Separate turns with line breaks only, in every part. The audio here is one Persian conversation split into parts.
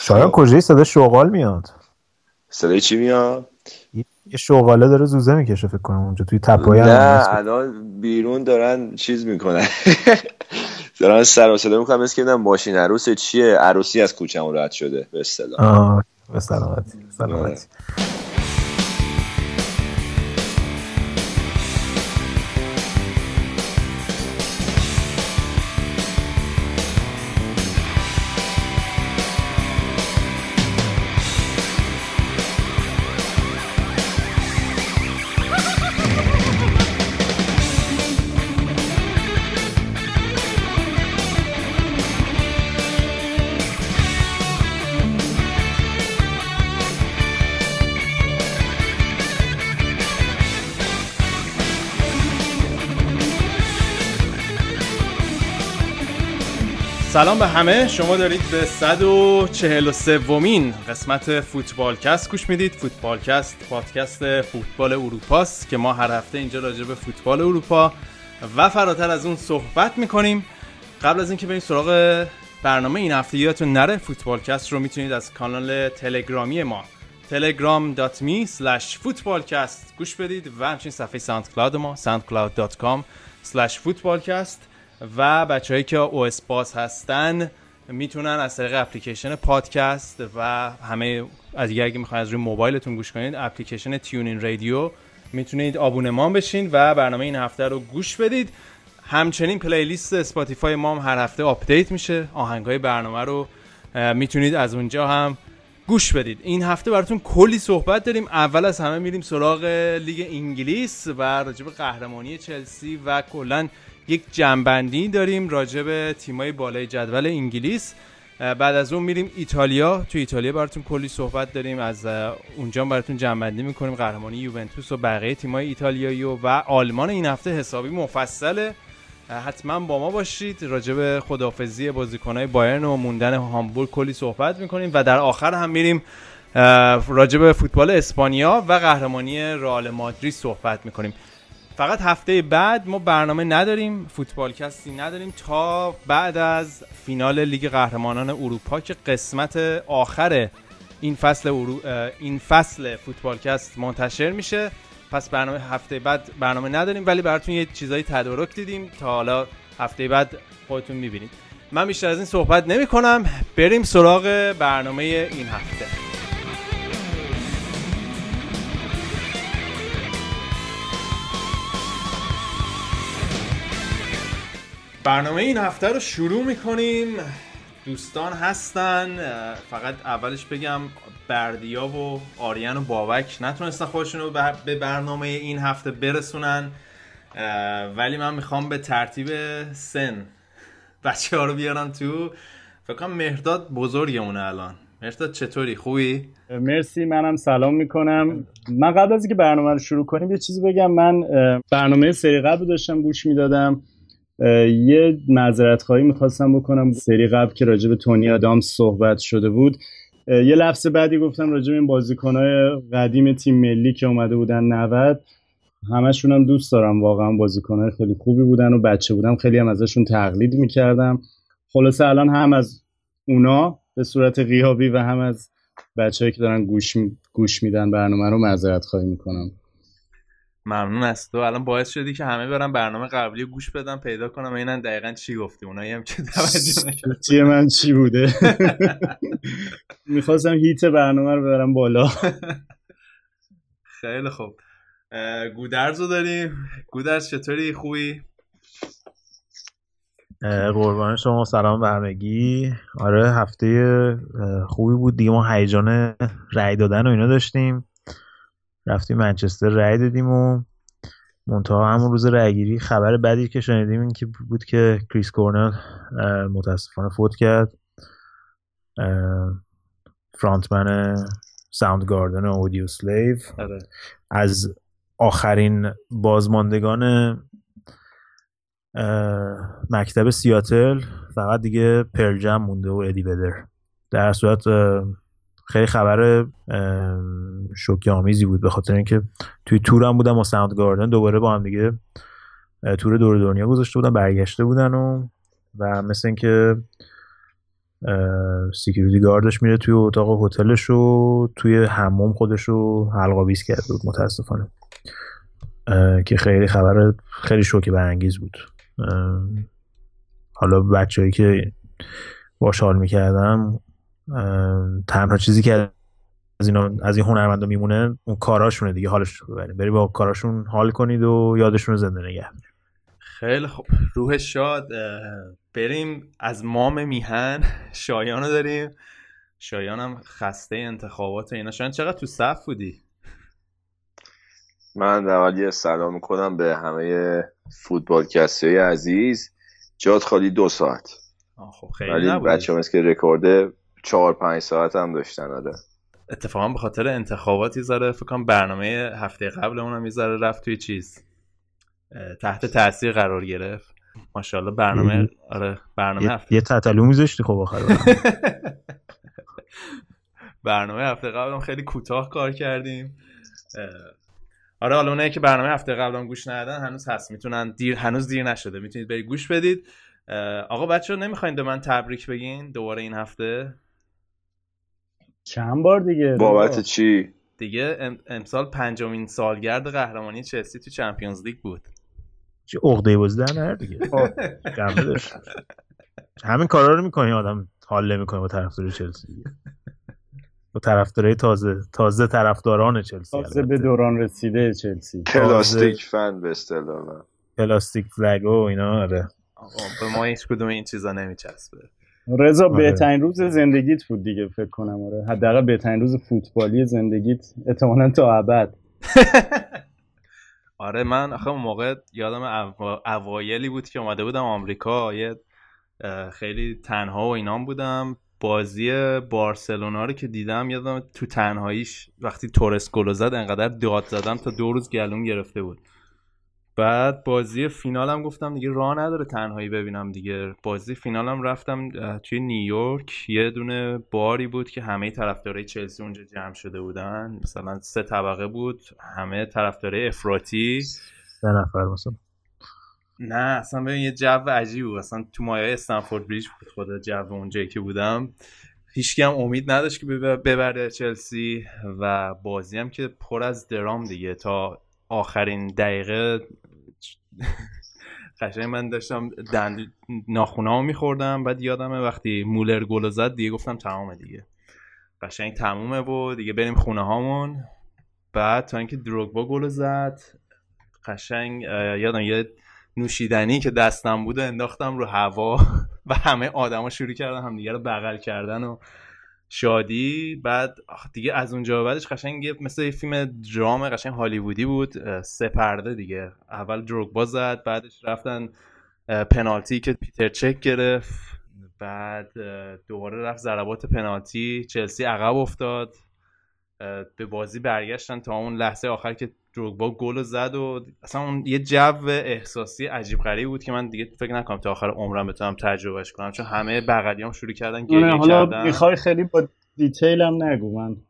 شاید کجایی صدا شغال میاد؟
صدای چی میاد؟
یه شغاله داره زوزه میکشه فکر کنم اونجا توی تپه‌های
نه
هست.
الان بیرون دارن چیز میکنن دارن سر و صدا میکنن مثل که بودن ماشین عروس چیه، عروسی از کوچه‌مون رد شده به اصطلاح.
به سلامتی سلامتی.
سلام به همه، شما دارید به 143مین قسمت فوتبالکست گوش میدید. فوتبالکست پادکست فوتبال اروپاست که ما هر هفته اینجا راجع به فوتبال اروپا و فراتر از اون صحبت میکنیم. قبل از اینکه بریم سراغ برنامه این هفته، یادتون نره فوتبالکست رو میتونید از کانال تلگرامی ما telegram.me/footballcast گوش بدید و همچنین صفحه ساوندکلاود ما soundcloud.com/footballcast و بچه‌هایی که OS باز هستن میتونن از طریق اپلیکیشن پادکست و همه از دیگه اگه میخواین از روی موبایلتون گوش کنید اپلیکیشن تیونین رادیو میتونید آبونمان بشین و برنامه این هفته رو گوش بدید. همچنین پلیلیست اسپاتیفای ما هم هر هفته آپدیت میشه، آهنگای برنامه رو میتونید از اونجا هم گوش بدید. این هفته براتون کلی صحبت داریم. اول از همه میریم سراغ لیگ انگلیس و راجع به قهرمانی چلسی و کلاً یک جنبندی داریم راجع به تیمای بالای جدول انگلیس. بعد از اون میریم ایتالیا. تو ایتالیا براتون کلی صحبت داریم، از اونجا براتون جنبندی میکنیم قهرمانی یوونتوس و بقیه تیمای ایتالیایی و آلمان. این هفته حسابی مفصله، حتما با ما باشید. راجع به خداحافظی بازیکن‌های بایرن و موندن هامبورگ کلی صحبت میکنیم و در آخر هم میریم راجع به فوتبال اسپانیا و قهرمانی رئال مادرید صحبت میکنیم. فقط هفته بعد ما برنامه نداریم، فوتبالکستی نداریم تا بعد از فینال لیگ قهرمانان اروپا که قسمت آخر این فصل فوتبالکست منتشر میشه. پس برنامه هفته بعد برنامه نداریم، ولی براتون یه چیزایی تدارک دیدیم تا حالا هفته بعد خودتون میبینید. من بیشتر از این صحبت نمی کنم، بریم سراغ برنامه این هفته. برنامه این هفته رو شروع میکنیم. دوستان هستن، فقط اولش بگم بردیا و آریان و بابک نتونستن خودشون رو به برنامه این هفته برسونن، ولی من میخوام به ترتیب سن بچه ها رو بیارم تو. فکر کنم مهرداد بزرگمونه الان. مهرداد چطوری؟ خوبی؟
مرسی، منم سلام میکنم. من قبل از اینکه برنامه رو شروع کنیم یه چیزی بگم. من برنامه سری قبل داشتم گوش میدادم، یه معذرت خواهی میخواستم بکنم. سری قبل که راجع به تونی آدامز صحبت شده بود یه لفظ بعدی گفتم راجع به این بازیکن‌های قدیم تیم ملی که اومده بودن 90. همشون هم دوست دارم، واقعا بازیکن‌های خیلی خوبی بودن و بچه بودم خیلی هم ازشون تقلید میکردم. خلاصه الان هم از اونا به صورت غیابی و هم از بچه‌هایی که دارن گوش میدن برنامه رو معذرت خواهی میکنم.
ممنون از تو. الان باعث شدی که همه برن برنامه قبلی رو گوش بدن، پیدا کنم اینن دقیقاً چی گفتی. اونایی هم که توجه نکردن
چیه من چی بوده. میخواستم هیت برنامه رو ببرم بالا.
خیلی خوب. گودرزو داریم. گودرز چطوری؟ خوبی؟
قربان شما، سلام به همگی. آره هفته خوبی بود دیگه. ما هیجان رای دادن و اینا داشتیم، رفتیم منچستر رای دادیم و منتها همون روز رای گیری خبر بدی که شنیدیم این که بود که کریس کورنل متاسفانه فوت کرد، فرانتمن ساوندگاردن و اودیو سلیو. از آخرین بازماندگان مکتب سیاتل فقط دیگه پرل جم مونده و ادی بدر. در صورت خیلی خبر شوکه آمیزی بود، به خاطر اینکه توی تور هم بودن با ساوندگاردن، دوباره با هم دیگه تور دور دنیا گذاشته بودن، برگشته بودن و مثل اینکه سکیوریتی گاردش میره توی اتاق هتلش و توی حمام خودش رو حلق‌آویز کرده بود متاسفانه، که خیلی خبر خیلی شوکه برانگیز بود. حالا بچه‌ای که باش حال میکردم تنها چیزی که از این هنرمندا میمونه اون کاراشونه دیگه، حالش رو ببرید، برید با کاراشون حال کنید و یادشون رو زنده نگه دارید.
خیلی خوب، روح شاد. بریم از مام میهن شایان رو داریم. شایان هم خسته انتخابات اینا. شایان چقدر تو صف بودی؟
من در اولی سلام میکنم به همه فوتبالکست‌های عزیز. جات خالی 2 ساعت.
خب خیلی
ولی
نبودی.
بچه‌ها مثل که رکورد 4-5 ساعت هم داشتن. آره
اتفاقا به خاطر انتخاباتی زاره فکر کنم برنامه هفته قبلمون هم میذاره رفت توی چیز تحت تاثیر قرار گرفت. ماشاءالله برنامه آره برنامه هفته
یه تتلو میذاشتی خب آخر
برنامه هفته قبلم خیلی کوتاه کار کردیم. آره حالا اونایی که برنامه هفته قبلم گوش ندادن هنوز هست، میتونن هنوز دیر نشده، میتونید برید گوش بدید. آقا بچه‌ها نمیخواین به من تبریک بگین دوباره این هفته؟
چند بار دیگه
بابت چی؟
دیگه امسال 5مین سالگرد قهرمانی چلسی تو چمپیونز لیگ بود.
چه عقده بازی در نهر دیگه. جمعه داشت همین کارا رو میکنی آدم حال نمیکنه با طرفدار چلسی، با طرفدارای تازه طرفداران چلسی،
تازه به دوران رسیده چلسی،
پلاستیک فن به اصطلاح،
پلاستیک فلگ و اینا. آره
آقا به ما هیچ کدوم این چیزا نمیچسبه.
رضا بهترین روز زندگیت بود دیگه فکر کنم. آره حداقل بهترین روز فوتبالی زندگیت احتمالاً تا ابد.
آره من آخه اون موقع یادم اوایلی بود که اومده بودم آمریکا، یه خیلی تنها و اینام بودم. بازی بارسلونا رو که دیدم یادم تو تنهاییش وقتی تورس گل زد انقدر داد زدم تا 2 روز گلوم گرفته بود. بعد بازی فینالم گفتم دیگه راه نداره تنهایی ببینم دیگه. بازی فینالم رفتم توی نیویورک، یه دونه باری بود که همه طرفدارای چلسی اونجا جمع شده بودن، مثلا 3 طبقه بود، همه طرفدارای افراطی،
3 نفر مثلا.
نه اصلا ببین یه جو عجیب بود، اصلا تو مایه استنفورد بریج بود. خدا جو اونجایی که بودم هیچکی هم امید نداشت که ببره چلسی و بازی هم که پر از درام دیگه تا آخرین دقیقه. قشنگ من داشتم ناخونامو میخوردم، بعد یادمه وقتی مولر گل زد دیگه گفتم تمامه دیگه، قشنگ تمومه و دیگه بریم خونه هامون. بعد تا اینکه دروگبا گل زد قشنگ یادم یه نوشیدنی که دستم بوده انداختم رو هوا و همه آدما شروع کردن همدیگه رو بغل کردن و شادی. بعد دیگه از اونجا بعدش قشنگ مثل یه فیلم درام قشنگ هالیوودی بود، 3 پرده دیگه. اول دروگبا زد، بعدش رفتن پنالتی که پیتر چک گرفت، بعد دوباره رفت ضربات پنالتی، چلسی عقب افتاد، به بازی برگشتن تا اون لحظه آخر که دروگبا گل زد و اصلا اون یه جو احساسی عجیب غریبی بود که من دیگه فکر نکنم تا آخر عمرم بتونم تجربهش کنم، چون همه بغلیام شروع کردن گریه کردن.
حالا میخوای خیلی با دیتیل هم نگو من.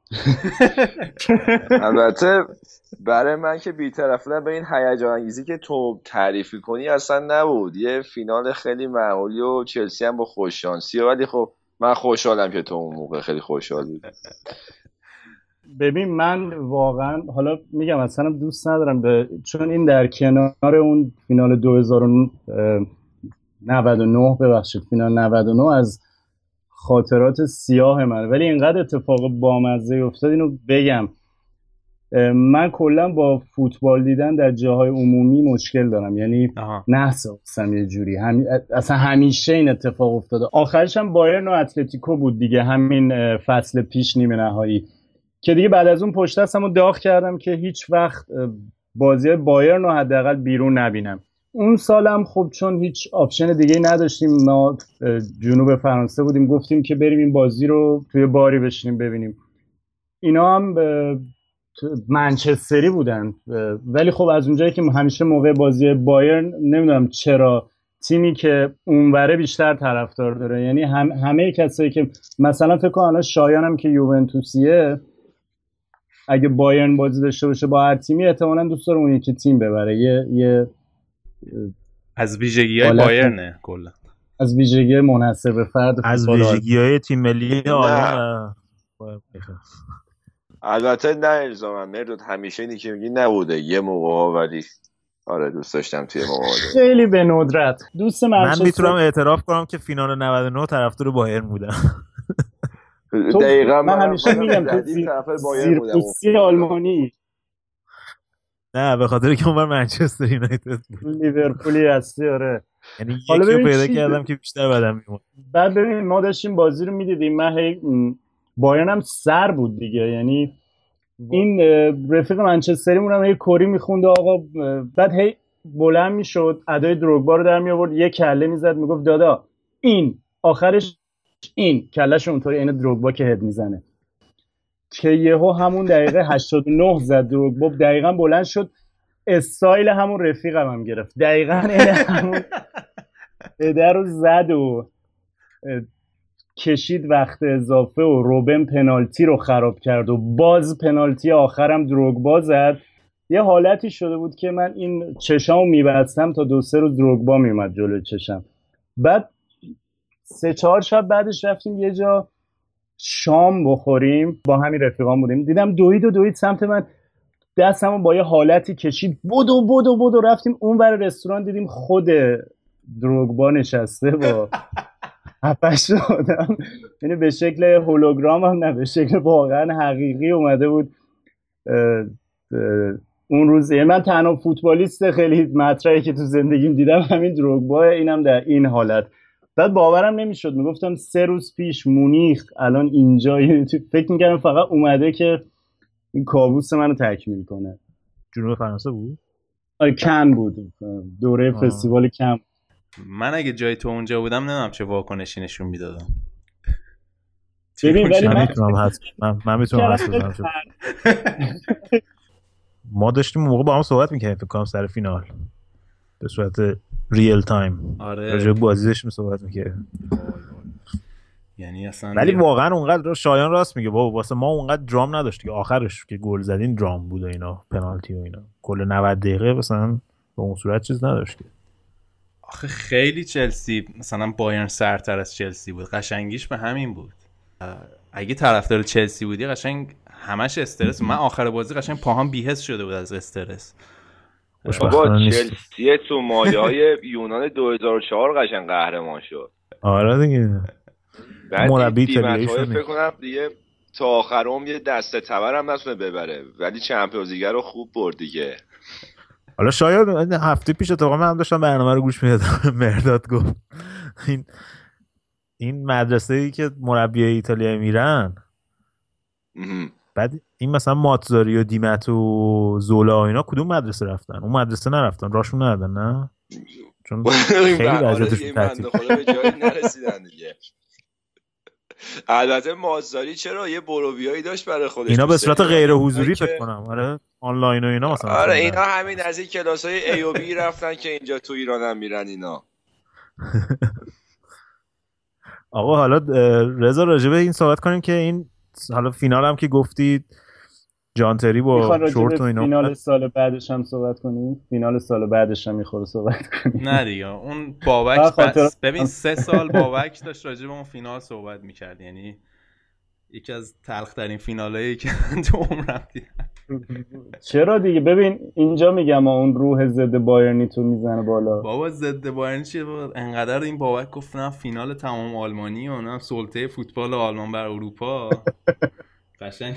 البته برای من که بی‌طرف بودن به این هیجان انگیزی که تو تعریف کنی اصلا نبود، یه فینال خیلی معمولی و چلسی هم با خوششانسی، ولی خب من خوشحالم که تو اون موقع خیلی خوشحال بودی. ببین
من واقعا حالا میگم اصلا دوست ندارم چون این در کنار اون فینال 2099 ببخشید فینال 99 از خاطرات سیاه منه، ولی اینقدر اتفاق بامزه افتاد اینو بگم. من کلا با فوتبال دیدن در جاهای عمومی مشکل دارم، یعنی نحساسم یه جوری اصلا همیشه این اتفاق افتاده. آخرش هم بایرن و اتلتیکو بود دیگه، همین فصل پیش نیمه نهایی که دیگه بعد از اون پشت دستمو داغ کردم که هیچ وقت بازی بایرن رو حداقل بیرون نبینم. اون سالم خب چون هیچ آپشن دیگه نداشتیم، ما جنوب فرانسه بودیم، گفتیم که بریم این بازی رو توی باری بشینیم ببینیم. اینا هم منچستری بودن، ولی خب از اونجایی که همیشه موقع بازی بایرن نمیدونم چرا تیمی که اونوره بیشتر طرفدار داره، یعنی همه کسایی که مثلا فکر کنم الان شایانم که یوونتوسیه اگه بایرن بازی داشته باشه با هر تیمی احتمالاً دوست داره اون یکی تیم ببره. یه
از ویژگی‌های بایرنه کلا.
از ویژگی منحصر به فرد
از ویژگی‌های تیم ملی آلمان.
البته نه الزاما مرداد همیشه اینی که میگی نبوده یه موقع‌ها، ولی آره دوست داشتم توی مواجهه
خیلی به ندرت دوست
من میتونم اعتراف کنم که فینال 99 طرفدار بایرن بودم.
دقیقاً
من همیشه میگم تو زیرپوستی آلمانی
نه به خاطر که اونور منچستر یونایتد بود،
لیورپولی هستی. آره
یعنی یکی رو پیدا کردم که بیشتر بدم میومد.
بعد ببین ما داشتیم بازی رو میدیدیم، من بایرن هم سر بود دیگه، یعنی این رفیق منچستریمون هم هی کوری میخوند آقا، بعد هی بلند میشد ادای دروگبا رو در می آورد، یه کله میزد میگفت دادا این آخرش این کلهش اونطوری این دروگبا که هد میزنه، که یهو همون دقیقه 89 زد دروگبا، دقیقاً بلند شد استایل همون رفیقم هم گرفت، دقیقاً همون ادر رو زد و کشید وقت اضافه و روبن پنالتی رو خراب کرد و باز پنالتی آخرم دروگبا زد. یه حالتی شده بود که من این چشامو میبستم تا 2-3 روز دروگبا میومد جلوی چشم. بعد 3-4 شب بعدش رفتیم یه جا شام بخوریم، با همین رفیقان بودیم، دیدم دوید سمت من، دستمو با یه حالتی کشید بدو رفتیم اون ور رستوران، دیدیم خود دروگبا نشسته با 7-8 آدم، یعنی به شکل هولوگرام هم نه، به شکل واقعا حقیقی اومده بود. اون روز من تنها فوتبالیست خیلی مطرحی که تو زندگیم دیدم همین دروگبا، اینم در این حالت. بعد باورم نمیشد، میگفتم 3 روز پیش مونیخ الان اینجا، فکر میکردم فقط اومده که این کابوس منو تکمیل کنه.
جنوب فرانسه بود؟
آره کن بود، دوره فستیوال کن.
من اگه جای تو اونجا بودم نمیدونم چه واکنشی نشون میدادم.
ببین ولی
من میتونم حس بزنم. ما داشتیم موقع با هم صحبت میکردیم فکر کنم سر فینال به صورت ریل تایم.
آره
راجع به بازی داشتیم صحبت میکردیم.
یعنی اصلا
ولی واقعا اونقدر شایان راست میگه بابا، واسه ما اونقدر درام نداشت که آخرش که گل زدین درام بود و اینا، پنالتی و اینا، کل 90 دقیقه مثلا به اون صورت چیز نداشت.
آخه خیلی چلسی مثلا بایرن سرتر از چلسی بود، قشنگیش به همین بود. اگه طرفدار چلسی بودی قشنگ همش استرس، من آخر بازی قشنگ پاهام بی‌حس شده بود از استرس.
بابا چلسی تو مایه‌های یونان 2004 قشنگ قهرمان شد.
آره دیگه
مربی ایتالیایی شد فکر کنم دیگه تا آخرام یه دسته تبر هم نتونه ببره، ولی چمپیونز لیگ رو خوب برد دیگه.
حالا شاید هفته پیش اتفاقا من هم داشتم برنامه رو گوش میدادم، مرداد گفت این مدرسه‌ای که مربیای ایتالیایی میرن، بعد این مثلا ماتزاری و دیمت و زولا و اینا کدوم مدرسه رفتن؟ اون مدرسه نرفتن، راشون ندادن نه؟ چون خیلی وضعیتشون تعطیل
خدا به جایی نرسیدن دیگه. البته ماتزاری چرا یه بروویایی داشت برای خودش،
اینا به صورت غیر حضوری فکر کنم، آره آنلاین و اینا مثلا.
آره اینا همین از این کلاسای ای و بی رفتن که اینجا تو ایران هم میرن اینا.
آقا حالا رضا راجبه این صحبت کنیم که این حالا فینال هم که گفتید جانتری با شورت و اینا،
فینال سال بعدش هم صحبت کنیم، فینال سال بعدش هم میخوره صحبت کنیم.
نه دیگه اون بابک ببین 3 سال بابک داشت راجع به اون فینال صحبت میکرد، یعنی یکی از تلخ‌ترین فینالایی که تو عمرم دیدم.
چرا دیگه ببین اینجا میگم اون روح ضد بایرنی تو میزنه بالا.
بابا ضد بایرنی چیه بابا؟ انقدر این بابک گفت نه فینال تمام آلمانی و نه سلطه فوتبال آلمان بر اروپا. قشنگ.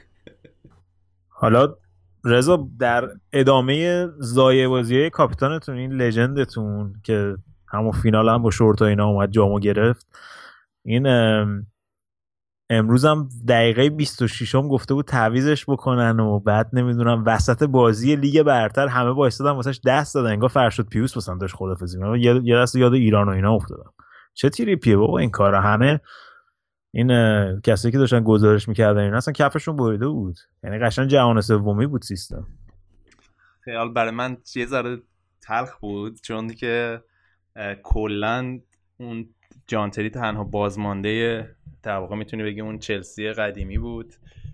حالا رضا در ادامه ضایع بازی‌های کاپیتانتون، این لژندتون که همون فینال هم با شورت و اینا اومد جامو گرفت، این امروز هم دقیقه 26 هم گفته بود تعویزش بکنن و بعد نمیدونم وسط بازی لیگ برتر همه با استادن واسش دست دادن، انگار فرشاد پیوس مثلا داشت خدافظی می‌کرد. یه دست یاد ایران و اینا افتادم. چه تریپیه بابا این کارا، همه این کسایی که داشتن گزارش میکردن اینا اصلا کفشون بریده بود، یعنی قشنگ جهان سومی بود سیستم.
خیال برای من یه ذره تلخ بود چون که کلا اون جانتری تنها بازمانده در واقع میتونی بگی اون چلسی قدیمی بود.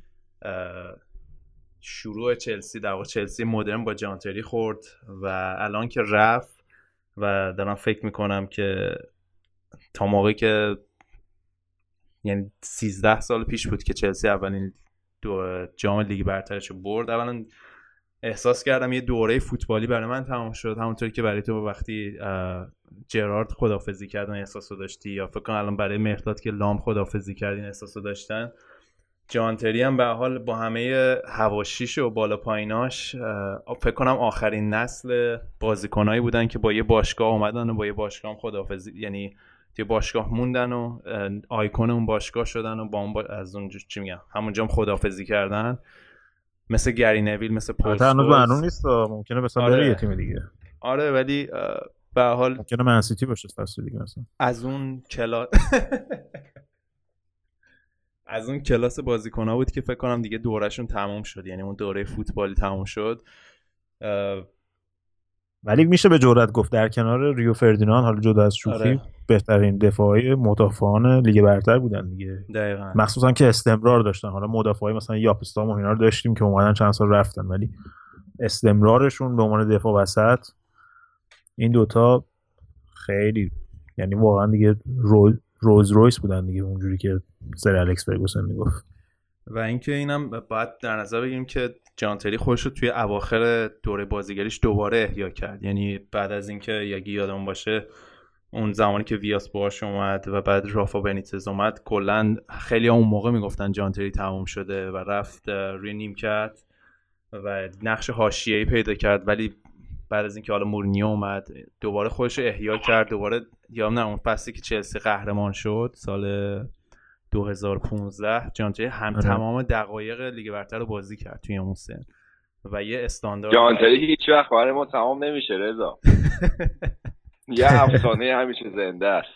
شروع چلسی در واقع چلسی مدرن با جانتری خورد و الان که رفت و دارم فکر میکنم که تا موقعی که یعنی 13 سال پیش بود که چلسی اولین جام لیگ برترش برد، اولا احساس کردم یه دوره فوتبالی برای من تمام شد، همونطوری که برای تو وقتی جرارد خداحافظی کردن احساسو داشتی، یا فکر کنم الان برای مهرداد که لام خداحافظی کردین احساسو داشتن. جان تری هم به حال با همه حواشیش و بالا پاییناش فکر کنم آخرین نسل بازیکنایی بودن که با یه باشگاه اومدن و با یه باشگاه هم خداحافظی، یعنی توی باشگاه موندن و آیکون اون باشگاه شدن و با اون از اون چی میگم همونجا هم خداحافظی کردن، مثل گری نویل، مثل پول
سکولز. هنوز معلوم نیست، ممکنه مثلا بره یه تیم دیگه.
آره ولی به هر حال
ممکنه من سیتی باشه فصل دیگه مثلا.
از اون کلاس بازیکن‌ها بود که فکر کنم دیگه دورهشون تموم شد، یعنی اون دوره فوتبالی تموم شد.
ولی میشه به جرئت گفت در کنار ریو فردیناند، حالا جدا از شوخی،
آره.
بهترین دفاعی مدافعان لیگ برتر بودن دیگه.
دقیقاً.
مخصوصا که استمرار داشتن. حالا مدافعای مثلا یاپستام و اینا رو داشتیم که اومدن چند سال رفتن، ولی استمرارشون به عنوان دفاع وسط این دوتا خیلی، یعنی واقعا دیگه روز رویس بودن دیگه، اونجوری که سر الکس فرگوسن میگفت.
و اینکه اینم باید در نظر بگیریم که جان تری خودش رو توی اواخر دوره بازیگریش دوباره احیا کرد، یعنی بعد از اینکه یکی یادمون باشه اون زمانی که ویاس باش اومد و بعد رافا بنیتز اومد، کلا خیلی اون موقع میگفتن جان تری تموم شده و رفت روی نیمکت و نقش حاشیه‌ای پیدا کرد، ولی بعد از اینکه حالا مورینیو اومد دوباره خودش رو احیا کرد. دوباره یادم نه اون فصلی که چلسی قهرمان شد سال 2015 جان تری هم تمام دقایق لیگ برتر رو بازی کرد توی اون سن و یه استاندارد.
جان تری هیچ وقت برای ما تمام نمیشه رضا. یه افسانه همیشه زنده است.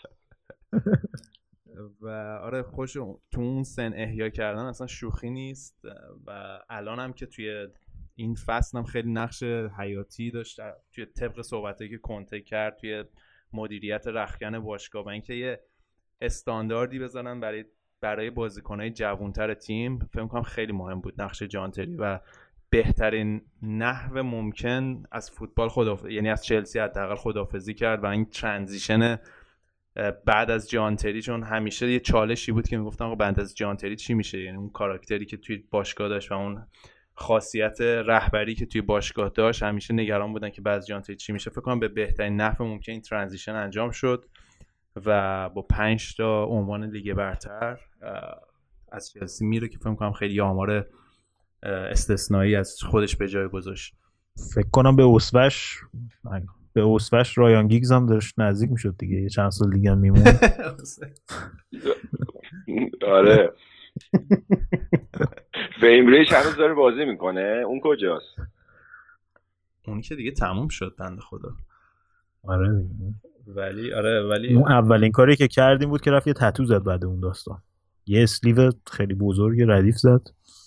و آره خوش تو اون سن احیا کردن اصلا شوخی نیست و الان هم که توی این فصل هم خیلی نقش حیاتی داشت توی طبق صحبتایی که کنته کرد توی مدیریت رختکن باشگاه و اینکه یه استانداردی بزنن برای بازیکن‌های جوان‌تر تیم. فکر می‌کنم خیلی مهم بود نقش جان تری و بهترین نحو ممکن از فوتبال یعنی از چلسی حداقل خداحافظی کرد و این ترانزیشن بعد از جان تری، چون همیشه یه چالشی بود که میگفتن آقا بعد از جان تری چی میشه، یعنی اون کاراکتری که توی باشگاه داشت و اون خاصیت رهبری که توی باشگاه داشت همیشه نگران بودن که بعد از جان تری چی میشه. فکر کنم به بهترین نحو ممکن این ترانزیشن انجام شد و با 5 تا عنوان لیگ برتر از چلسی میره که فکر کنم خیلی آمار استثنایی از خودش به جای گذاشت.
فکر کنم به اسوش رایان گیگز هم داشت نزدیک میشد دیگه، یه چند سال دیگه هم میمون.
آره فیمریش هنوز داره بازی میکنه، اون کجاست؟
اونی که دیگه تموم شد بنده خدا.
آره
ولی
اون اولین کاری که کردیم بود که رفت یه تتو زد بعد اون داستان، یه اسلیو خیلی بزرگ ردیف زد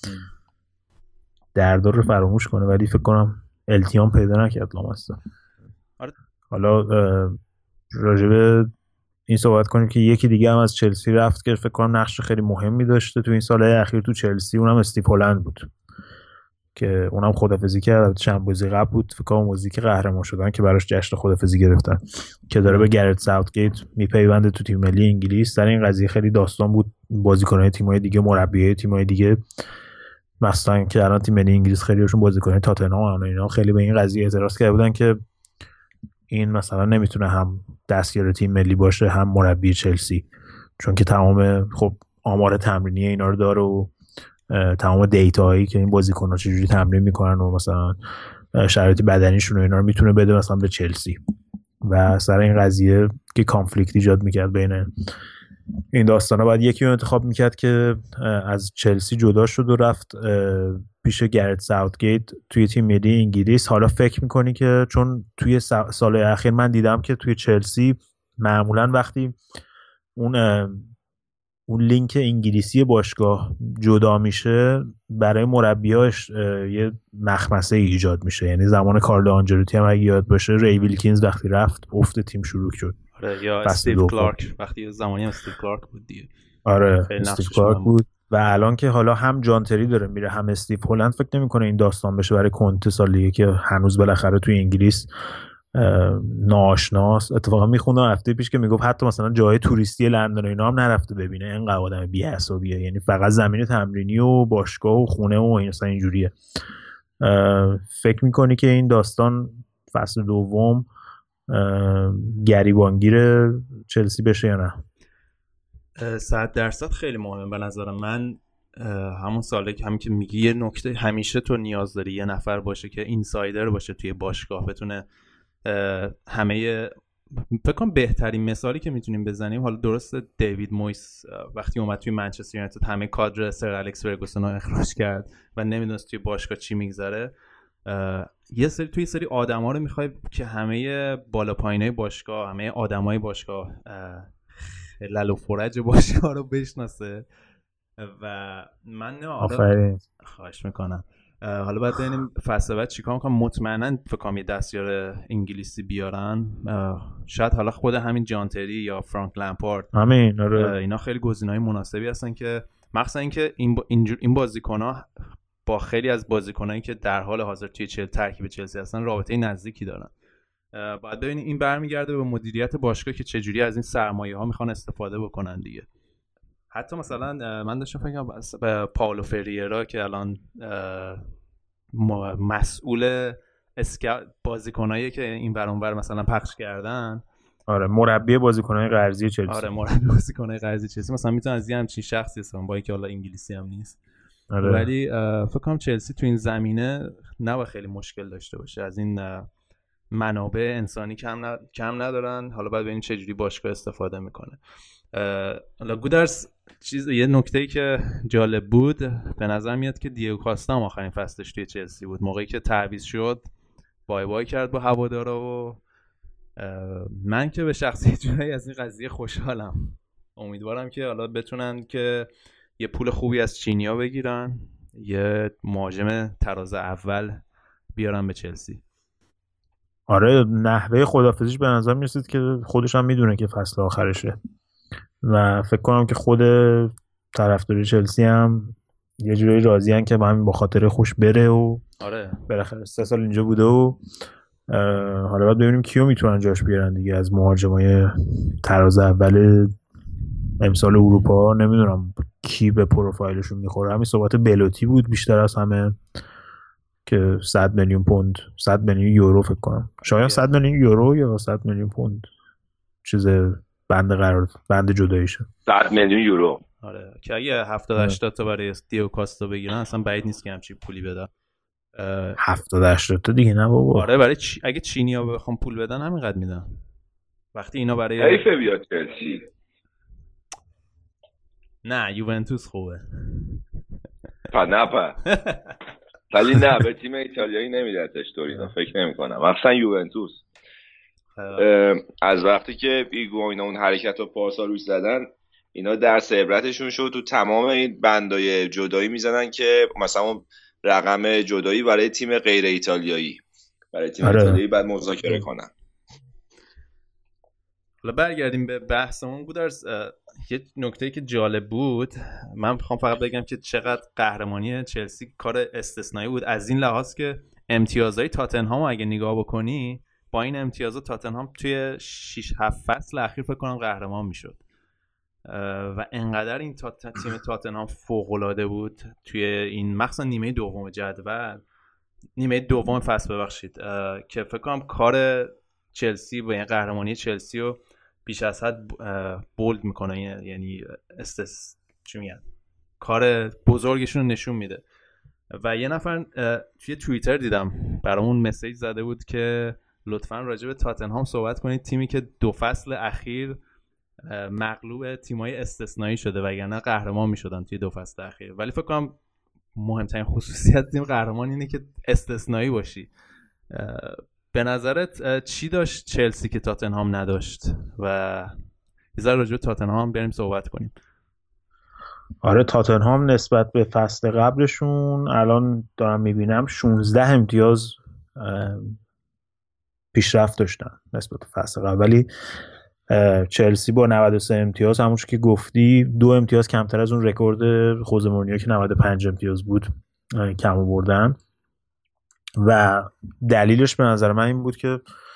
دردار رو فراموش کنه، ولی فکر کنم التیام پیدا نکرد لامصب. حالا راجبه این صحبت کنیم که یکی دیگه هم از چلسی رفت که فکر کنم نقش خیلی مهمی داشته تو این سالهای اخیر تو چلسی، اونم استیو هلند بود که اونم خدافظی کرد چند بازی قبل بود، فکر کنم بازی که قهرمان شدن که براش جشن خدافظی گرفتن که داره به گرت ساوتگیت میپیونده تو تیم ملی انگلیس. در این قضیه خیلی داستان بود، بازیکن‌های تیم‌های دیگه، مربیای تیم‌های دیگه، مثلا که الان تیم ملی انگلیس خیلیشون بازیکن‌های تاتنهام و اینا خیلی به این قضیه اعتراض کرده بودن که این مثلا نمیتونه هم دستیار تیم ملی باشه هم مربی چلسی، چون که تمام خب آمار تمرینی اینا رو داره و تمام دیتاهایی که این بازیکن‌ها چجوری تمرین میکنن و مثلا شرایط بدنیشون و اینا رو میتونه بده مثلا به چلسی. و سر این قضیه که کانفلیکت ایجاد میکرد بین این داستانا، بعد یکی رو انتخاب میکرد که از چلسی جدا شد و رفت پیش گرت ساوتگیت توی تیم ملی انگلیس. حالا فکر میکنی که چون توی سالهای اخیر من دیدم که توی چلسی معمولا وقتی اون لینک انگلیسی باشگاه جدا میشه برای مربیاش یه مخمسه ایجاد میشه، یعنی زمان کارلو آنجلوتی هم اگه یاد باشه ری ویلکینز وقتی رفت افت تیم شروع شد.
آره یا استیو کلارک وقتی زمانی هم استیو کلارک بود دیگه.
آره استیو کلارک بود و الان که حالا هم جان تری داره میره هم استیو هلند، فکر نمی‌کنه این داستان بشه برای کنته سالیه که هنوز بالاخره توی انگلیس ناآشناست. اتفاقا میخوندم هفته پیش که میگفت حتی مثلا جای توریستی لندن و اینا هم نرفته ببینه، اینقدر آدم بی‌عصبیه، یعنی فقط زمین تمرینی و باشگاه و خونه و این مثلا اینجوریه. فکر میکنی که این داستان فصل دوم گریبانگیر چلسی بشه یا نه؟
100% خیلی مهمه به نظر من. همون ساله که همین که میگی یه نکته همیشه تو نیاز داری یه نفر باشه که اینسایدر باشه توی باشگاه، بتونه همه فکر کنم بهترین مثالی که میتونیم بزنیم، حالا درسته دیوید مویس وقتی اومد توی منچستر یونایتد همه کادر سر الکس فرگوسن رو اخراج کرد و نمیدونست توی باشگاه چی میگذره. یه سری آدما رو میخوای که همه بالا پایینای باشگاه، همه آدمای باشگاه، لل و فرج باشگاه رو بشناسه. و من خواهش میکنم حالا باید ببینیم فصل بعد چیکار میکنم. مطمئنا فکر کنم یه دستیار انگلیسی بیارن، شاید حالا خود همین جان تری یا فرانک لمپارد،
همین
اینا خیلی گزینه‌های مناسبی هستن که مخصوصا اینکه این بازیکن‌ها با خیلی از بازیکنایی که در حال حاضر توی ترکیب چلسی هستن رابطه نزدیکی دارن. باید ببینیم این برمیگرده به مدیریت باشگاه که چجوری از این سرمایه‌ها میخوان استفاده بکنن دیگه. حتی مثلا من داشتم فکر کنم پائولو فریرا که الان مسئول بازیکنایی که این ور اون ور مثلا پخش کردن،
مربی بازیکنای قرضی چلسی،
مربی بازیکنای قرضی چلسی مثلا میتونه از همچین شخصی هستن، با اینکه حالا انگلیسی هم نیست. ولی فکر کنم چلسی تو این زمینه نباید خیلی مشکل داشته باشه. از این منابع انسانی کم ندارن. حالا باید ببینیم چه جوری باشگاه استفاده میکنه. حالا گودرز یه نکته‌ای که جالب بود به نظر میاد که دیگو کاستا هم آخرین فصلش توی چلسی بود، موقعی که تعویض شد بای بای کرد با هوادارا و من که به شخصی جورایی از این قضیه خوشحالم. امیدوارم که حالا بتونن که یه پول خوبی از چینیا بگیرن، یه مهاجم تراز اول بیارن به چلسی.
آره نحوه خدافظیش به نظر میرسید که خودش هم میدونه که فصل آخرشه و فکر کنم که خود طرفدار چلسی هم یه جوری راضی ان که با خاطر خوش بره و
آره
بالاخره 3 سال اینجا بوده و حالا باید ببینیم کیو میتونن جاش بیارن دیگه از مهاجمای تراز اول امسال اروپا. نمیدونم کی به پروفایلشون میخوره. همین صحبت بلوتی بود بیشتر از همه که 100 میلیون پوند 100 میلیون یورو فکر کنم، شاید 100 میلیون یورو یا 100 میلیون پوند چیز بند جداییشه.
100 میلیون یورو.
آره که اگه 70-80 تا برای دیو کاستا بگیرن اصلا بعید نیست که همچین پولی بدن.
70-80 تا دیگه نه بابا.
آره برای اگه چینی‌ها بخوام پول بدن همینقدر میدن. وقتی اینا برای
حیف بیاد چلسی.
نه یوونتوس خوبه.
ولی نه به تیم ایتالیایی نمیدتش تورینو فکر نمی‌کنم، مثلا یوونتوس. از وقتی که ایگو اینا اون حرکت رو پارسال روش زدن، اینا درس عبرتشون شد. تو تمام این بندای جدایی میزنن که مثلا رقم جدایی برای تیم غیر ایتالیایی، برای تیم ایتالیایی بعد مذاکره کنن.
حالا برگردیم به بحثمون. گودرز یه نکته‌ای که جالب بود، من میخوام فقط بگم که چقدر قهرمانی چلسی کار استثنایی بود از این لحاظ که امتیازهای تاتنهام اگه نگاه بکنی، با این امتیازات تاتنهام توی 6-7 فصل اخیر فکر کنم قهرمان میشد و انقدر این تیم تاتنهام فوق‌العاده بود توی این مخصوصا نیمه دوم جدول، نیمه دوم فصل ببخشید، که فکر کنم کار چلسی و این قهرمانی چلسی رو بیش از حد بولد میکنه، یعنی چی میگن کار بزرگشون رو نشون میده. و یه نفر توی توییتر دیدم برامون مسیج زده بود که لطفاً راجع به تاتنهام صحبت کنید، تیمی که 2 فصل اخیر مغلوب تیمای استثنایی شده وگرنه قهرمان میشدن توی 2 فصل اخیر. ولی فکر کنم مهمترین خصوصیت تیم قهرمان اینه که استثنایی باشی. به نظرت چی داشت چلسی که تاتنهام نداشت و یه ذره راجع به تاتنهام بریم صحبت کنیم.
آره تاتنهام نسبت به فصل قبلشون الان دارم میبینم 16 امتیاز پیشرفت داشتن نسبت به فصل قبل، ولی چلسی با 93 امتیاز همونش که گفتی 2 امتیاز کمتر از اون رکورد خوزه مورینیو که 95 امتیاز بود کم آوردن. و دلیلش به نظر من این بود که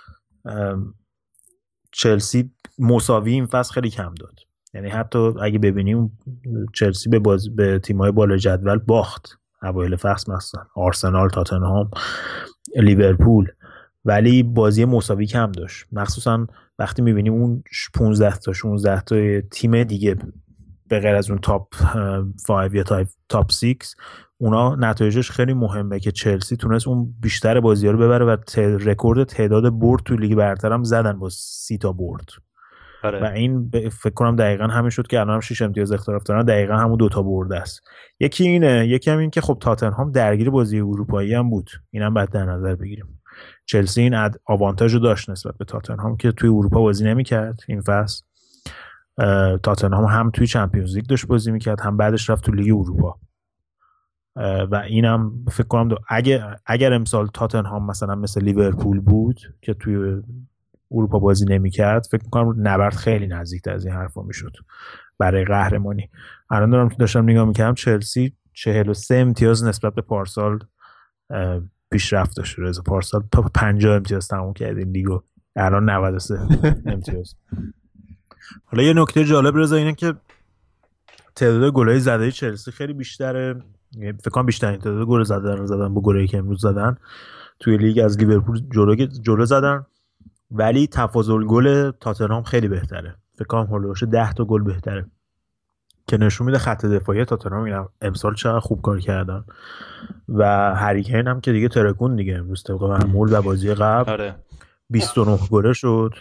چلسی مساوی این فصل خیلی کم داد. یعنی حتی اگه ببینیم چلسی به تیم‌های بالای جدول باخت اوایل فصل، مثلا آرسنال، تاتنهام، لیورپول، ولی بازی مساوی کم داشت. مخصوصا وقتی می‌بینیم اون 15 تا 16 تا تیم دیگه به غیر از اون تاپ 5 یا تاپ 6 اونا نتایجش خیلی مهمه که چلسی تونست اون بیشتر بازی‌ها رو ببره و رکورد تعداد برد تو لیگ برتر هم زدن با 30 تا برد. و این فکر کنم دقیقاً همین شد که الان 6 امتیاز اختلاف دارن، دقیقاً همون 2 تا برده است. یکی اینه، یکی هم این که خب تاتنهام درگیر بازی اروپایی هم بود، اینم بعد در نظر بگیریم. چلسی این آوانتاژو داشت نسبت به تاتنهام که توی اروپا بازی نمی‌کرد این فصل. تاتنهام هم توی چمپیونز لیگ داشت بازی می‌کرد، هم بعدش رفت تو لیگ اروپا. و اینم فکر کنم اگر امسال تاتنهام مثلا مثل لیورپول بود که توی اروپا بازی نمی‌کرد، فکر کنم نبرد خیلی نزدیک‌تر از این حرفا میشد برای قهرمانی. الان داشتم نگاه می‌کردم چلسی 43 امتیاز نسبت به پارسال پیشرفت داشت. رضا پارسال 50 امتیاز تموم کرد این لیگو، الان 93 امتیاز. حالا یه نکته جالب رضا اینه که تعداد گل‌های زده چلسی خیلی بیشتره. فکر کنم بیشترین تعداد گل زدن با گلایی که امروز زدن توی لیگ از لیورپول جلو زدن، ولی تفاضل گل تاتنهام خیلی بهتره. فکر کنم هولوش 10 تا گل بهتره که نشون میده خط دفاعی تاتنهام این امسال چقدر خوب کار کردن. و هری کین هم که دیگه ترکون دیگه امروز طبق معمول و بازی قبل 29 گله شد.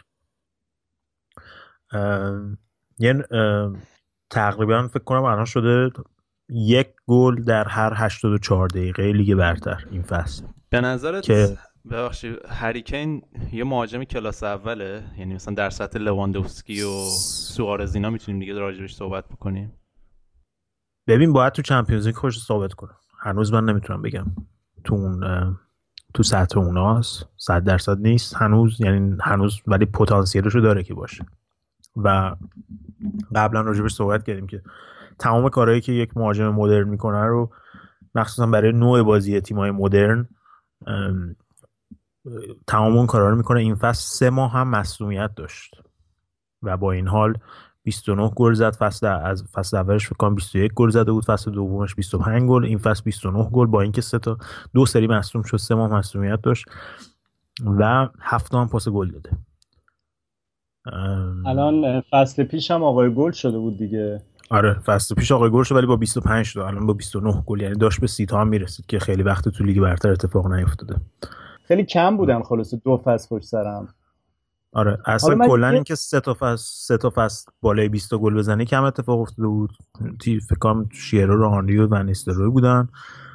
یعنی تقریبا فکر کنم الان شده 1 گل در هر 84 دقیقه لیگ برتر این فصل.
به نظرت
که
ببخشید هری کین یه مهاجم کلاس اوله؟ یعنی مثلا در سطح لواندوفسکی و سوارز اینا میتونیم دیگه راجبش صحبت بکنیم؟
ببین باید تو چمپیونز لیگ خوش ثابت کنه. هنوز من نمیتونم بگم تو سطح اوناست، 100% نیست هنوز، یعنی هنوز، ولی پتانسیلشو داره که باشه. و قبلا راجبش صحبت کردیم که تمام کارهایی که یک مهاجم مدرن میکنه رو مخصوصا برای نوع بازی تیم‌های مدرن تمام اون کارا رو میکنه. این فصل 3 ماه هم مصونیت داشت و با این حال 29 گل زد. از فصل اولش فکر کنم 21 گل زده بود، فصل دومش 25 گل، این فصل 29 گل، با اینکه دو سری مصدوم شد، 3 ماه مصونیت داشت و 7 هم پاس گل داده.
الان فصل پیش هم آقای گل شده بود دیگه.
آره فصل پیش آقای گل شد ولی با 25 تا، الان با 29 گل، یعنی داشت به 30 تا هم میرسید که خیلی وقت تو لیگ برتر اتفاق نیفتاده.
خیلی کم بودن خلاصه 2 فصل پشت سرم.
آره اصلا کلا این که 3 تا فصل بالای 20 تا گل بزنی کم اتفاق افتاده بود. فکر کنم شیرر و آنری و ون نیستلروی بودن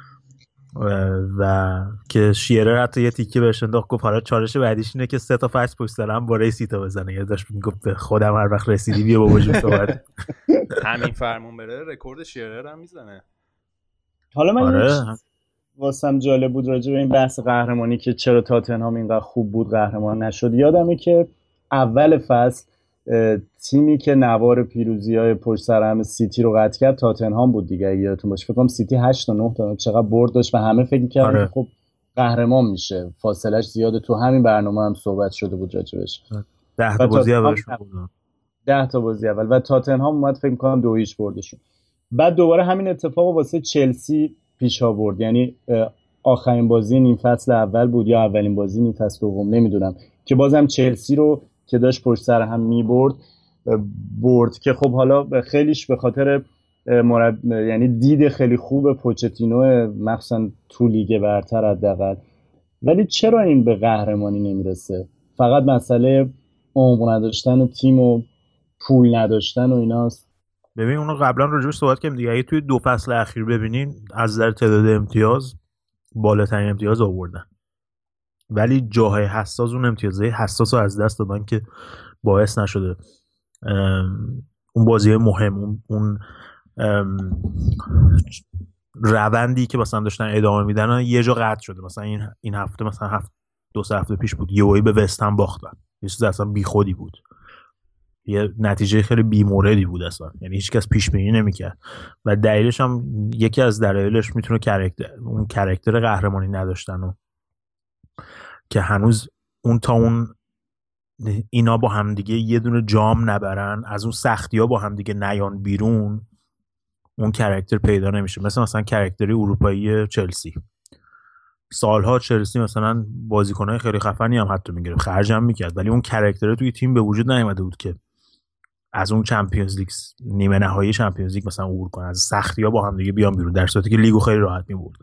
و که شیرر حتی یه تیکه بهش انداخت، گفت حالا چالش بعدیش اینه که 3 تا فصل پشت سرم بالای 30 تا بزنه. یا داشت میگفت به خودم هر وقت رسیدی بیا بابا جون صحبت.
همین فرمون بره رکورد شیرر هم میزنه.
حالا من واسم جالب بود راجع به این بحث قهرمانی که چرا تاتنهام اینقدر خوب بود قهرمان نشد. یادمه که اول فصل تیمی که نوار پیروزی‌های پشت سر هم سیتی رو قطع کرد تاتنهام بود دیگه، یادتون باشه. فکر کنم سیتی 8 تا 9 تا چقدر برد داشت و همه فکر می‌کردن خب قهرمان میشه، فاصله‌اش زیاده. تو همین برنامه هم صحبت شده بود راجبش.
10 تا بازی اولش بود.
10 تا بازی اول و تاتنهام اومد فکر می‌کنم 2-0 بردشون. بعد دوباره همین اتفاق واسه چلسی پیش آورد، یعنی آخرین بازی نیم فصل اول بود یا اولین بازی نیم فصل دوم نمیدونم، که بازم چلسی رو که داشت پشت سر هم میبرد برد، که خب حالا خیلیش به خاطر یعنی دید خیلی خوب پوچتینو مخصوصا تو لیگ برتر حداقل. ولی چرا این به قهرمانی نمیرسه؟ فقط مسئله عمق نداشتن تیم و پول نداشتن و ایناست؟
ببین اونو قبلا راجعش صحبت کردیم دیگه. اگه توی 2 فصل اخیر ببینین از نظر تعداد امتیاز بالاترین امتیاز آوردن، ولی جاهای حساس اون امتیازهای حساس رو از دست دادن که باعث نشده اون بازی مهم، اون روندی که مثلا داشتن ادامه میدن یه جا قطع شده. مثلا این هفته، مثلا 2-3 هفته پیش بود، یهویی به وست هم باختن. یه چیز اصلا بیخودی بود، یه نتیجه خیلی بی‌موردی بود اصلا، یعنی هیچکس پیش بینی نمی‌کرد. و دلیلش هم، یکی از دلایلش میتونه اون کاراکتر قهرمانی نداشتن و که هنوز اون اینا با همدیگه یه دونه جام نبرن، از اون سختی‌ها با همدیگه نیان بیرون، اون کاراکتر پیدا نمیشه. مثلا کاراکتری اروپایی چلسی، سالها چلسی مثلا بازیکنای خیلی خفنی هم حتی میگرفت، خرجم میکرد، ولی اون کاراکتر توی تیم به وجود نیومده بود که از اون چمپیونز لیگ، نیمه نهایی چمپیونز لیگ مثلا عبور کنه، از سختی‌ها با هم دیگه بیان بیرون، در صورتی که لیگو خیلی راحت می‌بردن.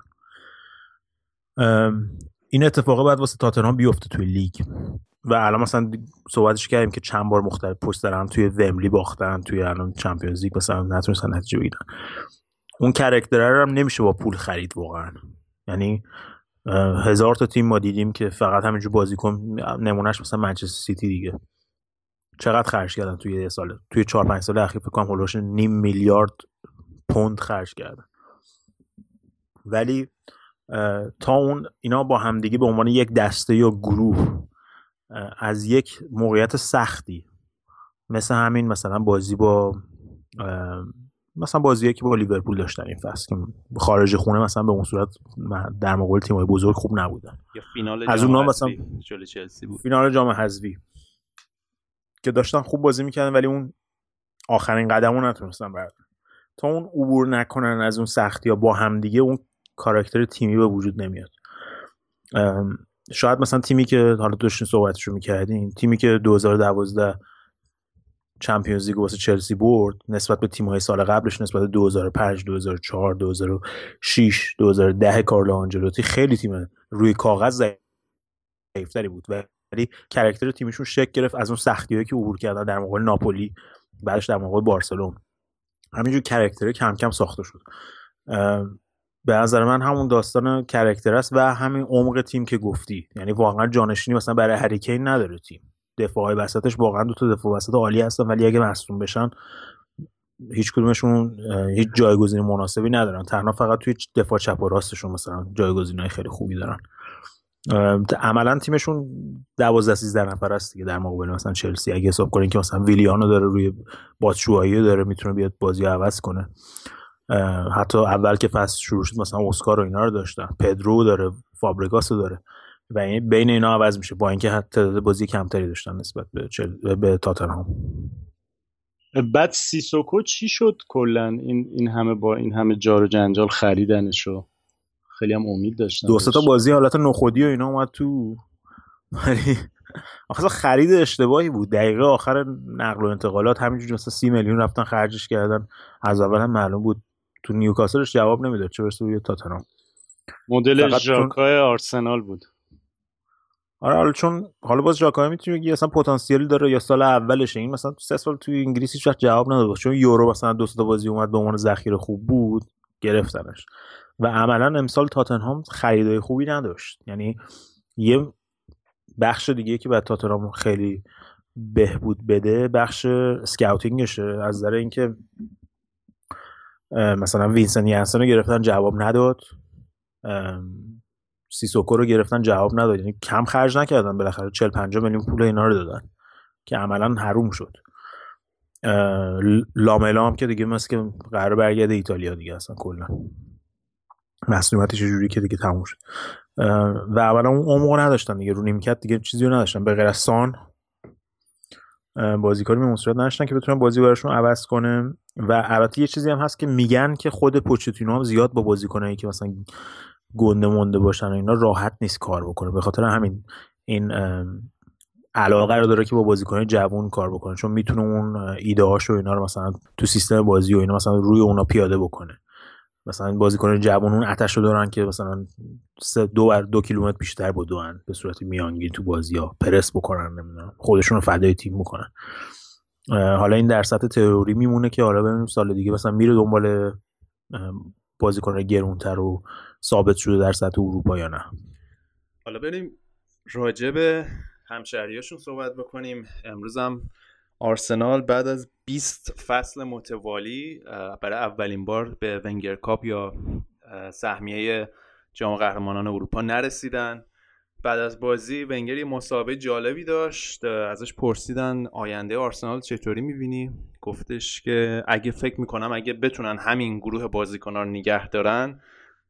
این اتفاق بعد واسه تاتنهام بیفته توی لیگ و الان مثلا صحبتش کردیم که چند بار مختلف پشت سر هم توی ومبلی باختن، توی الان چمپیونز لیگ مثلا نتونستن نتیجه بگیرن. اون کاراکتر رو هم نمیشه با پول خرید واقعا. یعنی 1000 تا تیم ما دیدیم که فقط همینجور بازیکن، نمونهش مثلا منچستر سیتی دیگه، چقدر خرج کردن توی سال، توی 4-5 سال اخیر فکر کنم هولوش 0.5 میلیارد پوند خرج کردن. ولی تا اون اینا با همدیگه به عنوان یک دسته یا گروه از یک موقعیت سختی، مثل همین مثلا بازی با مثلا بازیایی که با لیورپول داشتن این فصل که خارج خونه مثلا به اون صورت در مقابل تیم‌های بزرگ خوب نبودن،
یا فینال
از اونها مثلا
جلوی چلسی بود،
فینال جام حذفی که داشتن خوب بازی میکردن ولی اون آخرین قدمو نتونستن بردارن. تا اون عبور نکنن از اون سختی‌ها با هم دیگه، اون کاراکتر تیمی به وجود نمیاد. شاید مثلا تیمی که حالا داشتین صحبتشو میکردین، تیمی که 2012 چمپیونز لیگ واسه چلسی برد، نسبت به تیم‌های سال قبلش، نسبت به 2005 2004 2006 2010 کارلو آنجلوتی، خیلی تیم روی کاغذ ضعیف‌تری بود ولی کاراکتر تیمشون شکل گرفت از اون سختی‌هایی که عبور کردن در مقابل ناپولی، بعدش در مقابل بارسلون. همینجور کاراکتر کم کم ساخته شد. به نظر من همون داستان کاراکتر است و همین عمق تیم که گفتی، یعنی واقعا جانشینی مثلا برای هری کین نداره تیم. دفاعی وسطش واقعا دو تا دفاع وسط عالی هستن ولی اگه مصدوم بشن هیچ کدومشون هیچ جایگزین مناسبی ندارن. تنها فقط توی دفاع چپ و راستشون مثلا جایگزینای خیلی خوبی دارن. عملا تیمشون 12-13 نفر است دیگه در مقابل مثلا چلسی، اگه حساب کنین که مثلا ویلیانو داره روی باتشوایی داره میتونه بیاد بازی رو عوض کنه. حتی اول که فصل شروع شد مثلا اسکار و اینا رو داشتن، پدرو داره، فابرگاس داره و این بین اینا عوض میشه با اینکه حتی بازی کمتری داشتن نسبت به تاتنهام.
بعد سیسوکو چی شد کلا؟ این همه با این همه جار و جنجال خریدنشو، خیلی هم امید داشتن.
2 تا بازی حالت نخودی و اینا اومد تو، ولی آخه خرید اشتباهی بود. دقیقه آخر نقل و انتقالات همینجوری مثلا 30 میلیون رفتن خرجش کردن. از اول هم معلوم بود تو نیوکاسلش جواب نمیداد، چه برسه به تاتنهام.
مدل ژاکای آرسنال بود.
آره حالا چون حالا باز ژاکا میتونی بگی اصلا پتانسیلی داره یا سال اولشه، این مثلا 3 سال توی انگلیس هیچ وقت جواب نداد، چون یورو مثلا 2 تا بازی اومد به عنوان ذخیره خوب بود گرفتنش و عملا امسال تاتنهام خریدای خوبی نداشت. یعنی یه بخش دیگه که بعد تاتنهام خیلی بهبود بده بخش اسکاوتینگشه، از نظر اینکه مثلا وینسن یانسن رو گرفتن جواب نداد، سیسوکو رو گرفتن جواب نداد، یعنی کم خرج نکردن، بالاخره 40-50 میلیون پول اینا رو دادن که عملا حروم شد. لاملا هم که دیگه مثل که قرار برگرده ایتالیا دیگه، اصلا کلا مسئولیتش جوری که دیگه تموم شد و اولا اون عمق نداشتن دیگه، رو نیمکت دیگه چیزی رو نداشتن به غیر از سان، بازیکاری به صورت نداشتن که بتونن بازی براشون عوض کنه. و البته یه چیزی هم هست که میگن که خود پوچتینو هم زیاد با بازیکنایی که مثلا گنده مونده باشن و اینا راحت نیست کار بکنه، به خاطر همین این علاقه رو داره که با بازیکنای جوان کار بکنه، چون میتونه اون ایده هاشو اینا رو مثلا تو سیستم بازی و اینا مثلا روی اونا پیاده بکنه. مثلا بازیکنان جوان اون آتش رو دارن که مثلا 2 کیلومتر بیشتر بدون به صورت میانگین تو بازی‌ها پرس بکنن، نمیدونم خودشون رو فدای تیم بکنن. حالا این در سطح تئوری میمونه که حالا ببینیم سال دیگه مثلا میره دنبال بازیکن گرونتر و ثابت شده در سطح اروپا یا نه.
حالا بریم راجع به همشهریاشون صحبت بکنیم. امروز هم آرسنال بعد از 20 فصل متوالی برای اولین بار به ونگر کاپ یا سهمیه جام قهرمانان اروپا نرسیدن. بعد از بازی ونگر یه مصاحبه جالبی داشت، ازش پرسیدن آینده آرسنال چطوری میبینی؟ گفتش که اگه فکر میکنم اگه بتونن همین گروه بازیکنان نگه دارن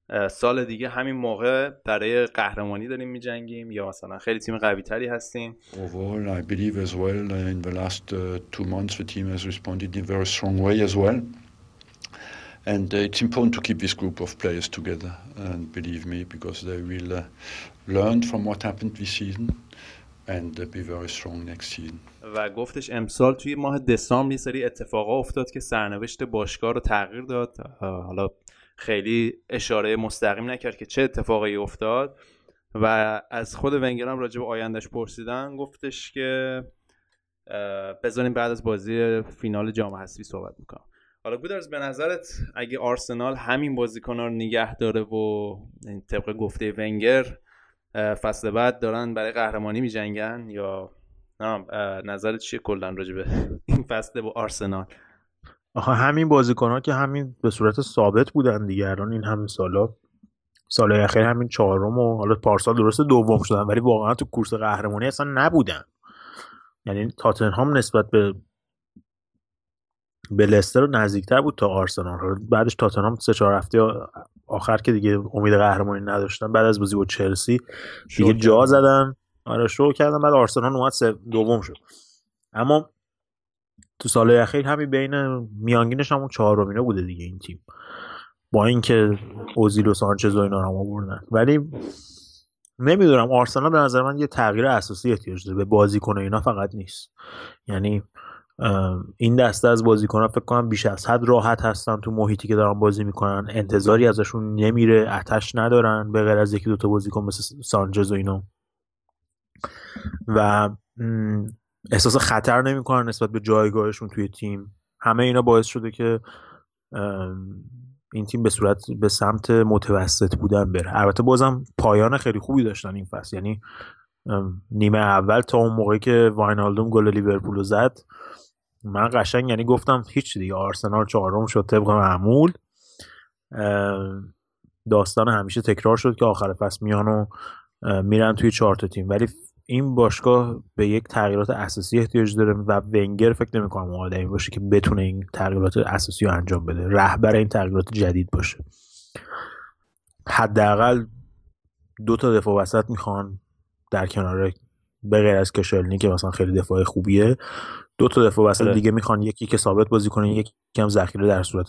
سال دیگه همین موقع برای قهرمانی داریم میجنگیم یا مثلا خیلی تیم قوی تری هستیم؟
Overall, I believe as well in the last 2 months the team has responded in a very strong way as well. And it's important to keep this group of players together, and believe me, because they will learn from what happened this season and be very strong next season.
و گفتش امسال توی ماه دسامبر یه سری اتفاقا افتاد که سرنوشت باشگاه رو تغییر داد. حالا خیلی اشاره مستقیم نکرد که چه اتفاقی افتاد و از خود ونگر هم راجع به آیندهش پرسیدن، گفتش که بذاریم بعد از بازی فینال جام حذفی صحبت میکنم. حالا گودرز به نظرت اگه آرسنال همین بازیکن‌ها رو نگه داره و طبق گفته ونگر فصل بعد دارن برای قهرمانی میجنگن، یا نظرت چیه کلا راجع به این فصل با آرسنال؟
آخه همین بازیکن‌ها که همین به صورت ثابت بودن دیگه الان این همین سالهای اخیر همین چهارم و حالا پارسال درسته دوم شدن ولی واقعا تو کورس قهرمانی اصلا نبودن. یعنی تاتنهام نسبت به لستر نزدیکتر بود تا آرسنال. بعدش تاتنهام 3-4 هفته آخر که دیگه امید قهرمانی نداشتن بعد از بازی با چلسی دیگه جا زدن، آره شو کردن، بعد آرسنال اومد دوم شد. اما تو سالهای اخیر همین بین میانگینش همون چهارمینا بوده دیگه این تیم، با اینکه اوزیل و سانچز و اینا هم آوردن. ولی نمیدونم، آرسنال به نظر من یه تغییر اساسی احتیاج داره، به بازیکن اینا فقط نیست. یعنی این دسته از بازیکن‌ها فکر کنم بیش از حد راحت هستن تو محیطی که دارن بازی میکنن، انتظاری ازشون نمیره، آتش ندارن به غیر از یکی دو تا بازیکن مثل سانچز و اینا، و احساس خطر نمیکنن نسبت به جایگاهشون توی تیم. همه اینا باعث شده که این تیم به سمت متوسط بودن بره. البته بازم پایان خیلی خوبی داشتن این فصل، یعنی نیمه اول تا اون موقعی که واینالدوم گل لیورپول زد من قشنگ یعنی گفتم هیچ دیگه آرسنال چهارم شد طبق معمول. داستان همیشه تکرار شد که آخر فصل میان و میرن توی 4 تا تیم، ولی این باشگاه به یک تغییرات اساسی احتیاج داره و ونگر فکر نمی‌کنم آدمی باشه که بتونه این تغییرات اساسی رو انجام بده، رهبر این تغییرات جدید باشه. حداقل 2 تا دفاع وسط میخوان در کنار، به غیر از کشلنی که مثلا خیلی دفاع خوبیه، 2 تا دفاع وسط دیگه میخوان، یکی که ثابت بازی کنه، یکی هم ذخیره در صورت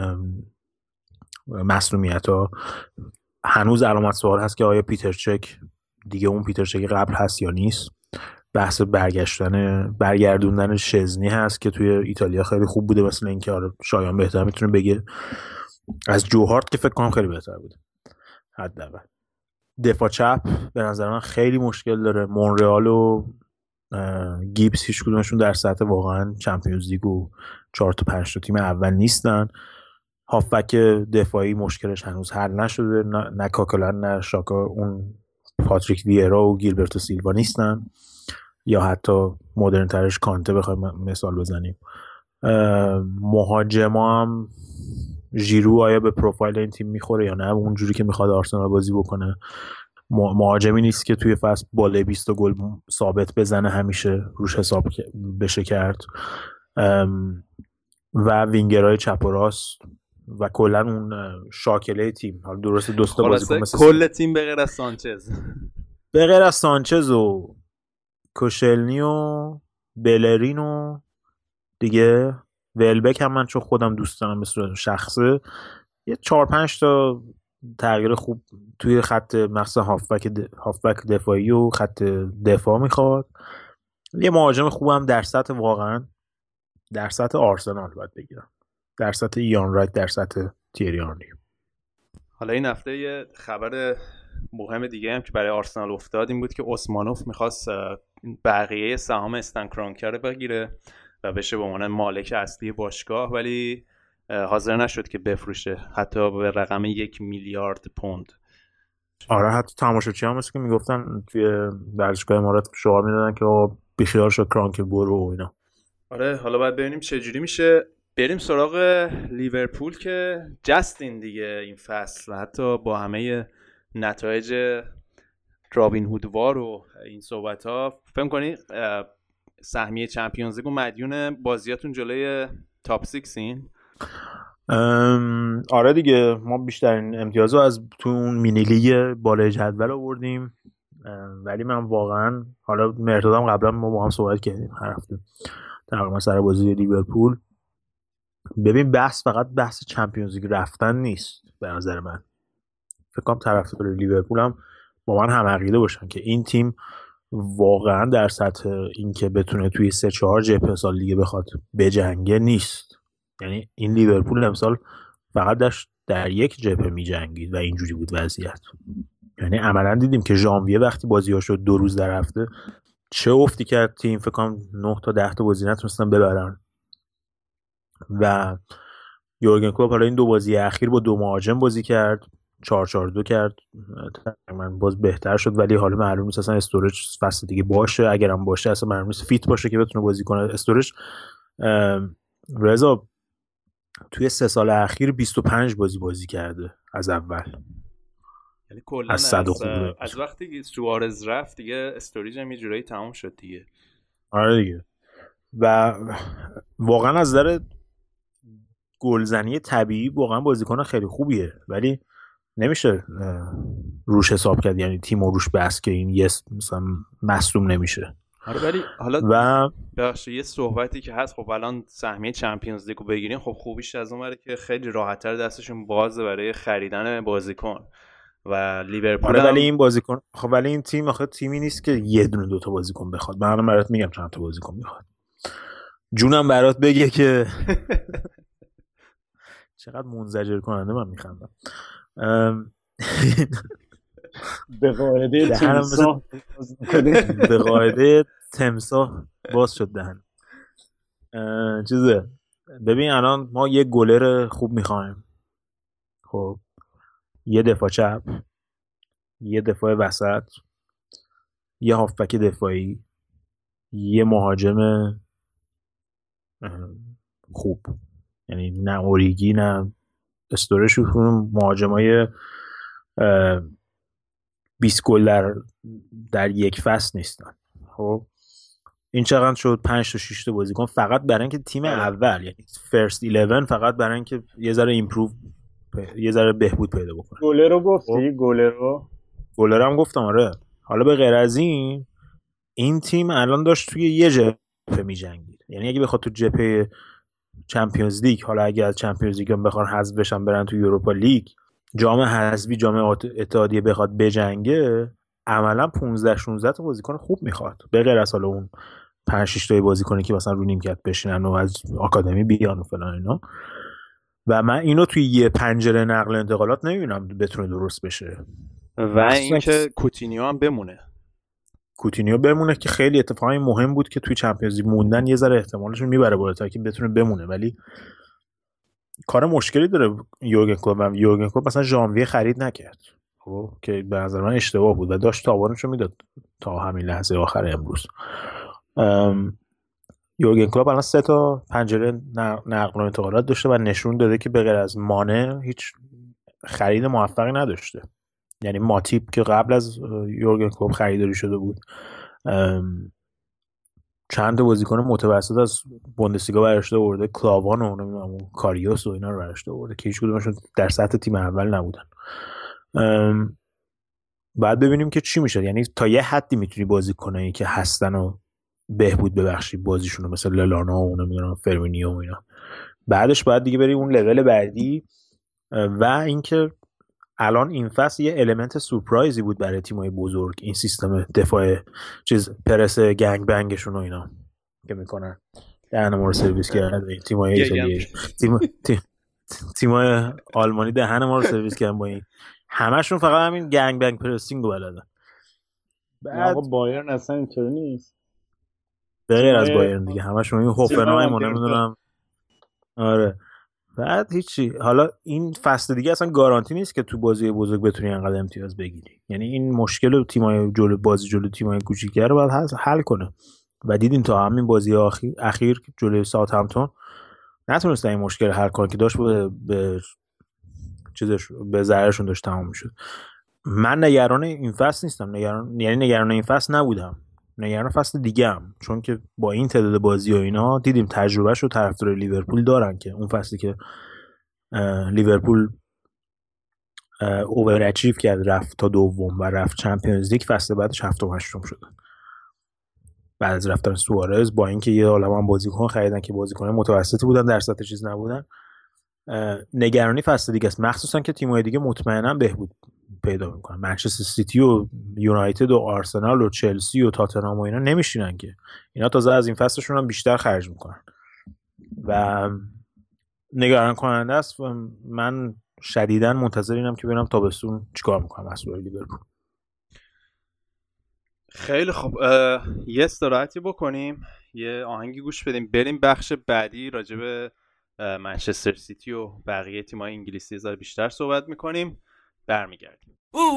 مصدومیت‌ها. هنوز علامت سوال هست که آیا پیتر چک دیگه اون پیتر چک قبل هست یا نیست. بحث برگردوندن شزنی هست که توی ایتالیا خیلی خوب بوده، مثلا اینکه آره شایان بهتر میتونه بگه از جوهارت که فکر کنم خیلی بهتر بوده. حداقل دفاع چپ به نظر من خیلی مشکل داره. مونرئال و گیبس هیچ کدومشون در سطح واقعا چمپیونز لیگ و 4 تا 5 تا تیم اول نیستن. هافبک دفاعی مشکلش هنوز حل نشده، نه کاکلان نه شاکا اون پاتریک ویرا و گیلبرتو سیلوا نیستن، یا حتی مدرن ترش کانته بخوایم مثال بزنیم. مهاجما هم ژیرو آیا به پروفایل این تیم میخوره یا نه، اونجوری که میخواد آرسنال بازی بکنه. مهاجمی نیست که توی فصل بالای 20 گل ثابت بزنه همیشه روش حساب بشه کرد. و وینگرهای چپ و راست و کلا اون شاکله تیم، حالا درسته دوستا بازیکن مثل
کل تیم به غیر از سانچز،
به غیر از سانچز و کوشلنی و بلرین و دیگه ولبک هم من چون خودم دوست دارم به صورت شخصه، یه 4-5 تا تغییر خوب توی خط مخصوصا هافبک دفاعی و خط دفاع میخواد. یه مهاجم خوبم در سطح واقعا در سطح آرسنال باید بگیرم، در سطح ایان رایت، در سطح تیری آرنی.
حالا این هفته یه خبر مهم دیگه هم که برای آرسنال افتاد این بود که اسمانوف میخواست بقیه سهام استن کرانکه رو بگیره و بشه به عنوان مالک اصلی باشگاه، ولی حاضر نشد که بفروشه حتی به رقم 1 میلیارد پوند.
آره حتی تماشاچی هم مثل که میگفتن توی ورزشگاه امارات شعار میدادن که بیخیال شو کرانکه برو و اینا.
آره حالا باید ببینیم چه جوری میشه. بریم سراغ لیورپول که جستین دیگه این فصل، حتی با همه نتایج رابین هودوار و این صحبت ها فهم کنی سهمیه چمپیونز لیگ و مدیون بازیاتون جلوی تاپ 6 این؟
آره دیگه، ما بیشترین امتیازو از تو اون مینی لیگ بالای جدول آوردیم. ولی من واقعا، حالا مرتضام قبلا ما با هم صحبت کردیم هر هفته تقریبا سر بازی لیورپول، ببین بحث فقط بحث چمپیونز لیگ رفتن نیست به نظر من. فکر کنم طرفدار لیورپول هم با من هم عقیده باشن که این تیم واقعا در سطح اینکه بتونه توی 3-4 جبهه سال دیگه بخواد بجنگه نیست. یعنی این لیورپول امسال فقط داشت در یک جبهه میجنگید و اینجوری بود وضعیت. یعنی عملا دیدیم که ژانویه وقتی بازی‌ها شد 2 روز در هفته چه افتی کرد تیم، فکر کنم 9 تا 10 تا بازی نتونستن ببرن و یورگن کلوپ حالا این 2 بازی اخیر با 2 مهاجم بازی کرد، 4-4-2 کرد، تقریبا باز بهتر شد. ولی حالا معلوم نیست اصلا استورج فصل دیگه باشه، اگرم باشه اصلا معلوم نیست فیت باشه که بتونه بازی کنه. استورج رضا توی 3 سال اخیر 25 بازی کرده از اول،
یعنی کلا از وقتی که سوارز رفت دیگه استوریج هم یه جورایی تموم شد دیگه.
آره دیگه، و واقعا از نظر گلزنی طبیعی واقعا بازیکن خیلی خوبیه، ولی نمیشه روش حساب کرد، یعنی تیم روش بس که این مثلا مصدوم نمیشه.
آره ولی حالا
و
بخش یه صحبتی که هست، خب الان سهمیه چمپیونز لیگو بگیریم، خب خوبیش از اون وره که خیلی راحت‌تر دستشون بازه برای خریدن بازیکن و لیورپول.
آره ولی این بازیکن، خب ولی این تیم آخه تیمی نیست که یه دونه 2 تا بازیکن بخواد. من الان برات میگم چند تا بازیکن میخواد، جونم برات بگه که چقدر منزجر کننده من میخندم.
به
قاعده تمساح باز شد دهن. چیزه، ببین الان ما یه گلر خوب میخوایم، خب یه دفاع چپ، یه دفاع وسط، یه هافبک دفاعی، یه مهاجم خوب، یعنی نه اوریگی نه استورش، مهاجمای 20 گل در یک فصل نیستن. خب این چقدر شد؟ 5 تا 6 تا بازیکن فقط برای اینکه تیم اول، یعنی فرست 11 فقط برای اینکه یه ذره ایمپروو، یه ذره بهبود پیدا بکنه.
گلر رو گفتی؟ گلر
هم گفتم. آره حالا به غیر از این تیم الان داشت توی یه جبهه می‌جنگید. یعنی اگه بخواد تو جبهه چمپیونز لیگ، حالا اگه از چمپیونز لیگ هم بخوان حذف بشن برن تو یوروپا لیگ، جام حذفی، جام اتحادیه بخواد بجنگه، عملا 15-16 تا بازیکن خوب میخواد، به غیر از حالا اون 5-6 تا بازیکنی که مثلا رو نیمکت بشینن و از آکادمی بیان و فلان اینا. و من اینو توی یه پنجره نقل و انتقالات نمیبینم بتونه درست بشه.
و اینکه کوتینیو هم بمونه،
کوتینیو بمونه که خیلی اتفاقی مهم بود که توی چمپیونز لیگ موندن یه ذره احتمالش میبره بالا تا که بتونه بمونه. ولی کار مشکلی داره یورگن کلوپ مثلا ژانویه خرید نکرد، خب که به نظر من اشتباه بود و داشت تاوانشو میداد تا همین لحظه آخر امروز. یورگن کلوپ الان 3 تا پنجره نقل و انتقالات داشته و نشون داده که به غیر از مانه هیچ خرید موفقی نداشته. یعنی ماتیپ که قبل از یورگن کلوپ خریداری شده بود، چند تا بازیکن متوسط از بوندسلیگا براشته آورده، کلاوان و نمیدونم کاریوس و اینا رو براشته آورده که هیچ کدومشون در سطح تیم اول نبودن. بعد ببینیم که چی میشه. یعنی تا یه حدی میتونی بازیکنایی که هستن و بهبود ببخشی بازیشون رو، مثل للانا و نمیدونم فرمینیو و اینا. بعدش باید دیگه بری اون لول بعدی. و اینکه الان این فصل یه المنت سورپرایزی بود برای تیمای بزرگ، این سیستم دفاع پرس گنگ بنگشون و اینا که میکنن، دهن ما رو سرویس کردن. تیمای ایتالیایی، تیمای آلمانی دهن ما رو سرویس کردن با این، همشون فقط همین گنگ بنگ پرسینگ رو بلدن.
بعد بایرن اصلا اینطوری نیست،
به غیر از بایرن دیگه همشون این هوفنهایم و نمیدونم. آره بعد هیچی. حالا این فصل دیگه اصلا گارانتی نیست که تو بازی بزرگ بتونی انقدر امتیاز بگیری. یعنی این مشکل تیمای جلو تیمای کوچیک‌تر رو باید حل کنه. و دیدیم تا همین بازی اخیر جلوی ساوثهمپتون نتونستن این مشکل حل کنن که داشت به ضررشون داشت تمام میشد. من نگران این فصل نیستم، نگران این فصل نبودم، نگران فصل دیگه هم، چون که با این تعداد بازی و اینا دیدیم تجربهش رو طرفدار لیورپول دارن که اون فصلی که لیورپول اوور اچیو کرد، رفت تا دوم و رفت چمپیونز لیگ، فصل بعدش هفتم و هشتم شدن بعد از رفتن سوارز، با اینکه یه عالمه بازیکن خریدن که بازیکن متوسطی بودن، در سطح چیز نبودن. نگرانی فصل دیگه است، مخصوصا که تیم‌های دیگه مطمئنا بهبود پیدا میکنن. منچستر سیتی و یونایتد و آرسنال و چلسی و تاتنهام و اینا نمیشینن که، اینا تازه از این فصلشون هم بیشتر خرج میکنن و نگران کننده است. من شدیداً منتظر اینم که ببینم تابستون چیکار میکنم مسئول لیورپول.
خیلی خب، یه استراحتی بکنیم، یه آهنگی گوش بدیم، بریم بخش بعدی راجع به منچستر سیتی و بقیه تیم‌های انگلیسی زار بیشتر صحبت میکنیم. برمیگردیم.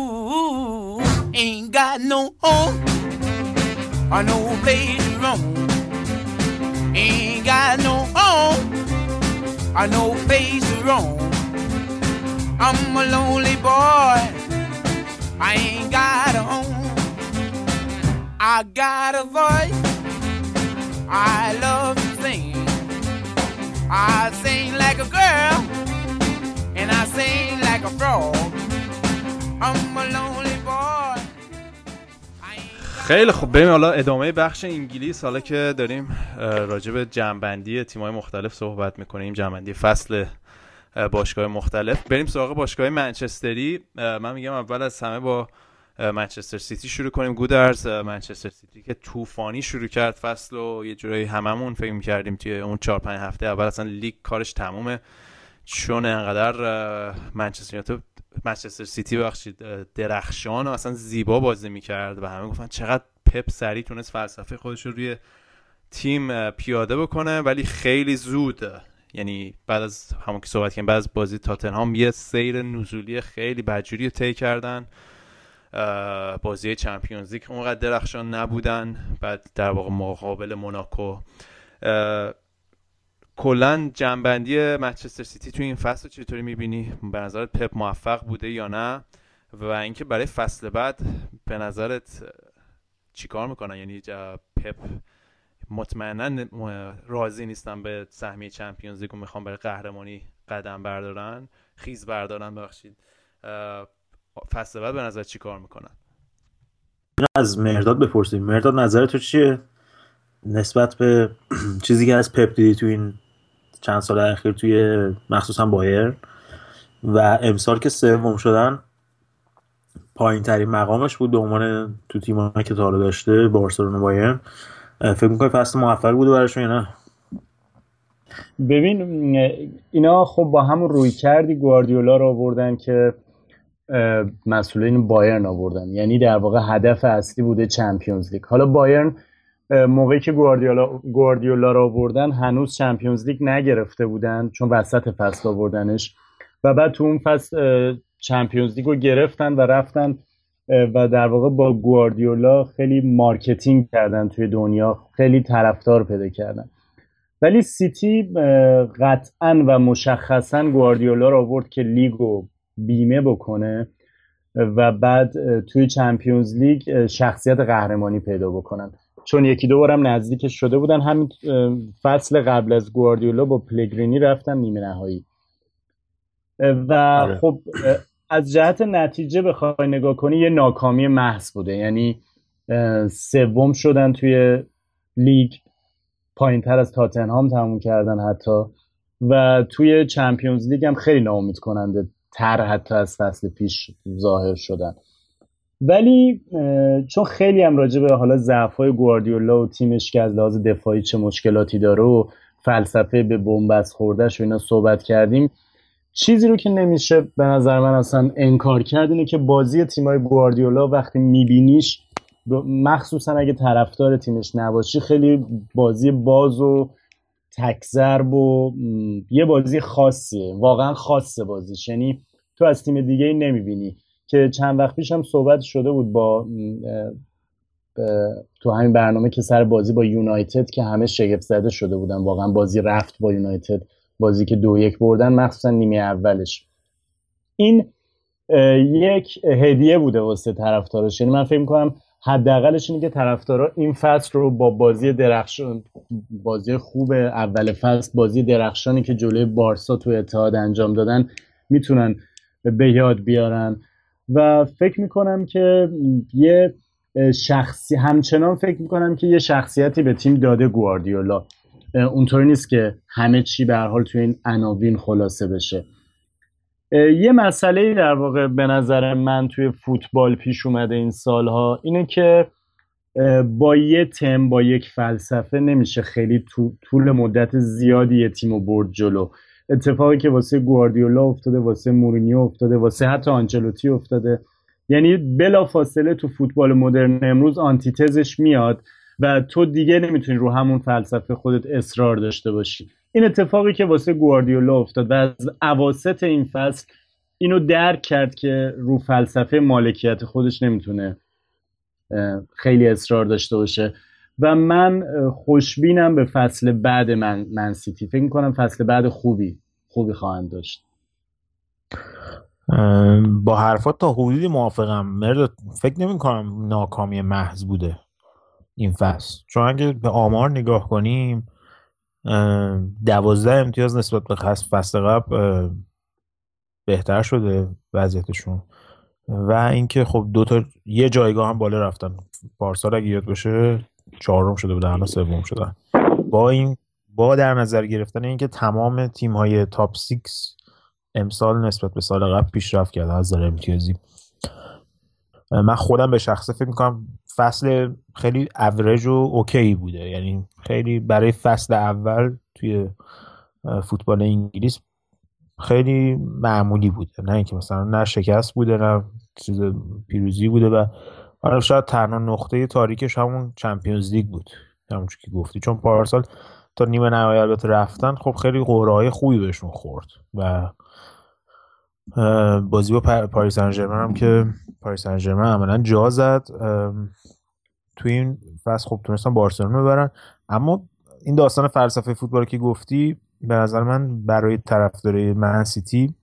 Ain't got no home or no place to roam. Ain't got no home or no place to roam. I'm a lonely boy, I ain't got a home. I got a voice, I love to sing. I sing like a girl and I sing like a frog. I'm a lonely boy.
خیلی خب، بریم حالا ادامه بخش انگلیس. حالا که داریم راجع به جمع‌بندی تیم‌های مختلف صحبت می‌کنیم، جمع‌بندی فصل باشگاه مختلف، بریم سراغ باشگاه منچستری. من میگم اول از همه با منچستر سیتی شروع کنیم. گودرز، منچستر سیتی که طوفانی شروع کرد فصل و یه جورایی هممون فکر می‌کردیم توی اون 4-5 هفته اول اصلا لیگ کارش تمومه، چون انقدر منچستر سیتی درخشان و اصلا زیبا بازی می‌کرد و همه گفتن چقدر پپ سریع تونست فلسفه خودش رو روی تیم پیاده بکنه، ولی خیلی زود، یعنی بعد از همون که صحبت کردیم، بعد از بازی تاتنهام یه سیر نزولی خیلی بدجوری طی کردن. بازی چمپیونز لیگ اونقدر درخشان نبودن، بعد در واقع مقابل موناکو. کلا جنبندی منچستر سیتی توی این فصل چطوری میبینی؟ به نظرت پپ موفق بوده یا نه؟ و اینکه برای فصل بعد به نظرت چیکار میکنن؟ یعنی پپ مطمئنا راضی نیستن به سهمیه چمپیونز لیگ و میخوان برای قهرمانی قدم بردارن، خیز بردارن بخشید. فصل بعد به نظر چیکار میکنن؟
از مرداد بپرسیم. مرداد نظر تو چیه نسبت به چیزی که از پپ دیدی تو این چند سال اخیر توی مخصوصا بایر و امسال که سوم شدن، پایین ترین مقامش بود به عنوان تو تیمایی که تا حالا داشته، بارسلونا، بایر. فکر می‌کنی فصل موفق بوده براشون یا نه؟
ببین، اینا خب با همون روی کردی گواردیولا رو آوردن که مسئولین بایرن آوردن، یعنی در واقع هدف اصلی بوده چمپیونز لیگ. حالا بایرن موقعی که گواردیولا رو آوردن هنوز چمپیونز لیگ نگرفته بودن، چون وسط فصل آوردنش، و بعد تو اون فصل چمپیونز لیگ رو گرفتن و رفتن و در واقع با گواردیولا خیلی مارکتینگ کردن توی دنیا، خیلی طرفدار پیدا کردن. ولی سیتی قطعاً و مشخصاً گواردیولا رو آورد که لیگو بیمه بکنه و بعد توی چمپیونز لیگ شخصیت قهرمانی پیدا بکنن، چون یکی دو بارم نزدیکش شده بودن. همین فصل قبل از گواردیولا با پلگرینی رفتن نیمه نهایی و خب از جهت نتیجه بخوای نگاه کنی یه ناکامی محض بوده، یعنی سوم شدن توی لیگ، پایین‌تر از تاتنهام تموم کردن حتی، و توی چمپیونز لیگ هم خیلی ناامید کننده تر حتی از فصل پیش ظاهر شدن. ولی چون خیلی هم راجع به حالا ضعف‌های گواردیولا و تیمش که از لحاظ دفاعی چه مشکلاتی داره و فلسفه به بنبست خورده‌اش و اینا صحبت کردیم، چیزی رو که نمیشه به نظر من اصلا انکار کرد اینه که بازی تیمای گواردیولا وقتی میبینیش، مخصوصا اگه طرفدار تیمش نباشی، خیلی بازی باز و تک‌ضرب و یه بازی خاصیه، واقعا خاصه بازیش، یعنی تو از تیم دیگه ای نمیبینی. که چند وقت پیش هم صحبت شده بود با تو همین برنامه که سر بازی با یونایتد که همه شگفت زده شده بودن، واقعا بازی رفت با یونایتد، بازی که 2-1 بردن مخصوصا نیمه اولش. این یک هدیه بوده واسه طرفدارش، یعنی من فکر می‌کنم حداقلش اینه که طرفدارا این فصل رو با بازی درخشان، بازی خوب اول فصل، بازی درخشانی که جلوی بارسا تو اتحاد انجام دادن میتونن به یاد بیارن. و فکر میکنم که همچنان فکر میکنم که یه شخصیتی به تیم داده گواردیولا. اونطوری نیست که همه چی به هر حال توی این عناوین خلاصه بشه. یه مسئله در واقع به نظر من توی فوتبال پیش اومده این سالها اینه که با یه تم، با یک فلسفه نمیشه خیلی طول مدت زیادی یه تیمو برد جلو. اتفاقی که واسه گواردیولا افتاده، واسه مورینیو افتاده، واسه حتی آنچلوتی افتاده. یعنی بلا فاصله تو فوتبال مدرن امروز آنتیتزش میاد و تو دیگه نمیتونی رو همون فلسفه خودت اصرار داشته باشی. این اتفاقی که واسه گواردیولا افتاد و از اواسط این فصل اینو درک کرد که رو فلسفه مالکیت خودش نمیتونه خیلی اصرار داشته باشه. و من خوشبینم به فصل بعد من سیتی. فکر میکنم فصل بعد خوبی خواهند داشت.
با حرفات تا حدودی موافقم مرد. فکر نمی کنم ناکامی محض بوده این فصل، چون اگه به آمار نگاه کنیم 12 امتیاز نسبت به فصل قبل بهتر شده وضعیتشون و اینکه خب یه جایگاه هم بالا رفتن. پارسال اگه یاد باشه 4م شده بودن، الان 3م شدن. با در نظر گرفتن اینکه تمام تیم‌های تاپ 6 امسال نسبت به سال قبل پیشرفت کرده از نظر امتیازی. من خودم به شخصه فکر میکنم فصل خیلی اوریج و اوکی بوده، یعنی خیلی برای فصل اول توی فوتبال انگلیس خیلی معمولی بوده، نه اینکه مثلا نه شکست بوده نه چیز پیروزی بوده. و آره شاید تنها نقطه تاریکش همون چمپیونز لیگ بود، همونجوری که گفتی، چون پارسال تا نیمه نهایی البته رفتن، خب خیلی قرعه‌های خوبی بهشون خورد و بازی با پاریس سن ژرمن هم که پاریس سن ژرمن عملاً جا زد توی این فصل، خب تونستن بارسلونا ببرن. اما این داستان فلسفه فوتبال که گفتی به نظر من برای طرفدارای من سیتی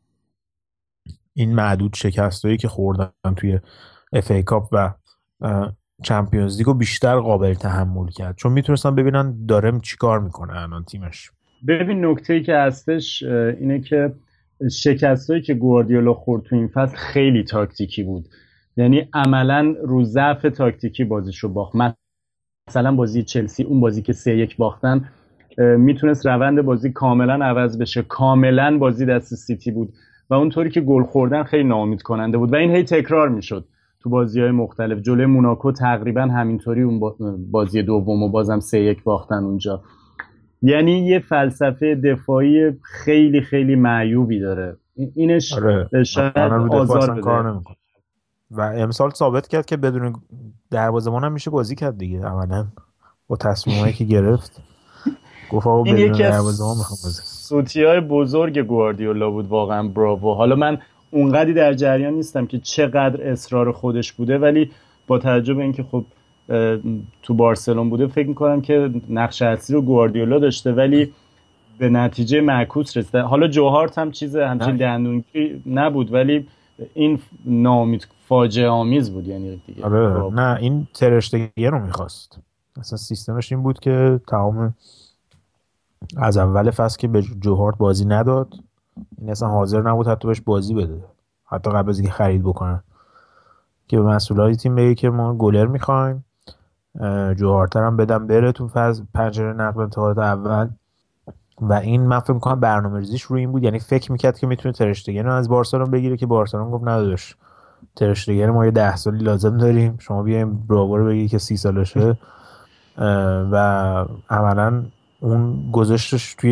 این معدود شکستایی که خوردن توی اف ای کاپ و چمپیونز لیگو بیشتر قابل تحمل کرد، چون میتونستن ببینن دارم چی کار میکنه الان تیمش.
ببین نکته‌ای که هستش اینه که شکستایی که گواردیولا خورد تو این فصل خیلی تاکتیکی بود، یعنی عملاً رو ضعف تاکتیکی بازیشو باخت. مثلا بازی چلسی، اون بازی که 3-1 باختن، میتونست روند بازی کاملا عوض بشه، کاملا بازی دست سیتی بود و اونطوری که گل خوردن خیلی ناامید کننده بود و این هی تکرار میشد تو بازی‌های مختلف. جلوی موناکو تقریبا همینطوری، اون بازی دومو بازم 3-1 باختن اونجا. یعنی یه فلسفه دفاعی خیلی خیلی معیوبی داره. اینش شاید آزار بده
و امسال ثابت کرد که بدون دروازه‌بان هم میشه بازی کرد دیگه. عملاً با تصمیمایی که گرفت گفت آقا بدون دروازه‌بان میخوام بازی.
سوتی‌های بزرگ گواردیولا بود واقعا، براوو. حالا من اونقدی در جریان نیستم که چقدر اصرار خودش بوده، ولی با توجه به اینکه خب تو بارسلون بوده فکر می‌کنم که نقش اصلی رو گواردیولا داشته ولی به نتیجه معکوس رسیده. حالا جوهارت هم همچین دندونگیری نبود ولی این ناامید فاجعه آمیز بود، یعنی دیگه.
نه این ترشتگیه رو میخواست، اصلا سیستمش این بود که تمام از اول فصل که به جوهارت بازی نداد، این اصلا حاضر نبود حتی بهش بازی بده، حتی قبل از اینکه خرید بکنن، که به مسئولای تیم بگه که ما گلر میخوایم، جوهارت هم بدم بره تو فاز پنجره نقل انتقالات اول. و این من فکر می‌کنم برنامه‌ریزیش روی این بود، یعنی فکر می‌کرد که میتونه ترشتگن رو از بارسلونا بگیره که بارسلونا گفت نداداش، ترشتگن ما یه 10 سالی لازم داریم، شما بیایم براوو رو بگی که 30 سالشه. و عملاً اون گذاشتش توی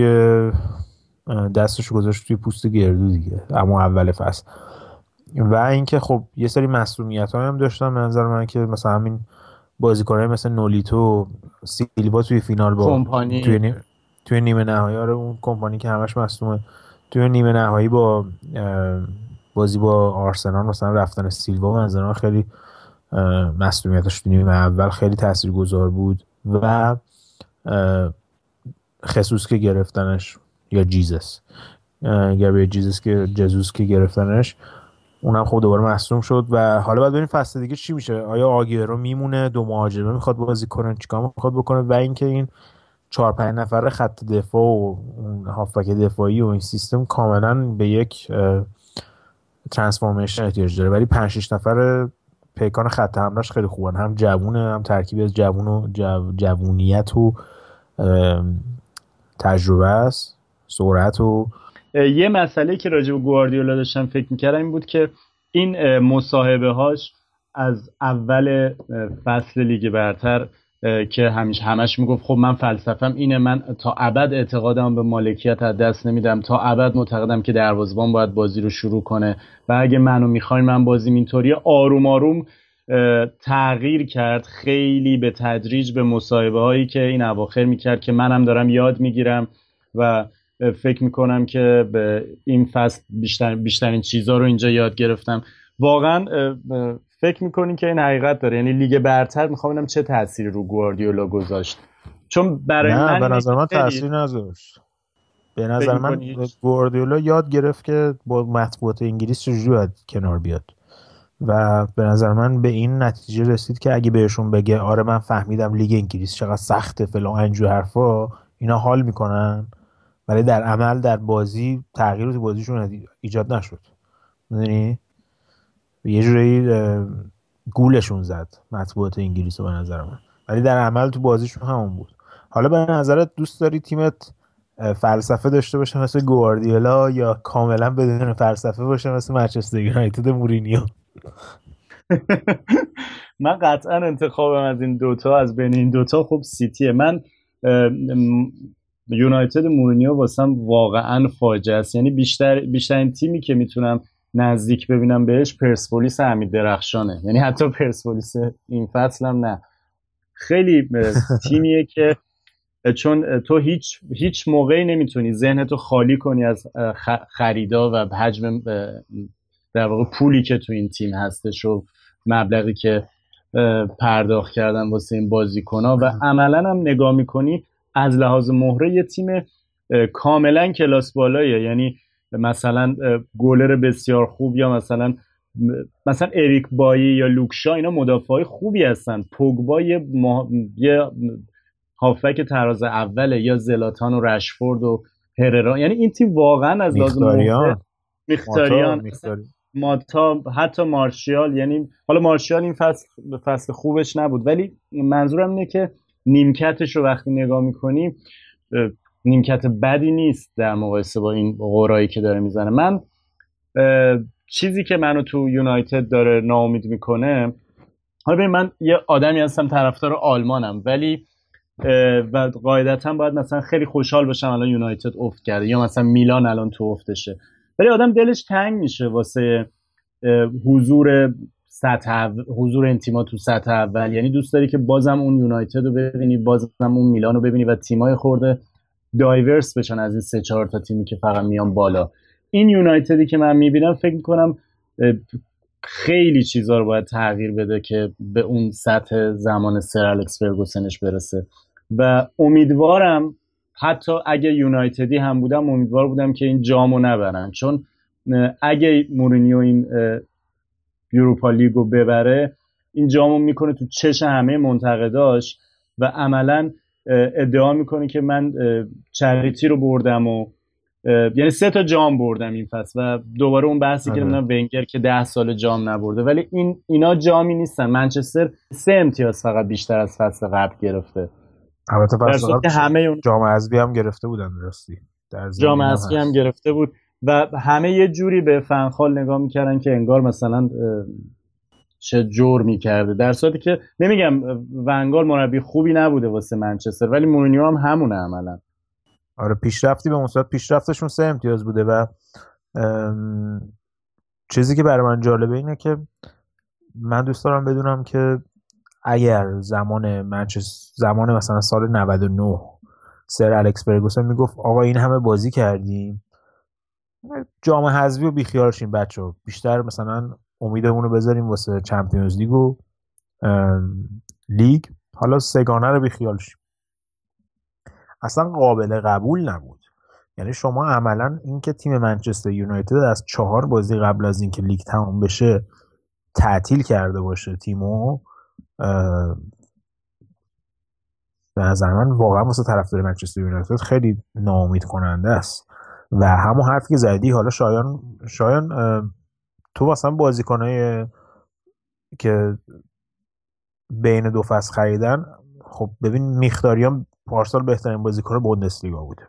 دستش گذاشت توی پوست گردو دیگه اما اول فصل. و اینکه خب یه سری مسئولیت‌ها هم داشتن به نظر من، که مثلا همین بازیکن‌های مثل نولیتو، سیلوا توی فینال با
کمپانی
توی نیمه نهایی، اون کمپانی که همش مصدومه، توی نیمه نهایی با بازی با آرسنال مثلا رفتن سیلوا مثلا خیلی مصدومیتش تو نیمه اول خیلی تاثیرگذار بود. و خصوص که گرفتنش یا جیزوس که گرفتنش اونم خب دوباره مصدوم شد و حالا باید ببینیم فصل دیگه چی میشه. آیا آگیرو میمونه، دو مهاجمه میخواد بازی کنه، چیکار میخواد بکنه، و اینکه این 4-5 نفره خط دفاع و اون هافبک دفاعی و این سیستم کاملا به یک ترانسفورمیشن احتیاج داره. ولی 5-6 نفر پیکان خط حمله‌اش خیلی خوبن، هم جوونه، هم ترکیبی از جوون و جوونیت و تجربه است، سرعت. و
یه مسئله که راجع به گواردیولا داشتم فکر می‌کردم این بود که این مصاحبه هاش از اول فصل لیگ برتر که همش میگفت خب من فلسفم اینه، من تا ابد اعتقادم به مالکیت از دست نمیدم، تا ابد معتقدم که دروازه‌بان باید بازی رو شروع کنه و اگه منو میخواین من بازیم اینطوریه. آروم آروم تغییر کرد خیلی به تدریج به مصاحبه هایی که این اواخر میکرد که منم دارم یاد میگیرم و فکر میکنم که به این فصل بیشترین چیزها رو اینجا یاد گرفتم. واقعا فکر میکنین که این حقیقت داره؟ یعنی لیگ برتر میخوام ببینم چه تأثیری رو گواردیولا گذاشت، چون برای
نه
من
به نظر من تأثیر نذاشت. به نظر من گواردیولا یاد گرفت که با مطبوعات انگلیس چجوری باید کنار بیاد و به نظر من به این نتیجه رسید که اگه بهشون بگه آره من فهمیدم لیگ انگلیس چقدر سخته فلان اینجور حرفا، اینا حال میکنن، ولی در عمل در بازی تغییری تو بازیشون ایجاد نشد. میدونی یه جوری گولشون زد مطبوعات انگلیس به نظر من، ولی در عمل تو بازیشون همون بود. حالا به نظرت دوست داری تیمت فلسفه داشته باشه مثل گواردیولا یا کاملا بدون فلسفه باشه مثل منچستر یونایتد مورینیو؟
من قطعا انتخابم از این دوتا، از بین این دوتا خب سیتیه. من یونایتد مورینیو واسم واقعا فاجعه است. یعنی بیشترین تیمی که میتونم نزدیک ببینم بهش پرسپولیس حمید درخشانه، یعنی حتی پرسپولیس این فصل هم نه. خیلی تیمیه که چون تو هیچ موقعی نمیتونی ذهنتو خالی کنی از خریدا و حجم در واقع پولی که تو این تیم هستش و مبلغی که پرداخت کردن واسه این بازیکن‌ها و عملاً هم نگاه میکنی از لحاظ مهره یه تیم کاملا کلاس بالاییه. یعنی مثلا گولر بسیار خوب یا مثلا اریک بایی یا لوکشا، اینا مدافعای خوبی هستن. پوگبا یه هافک تراز اوله، یا زلاتان و رشفورد و هررا. یعنی این تیم واقعا از لحاظ مهره میختاریان ماتا، حتی مارشیال. یعنی حالا مارشیال این فصل خوبش نبود، ولی منظورم اینه که نیمکتش رو وقتی نگاه میکنیم نیمکت بدی نیست در مقایسه با این قرایی که داره میزنه. من چیزی که منو تو یونایتد داره ناامید میکنه، حالا ببین من یه آدمی هستم طرفدار آلمانم، ولی و قاعدتا باید مثلا خیلی خوشحال باشم الان یونایتد افت کرده یا مثلا میلان الان تو افتشه، ولی آدم دلش تنگ میشه واسه حضور این تیم‌ها تو سطح اول. یعنی دوست داری که بازم اون یونایتد رو ببینی، بازم اون میلان رو ببینی و تیم‌های خورده دایورس بشن از این 3-4 تا تیمی که فقط میان بالا. این یونایتدی که من میبینم فکر میکنم خیلی چیزا رو باید تغییر بده که به اون سطح زمان سر الکس فرگوسنش برسه و امیدوارم حتی اگه یونایتدی هم بودم امیدوار بودم که این جامو نبرن، چون اگه مورینیو این یوروپا لیگو ببره این جامو میکنه تو چش همه منتقداش و عملا ادعا میکنه که من چریتی رو بردم و یعنی 3 تا جام بردم این فصل و دوباره اون بحثی که من ونگر که 10 سال جام نبرده، ولی اینا جامی نیستن. منچستر 3 امتیاز فقط بیشتر از فصل قبل گرفته.
البته فصل قبل همه جام حذفی هم گرفته بودن، راستی
جام حذفی هم گرفته بود و همه یه جوری به فنخال نگاه میکردن که انگار مثلا چه جرمی کرده، در صورتی که نمیگم ونگال مربی خوبی نبوده واسه منچستر، ولی مورینیو هم همونه عملا.
آره پیشرفتی به مثبت، پیشرفتشون 3 امتیاز بوده و چیزی که برای من جالبه اینه که من دوست دارم بدونم که اگر زمان مثلا سال 99 سر الکس فرگوسن میگفت آقا این همه بازی کردیم جام حذفی رو بیخیال شیم بچه‌ها، بیشتر مثلا امیدمون رو بذاریم واسه چمپیونز لیگ و لیگ، حالا سگانه رو بیخیال شیم، اصلا قابل قبول نبود. یعنی شما عملا این که تیم منچستر یونایتد از 4 بازی قبل از اینکه لیگ تمام بشه تعطیل کرده باشه تیمو، به نظر من واقعا واسه طرفدار منچستر یونایتد خیلی ناامید کننده است. و همون حرفی که زدی، حالا شایان تو مثلا بازیکنای که بین دو فصل خریدن، خب ببین میختاریان پارسال بهترین بازیکن بوندسلیگا بود،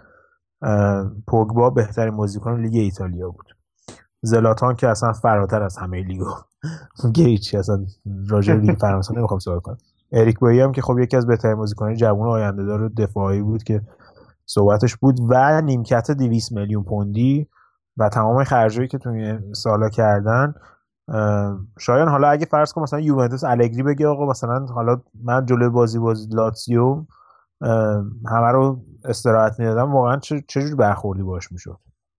پوگبا بهترین بازیکن لیگ ایتالیا بود، زلاتان که اصلا فراتر از همه لیگا گیچ اصلا راجع به لیگ فرانسه نمیخوام صحبت کنم. اریک بایی هم که خب یکی از بهترین بازیکنان جوان آینده دار دفاعی بود که صحبتش بود و نیمکت 200 میلیون پوندی و تمام خرجایی که تو این سالا کردن. شایان حالا اگه فرض کن مثلا یوونتوس الگری بگه آقا مثلا حالا من جلوی بازی لاتزیو همه رو استراحت میدادم، واقعا چجور برخوردی باش میشد؟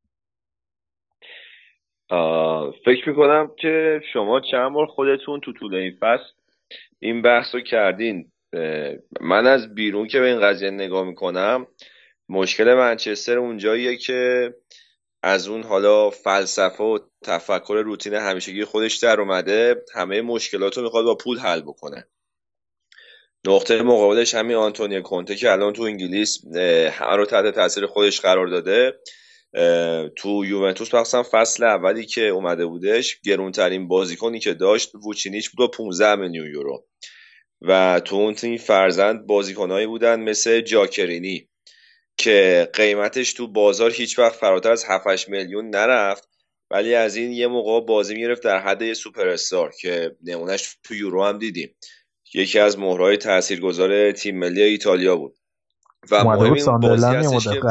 فکر میکنم که شما چند بار خودتون تو طول این فصل این بحث رو کردین. من از بیرون که به این قضیه نگاه میکنم، مشکل منچستر اونجاییه که از اون حالا فلسفه و تفکر روتین همیشگی خودش در اومده، همه مشکلات رو میخواد با پول حل بکنه. نقطه مقابلش همین آنتونیو کونته که الان تو انگلیس همه رو تحت تاثیر خودش قرار داده. تو یوونتوس مثلا فصل اولی که اومده بودش گرونترین بازیکنی که داشت ووچینیچ بود با 15 میلیون یورو و تو اون تیم فرزند بازیکنایی بودن مثل جاکرینی که قیمتش تو بازار هیچ وقت فراتر از 7-8 میلیون نرفت، ولی از این یه موقع بازی میگرفت در حد یه سوپر استار که نمونهش تو یورو هم دیدیم، یکی از مهرهای تاثیرگذار تیم ملی ایتالیا بود. و مهم این بازی هستش که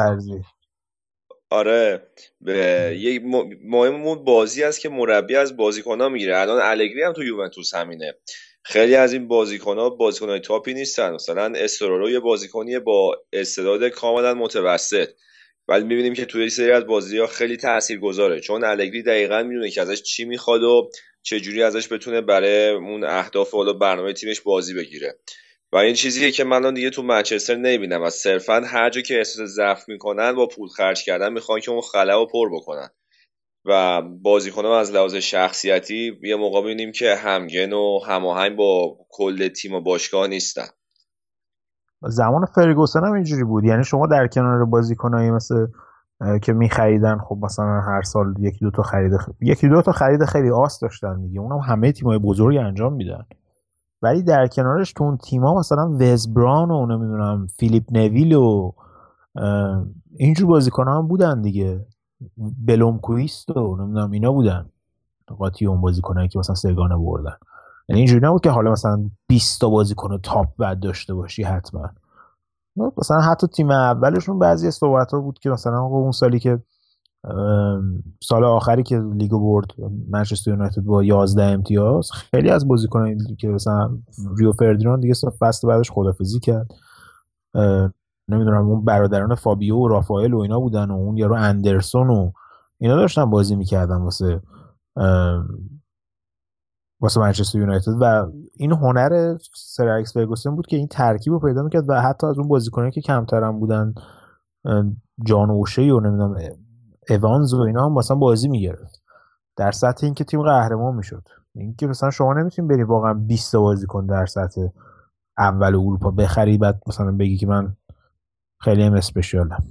آره مهم اون بازی است که مربی از بازیکن‌ها میگیره. الان الگری هم تو یوونتوس همینه، خیلی از این بازیکن‌های تاپی نیستن. مثلا استرارو یه بازیکنیه با استعداد کاملا متوسط، ولی می‌بینیم که توی سری از بازی‌ها خیلی تاثیرگذاره، چون الگری دقیقاً میدونه که ازش چی میخواد و چه جوری ازش بتونه برای اون اهداف و برنامه تیمش بازی بگیره. و این چیزیه که من الان دیگه تو منچستر نمیبینم، از صرفاً هر جا که احساس ضعف میکنن با پول خرج کردن میخوان که اون خلا رو پر بکنن و بازیکن‌ها از لحاظ شخصیتی یه موقع می‌بینیم که همگن و هماهنگ با کل تیم و باشگاه نیستن.
زمان فرگوسن هم اینجوری بود، یعنی شما در کنار بازیکنایی مثل که می‌خریدن، خب مثلا هر سال یکی دو تا خرید خیلی آس داشتن دیگه، اونم همه تیم‌های بزرگ انجام میدن، ولی در کنارش تو اون تیم‌ها مثلا وزبران و نمیدونم فیلیپ نویل و اینجور بازیکن‌ها هم بودن دیگه، بلومکویست و نمیدونم اینا بودن قاطی اون بازیکنایی که مثلا سگانه بردن. یعنی اینجوری نبود که حالا مثلا 20 تا بازیکن تاپ بعد داشته باشی حتما. مثلا حتی تیم اولشون بعضی صحبت‌ها بود که مثلا اون سالی که سال آخری که لیگو برد منچستر یونایتد با 11 امتیاز، خیلی از بازیکنایی که مثلا ریو فردیناند دیگه فصل بعدش خدافظی کرد، نمیدونم اون برادران فابیو و رافائل و اینا بودن و اون یارو اندرسون و اینا داشتن بازی میکردن واسه منچستر یونایتد. و این هنر سر الکس فرگوسن بود که این ترکیب رو پیدا میکرد و حتی از اون بازیکنایی که کمتر هم بودن، جان اوشی و نمیدونم اوانز و اینا هم مثلا بازی میگرفت در سطح اینکه تیم قهرمان میشد. اینکه مثلا شما نمیتونید بری واقعا 20 تا بازیکن در سطح اول اروپا بخری بعد مثلا بگی که من خیلی هم اسپشیالم.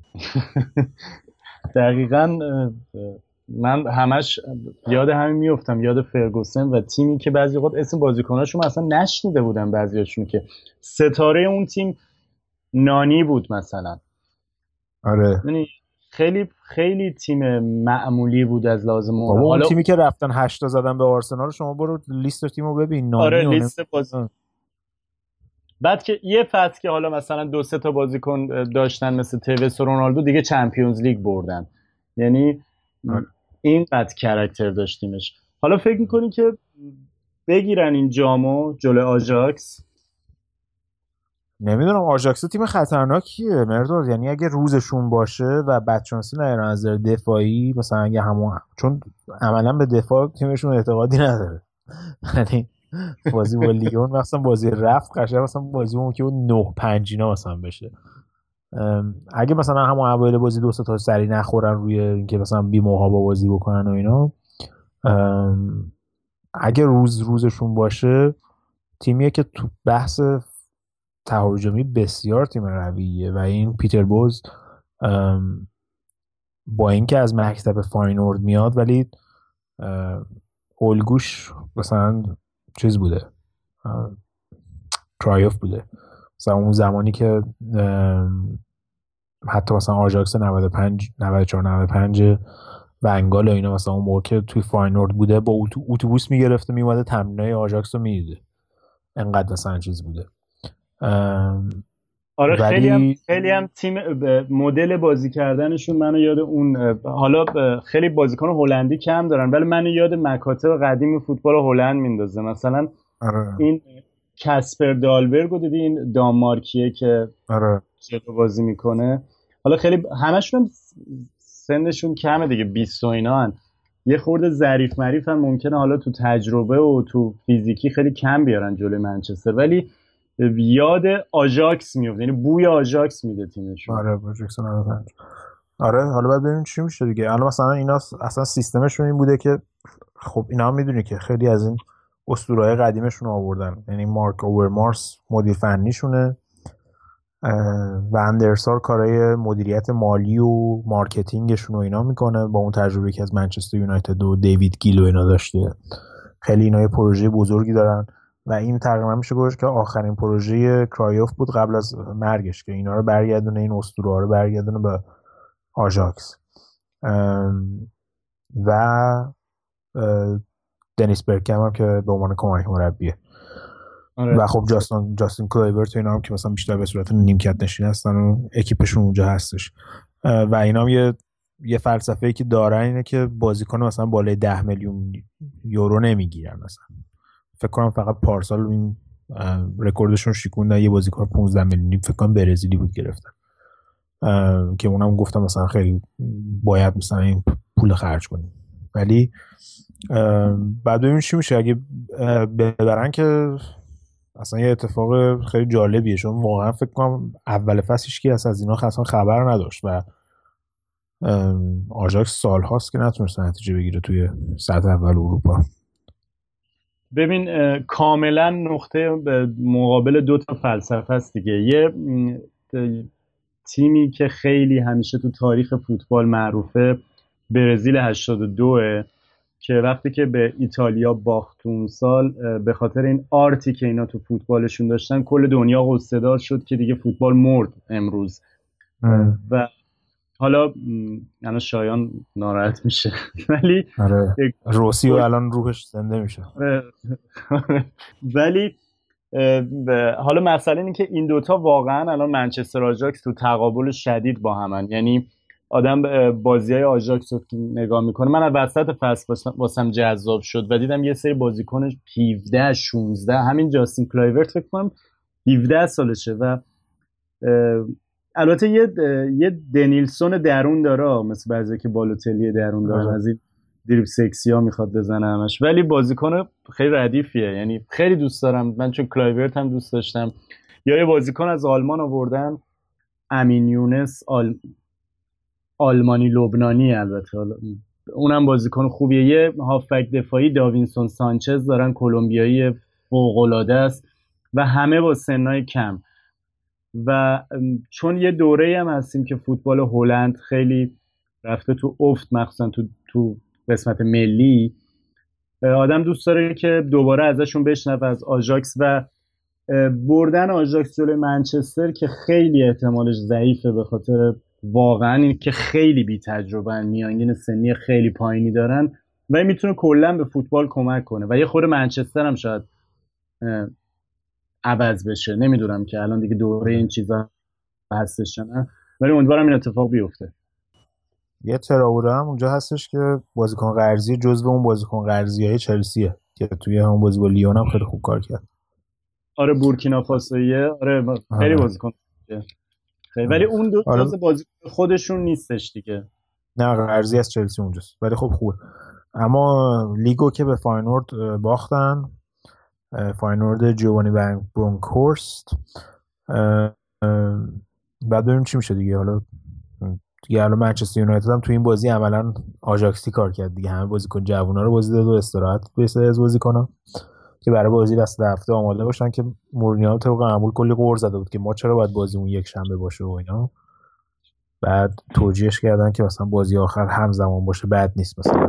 دقیقاً من همش یاد همین میافتم، یاد فرگوسن و تیمی که بعضی وقت اسم بازیکناشون اصلا نشنیده بودم، بعضیاشون که ستاره اون تیم نانی بود مثلا.
آره
یعنی خیلی خیلی تیم معمولی بود از لازم.
حالا اون تیمی که رفتن 8 تا زدن به آرسنال، شما برو لیست تیمو ببین نانی.
آره لیست بازیکن. بعد که یه فصل که حالا مثلا 2-3 تا بازیکن داشتن مثل توس و رونالدو دیگه چمپیونز لیگ بردن، یعنی اینقدر کاراکتر داشتیمش. حالا فکر میکنی که بگیرن این جامو جلوی آژاکس؟
نمیدونم، آژاکس تیم خطرناکیه مرداد، یعنی اگه روزشون باشه و بدشانسی نیارن از نظر دفاعی، مثلا اگه چون عملا به دفاع تیمشون اعتقادی نداره، یعنی بازی با لیون مثلا بازی رفت قشنگ مثلا بازی اون که اون 9-5 اینا مثلا بشه، اگه مثلا همون اوایل بازی 2 تا سری نخورن روی اینکه مثلا بی محابا بازی بکنن و اینا، اگه روزشون باشه، تیمیه که تو بحث تهاجمی بسیار تیم قویه و این پیتر بوز با اینکه از مکتب فاینورد میاد ولی الگوش مثلا چیز بوده، کرایوف بوده. مثلا اون زمانی که حتی مثلا آژاکس 95 94 95 و انگال و اینا، مثلا اون موقع که توی فاینورد بوده با اتوبوس میگرفته میومده تمرینای آژاکس رو میدیده، انقدر مثلا چیز بوده.
آره خیلی هم تیم مدل بازی کردنشون منو یاد اون، حالا خیلی بازیکن هلندی کم دارن ولی منو یاد مکاتب قدیم فوتبال هلند میندازه. مثلا این کاسپر دالبرگ رو دیدی، این دانمارکیه که چطور بازی میکنه. حالا خیلی همشون سنشون کمه دیگه، 20 و اینا هن. یه خورده ظریف مریف هم ممکنه حالا تو تجربه و تو فیزیکی خیلی کم بیارن جلوی منچستر، ولی یاد آژاکس میفته، یعنی بوی آژاکس میده تیمشون.
آره آژاکس 95. آره حالا باید ببینیم چی میشه دیگه. الان مثلا اینا اصلا سیستمشون این بوده که خب اینا هم میدونی که خیلی از این اسطوره‌های قدیمشون آوردن، یعنی مارک اوورمارس مدیر فنیشونه و اندرسار کارهای مدیریت مالی و مارکتینگشون و اینا میکنه با اون تجربه که از منچستر یونایتد و دیوید گیل و اینا داشته. خیلی اینا یه پروژه بزرگی دارن و این تقریبا میشه گفت که آخرین پروژه کرایوف بود قبل از مرگش که اینا رو برگردونه، این اسطوره رو برگردونه به آژاکس. و دنیس برکم هم که به عنوان کمک مربیه. آره. و خب جاستین کلایورت اینا هم که مثلا بیشتر به صورت نیمکت نشین هستن و اکیپشون اونجا هستش. و اینا هم یه فلسفه‌ای که دارن اینه که بازیکن مثلا بالای 10 میلیون یورو نمیگیرن. مثلا فکر کنم فقط پارسال این رکوردشون شکوندن، یه بازیکن 15 میلیونی فکر کنم برزیلی بود گرفتن که اونم گفتم مثلا خیلی باید مثلا این پول خرج کنیم. ولی بعد ببینیم چی میشه اگه ببرن، که اصلا یه اتفاق خیلی جالبیه، چون واقعا فکر کنم اول فصلش کی از اینا اصلا خبر نداشت و آژاکس سال هاست که نتونست نتیجه بگیره توی سطح اول اروپا.
ببین کاملا نقطه مقابل 2 تا فلسفه است دیگه. یه تیمی که خیلی همیشه تو تاریخ فوتبال معروفه، برزیل 82 که وقتی که به ایتالیا باخت اون سال به خاطر این آرتی که اینا تو فوتبالشون داشتن کل دنیا قصه‌دار شد که دیگه فوتبال مرد امروز. و حالا الان شایان ناراحت میشه ولی
روسیو الان روحش زنده میشه.
ولی حالا مسئله اینه که این دوتا واقعا الان منچستر آژاکس تو تقابل شدید با همن. یعنی آدم بازی‌های آژاکس رو نگاه میکنه، من از وسط فصل واسم جذاب شد و دیدم یه سری بازیکن 17 16 همین جاستین کلایورت فکر کنم 17 سالشه و البته یه دنیلسون درون داره، مثل بعضی که بالوتلی درون داره، از این دریبل سکسی ها میخواد بزنه همش، ولی بازیکن خیلی ردیفیه. یعنی خیلی دوست دارم من، چون کلایورت هم دوست داشتم. یا یه بازیکن از آلمان آوردن، امین یونس، آلمانی لبنانی، البته اونم بازیکن خوبیه. یه هافبک دفاعی داوینسون سانچز دارن، کلمبیایی فوق‌العاده است و همه با سنای کم. و چون یه دوره هم هستیم که فوتبال هلند خیلی رفته تو افت، مخصوصا تو قسمت ملی، آدم دوست داره که دوباره ازشون بشنوه از آژاکس. و بردن آژاکس جلوی منچستر که خیلی احتمالش ضعیفه به خاطر واقعا این که خیلی بی تجربه، میانگین سنی خیلی پایینی دارن و این میتونه کلا به فوتبال کمک کنه و یه خورده منچستر هم شاید عوض بشه. نمیدونم که الان دیگه دوره این چیزا هستش نه، ولی امیدوارم این اتفاق بیفته.
یه تراوره هم اونجا هستش که بازیکن قرضی جزو اون بازیکن قرضیای چلسیه که توی همون بازی با لیون هم خیلی خوب کار کرد.
آره بورکینافاسویه، آره خیلی بازیکن خیلی، ولی اون دو تا بازیکن خودشون نیستش دیگه.
نه قرضی از چلسی اونجاست، ولی خب خوبه. اما لیگو که به فاینورد باختن، فاینورد جوانی برونکورست، بعد ببینیم چی میشه دیگه. حالا منچستر یونایتد هم تو این بازی عملا آژاکسی کار کرد دیگه، همه بازیکن جوونا رو بازی داد و استراحت بسازه از بازیکن‌ها که برای بازی وسط هفته آماده باشن، که مورینیو طبق معمول کلی قور زده بود که ما چرا باید بازیمون یک شنبه باشه و اینا. بعد توجیهش کردن که مثلا بازی آخر همزمان باشه بد نیست مثلا.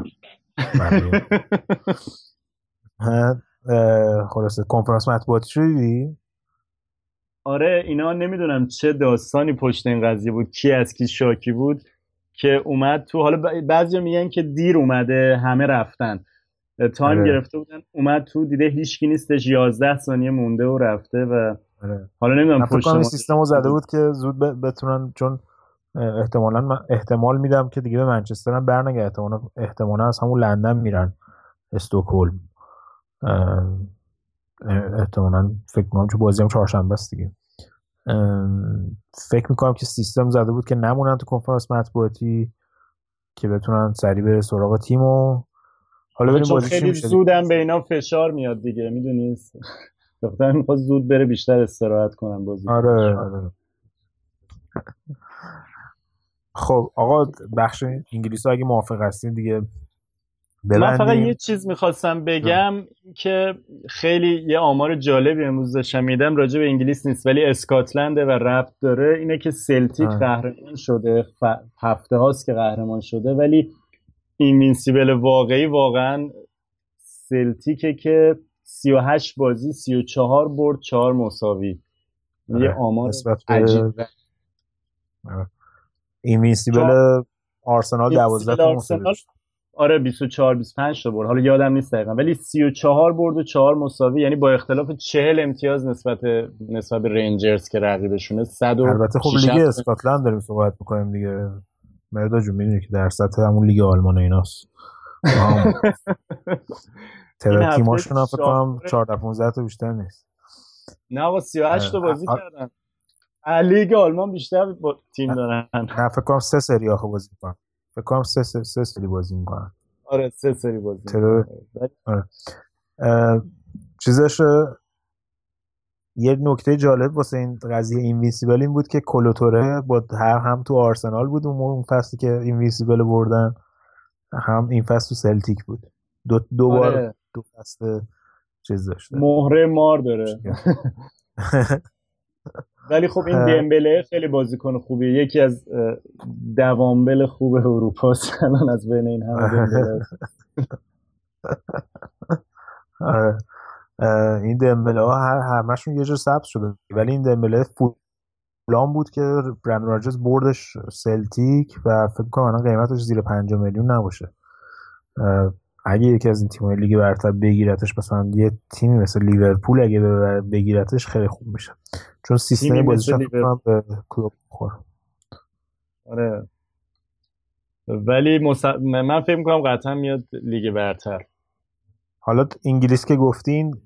خلاصه کنفرانس مطبوعاتی رو دیدی؟
آره اینا نمیدونم چه داستانی پشت این قضیه بود، کی از کی شاکی بود که اومد تو. حالا بعضیا میگن که دیر اومده، همه رفتن، تایم گرفته بودن، اومد تو دیده هیچکی نیستش، 11 ثانیه مونده و رفته. و حالا نمیدونم
پشت ما سیستمو زده بود که زود بتونن، چون احتمال میدم که دیگه به منچستر هم برنگرده، احتمالاً از همون لندن میرن استکهلم، احتمالاً فکر میکنم چون بازی هم چهارشنبه است دیگه. فکر میکنم که سیستم زده بود که نمونن تو کنفرانس مطبوعاتی که بتونن سریع بره سراغ تیم. و حالا بریم بازی
خیلی زودم به اینا فشار میاد دیگه، میدونی دختر میخواد زود بره بیشتر استراحت کنن بازی.
آره. خب آقا بخش انگلیس اگه موافق هستین دیگه ببندیم.
من فقط یه چیز میخواستم بگم که خیلی یه آمار جالبی امروز داشتم میدم راجع به انگلیس نیست ولی اسکاتلنده و ربط داره، اینه که سلتیک قهرمان شده، هفته هاست که قهرمان شده، ولی اینوینسیبل واقعی واقعا سلتیکه که 38 بازی 34 برد 4 مساوی. یه آمار عجیبه.
اینوینسیبل آرسنال 12 تا مساوی.
آره 24 25 تا برد، حالا یادم نیست دقیقاً، ولی 34 برد و 4 مساوی، یعنی با اختلاف 40 امتیاز نسبت به رنجرز که رقیبشونه.
البته خب لیگ اسکاتلند داریم صحبت می‌کنیم دیگه، مردا جون میدونی که در سطح همون لیگ آلمان ایناست. تیماشون هم فکر کنم 14 15 تا بیشتر نیست.
نه با 38 تا بازی کردن. لیگ آلمان بیشتر با تیم دارن.
نه فکر کنم 3 سری آخه بازی می‌کنن. فکر کنم 3 سری بازی می‌کنن.
آره 3 سری بازی.
آره. چیزش یه نکته جالب واسه این قضیه اینوینسیبل این بود که کلوتوره با هم تو آرسنال بود اون فصلی که اینوینسیبل بردن، هم این فصل تو سلتیک بود. دو بار دو فصل چیز داشته،
مهره مار داره. ولی خب این دمبله خیلی بازیکن خوبیه، یکی از دوامبل خوب اروپا الان از بین این همه دمبله.
آره این دمبله ها همشون یه جور ثبت شده، ولی این دمبله فولام بود که برندن راجرز بردش سلتیک و فکر کنم الان قیمتش زیر 5 میلیون نباشه. اگه یکی از این تیم‌های لیگ برتر بگیرتش، مثلا یه تیمی مثل لیورپول اگه بگیرتش خیلی خوب میشه، چون سیستم بازیش هم به کلوب می‌خوره.
آره ولی من فکر می‌کنم قطعا میاد لیگ برتر.
حالا انگلیس که گفتین،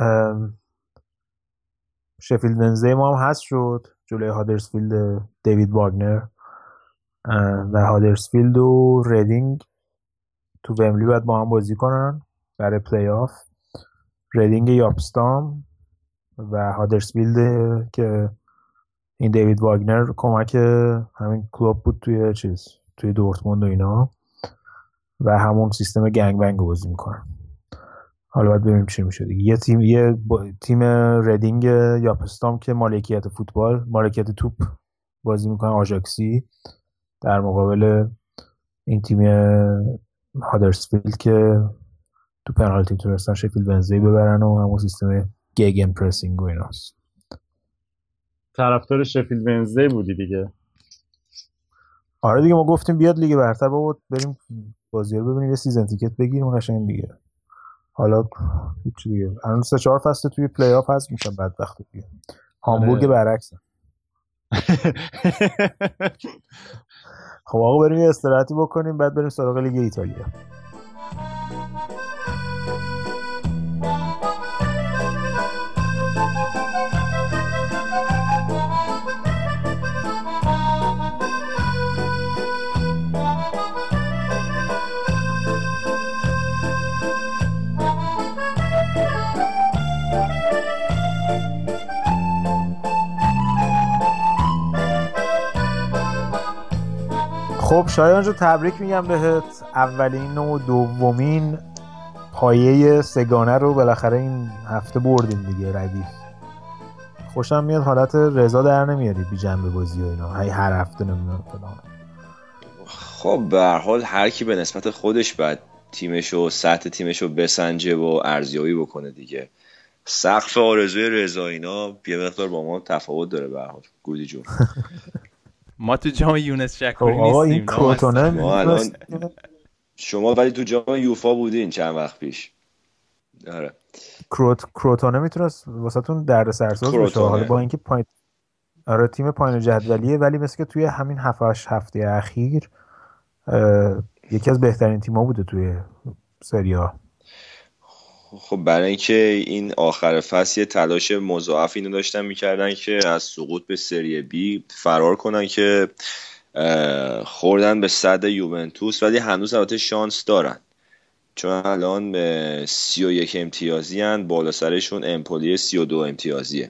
شفیلد ونزدی ما هم هست شد جلوی هادرسفیلد دیوید واگنر، و هادرسفیلد و ریدینگ تو ومبلی باید با هم بازی کنن برای پلی آف. ریدینگ یاپستام و هادرسفیلد که این دیوید واگنر کمک همین کلوب بود توی دورتموند و اینا، و همون سیستم گنگ بنگ رو بازی میکنن. حالا باید ببینیم چی میشه دیگه. یه تیم ریدینگ یاپستام که مالکیت توپ بازی میکنن، آژاکسی، در مقابل این تیم هادرسفیلد که تو پنالتی تونستن شفیلد ونزدی ببرن و همون سیستم گگن پرسینگ و ایناست.
طرفدار شفیلد ونزدی بودی دیگه؟
آره دیگه، ما گفتیم بیاد لیگ برتر بابا بریم بازی رو ببینیم، یه سیزن تیکت بگیریم اون قشنگ دیگه. حالا هیچ دیگه الان 3-4 فصل توی پلی آف هست میشن بدبخت دیگه. هامبورگ برعکسه. خب آقا بریم یه استراحتی بکنیم بعد بریم سراغ لیگ ایتالیا. خب شایان جو تبریک میگم بهت، اولین و دومین پایه سگانه رو بالاخره این هفته بردین دیگه ردیف. خوشم میاد حالت رضا در نمیاری بی جنبه بازی و اینا، هر هفته نمیدونم فلان.
خب به هر حال هر کی به نسبت خودش بعد تیمشو سطح تیمشو بسنجه و ارزیابی بکنه دیگه. سقف آرزوی رضا اینا یه مقدار با ما تفاوت داره به هر حال. گودی جون
ما تو جام یونس شکری نیستیم.
آقا این کروتونه
ما الان شما ولی تو جام یوفا بودین چند وقت پیش. آره
کروتونه میتونست واسهتون دردسرساز بشه حالا با اینکه آره تیم پایین جدولیه، ولی مثل که توی همین 7-8 هفته اخیر یکی از بهترین تیم‌ها بوده توی سری آ.
خب برای اینکه این آخر فصل یه تلاش مضاعف اینو داشتن میکردن که از سقوط به سری بی فرار کنن که خوردن به صد یوونتوس، ولی هنوز البته شانس دارن چون الان 31 امتیازی هن، بالا سرشون امپولی 32 امتیازیه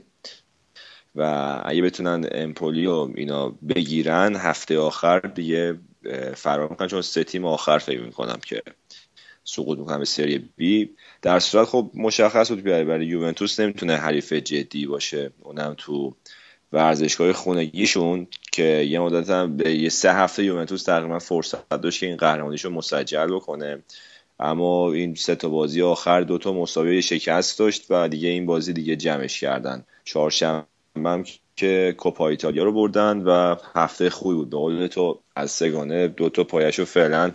و اگه بتونن امپولی و اینا بگیرن هفته آخر دیگه فرار میکنن، چون 3 تیم آخر فکر میکنم که سقوط میکنن به سری بی. در صورت خب مشخص بود برای یوونتوس نمیتونه حریف جدی باشه، اونم تو ورزشگاه خونگیشون که یه مدت هم به یه 3 هفته یوونتوس تقریبا فرصت داشت که این قهرمانیشو مسجل بکنه، اما این 3 تا بازی آخر 2 تا مساوی شکست داشت و دیگه این بازی دیگه جمعش کردن. چهارشنبه هم که کوپا ایتالیا رو بردن و هفته خوبی بود به قول تو، از سگانه 2 تا پایه‌شو فعلا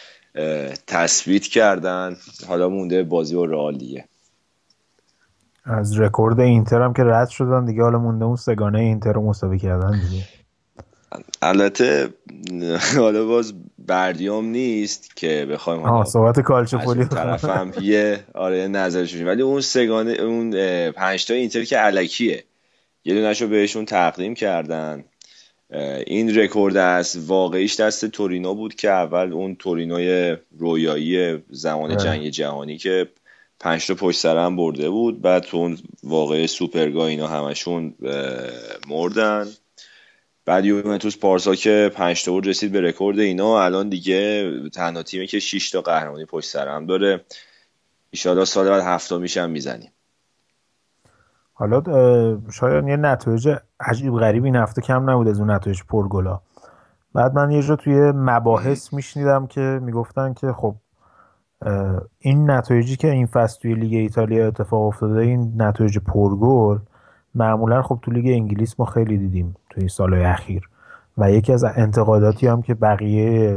تثبیت کردن، حالا مونده بازی با رئال دیگه.
از رکورد اینتر هم که رد شدن دیگه، حالا مونده اون سگانه اینتر رو مساوی کردن دیگه.
البته حالا باز بردیام نیست که بخوایم
صحبت کالچوپولی
طرفم یه نظرش میشه، ولی اون سگانه اون 5 تا اینتر که الکیه یه دونه‌شو بهشون تقدیم کردن. این رکورد است واقعیش دست تورینو بود که اول اون تورینوی رویایی زمان جنگ جهانی که 5 تا پشت سر هم برده بود، بعد تو اون واقعه سوپرگا اینا همشون مردن. بعد یوونتوس پارسا که 5 تا بود رسید به رکورد اینا، الان دیگه تنها تیمی که 6 تا قهرمانی پشت سر هم داره. ان شاءالله سال بعد 7 میشم میزنیم.
حالا شاید یه نتایج عجیب غریب این هفته کم نبود از اون نتایج پرگلا. بعد من یه جا توی مباحث میشنیدم که میگفتن که خب این نتایجی که این فصل توی لیگ ایتالیا اتفاق افتاده، این نتایج پرگل معمولا خب تو لیگ انگلیس ما خیلی دیدیم توی این سالهای اخیر، و یکی از انتقاداتی هم که بقیه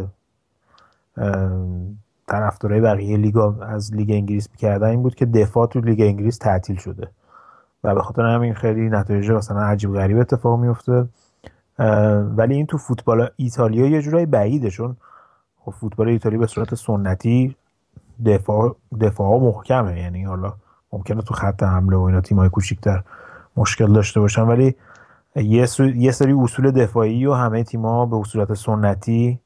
طرفدارای بقیه لیگا از لیگ انگلیس می‌کردن این بود که دفاع تو لیگ انگلیس تعطیل شده و به خاطر همین خیلی نتایج مثلا عجیب غریب اتفاق میفته. ولی این تو فوتبال ایتالیا یه جورایی بعیده، چون خب فوتبال ایتالیا به صورت سنتی دفاع محکمه، یعنی حالا ممکنه تو خط حمله و اینا تیمای کوچیک‌تر مشکل داشته باشن، ولی یه سری اصول دفاعی و همه تیم‌ها به صورت سنتی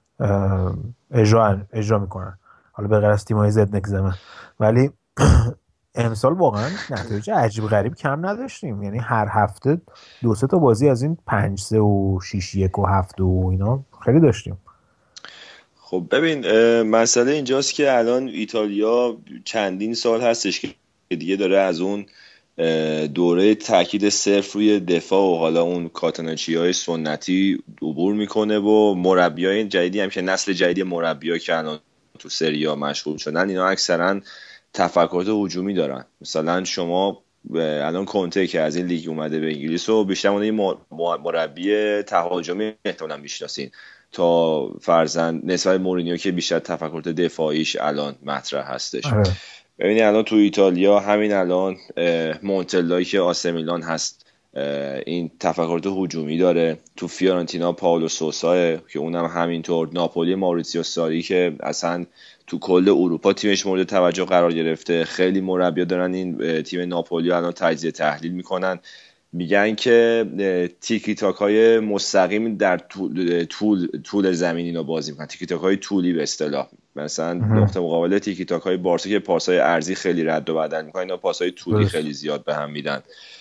اجرا میکنن، حالا به غیر از تیم‌های زدنک زمن. ولی امسال واقعا نتایج عجیب غریب کم نداشتیم، یعنی هر هفته 2-3 تا بازی از این 5-3 و 6-1 و 7 و اینا خیلی داشتیم.
خب ببین مسئله اینجاست که الان ایتالیا چندین سال هستش که دیگه داره از اون دوره تاکید صرف روی دفاع و حالا اون کاتاناچی‌های سنتی عبور میکنه و مربیای جدیدی هم که نسل جدیدی مربی‌ها که الان تو سری آ مشغول شدن، اینا اکثرا تفکرات هجومی دارن. مثلا شما الان کنته که از این لیگ اومده به انگلیس و بیشتر اون مربی تهاجمی احتمالاً میشناسین تا فرضاً نسبت مورینیو که بیشتر تفکرات دفاعیش الان مطرح هستش. ببینید الان تو ایتالیا همین الان مونتلایی که آسه میلان هست این تفکرات هجومی داره. تو فیورنتینا پائولو سوسا که اونم همینطور. ناپولی ماوریتسیو ساری که اصلا تو کل اروپا تیمش مورد توجه قرار گرفته. خیلی مربی‌ها دارن این تیم ناپولی الان تجزیه تحلیل میکنن، میگن که تیکی تاک های مستقیم در طول زمین اینا بازی میکنن، تیکی تاک های طولی به اصطلاح. مثلا نقطه مقابل تیکی تاک های بارسا که پاسای ارضی خیلی رد و بدل میکنن، اینا پاسای طولی خیلی زیاد به هم میدن.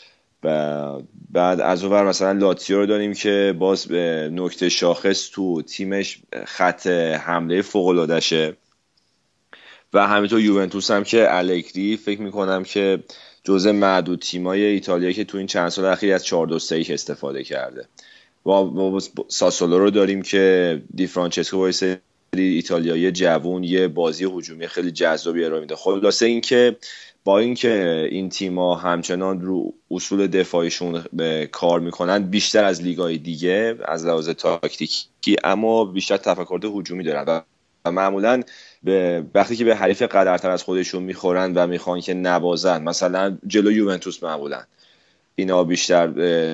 بعد از اونور مثلا لاتزیو رو داریم که باز نکته شاخص تو تیمش خط حمله فوق‌العاده‌شه و همینطور یوونتوس هم که الگری فکر میکنم که جزء معدود تیمای ایتالیا که تو این چند سال اخیر از 4-2-3 استفاده کرده. و ساسولو رو داریم که دی فرانچسکو با سری ایتالیایی جوون یه بازی هجومی خیلی جذابی ارائه میده. خلاصه این که با اینکه این تیم‌ها همچنان رو اصول دفاعیشون کار میکنن بیشتر از لیگ‌های دیگه از لحاظ تاکتیکی، اما بیشتر تفکرات هجومی دارن و معمولاً وقتی که به حریف قدرتر از خودشون میخورن و میخوان که نبازن، مثلا جلو یوونتوس معمولاً اینا بیشتر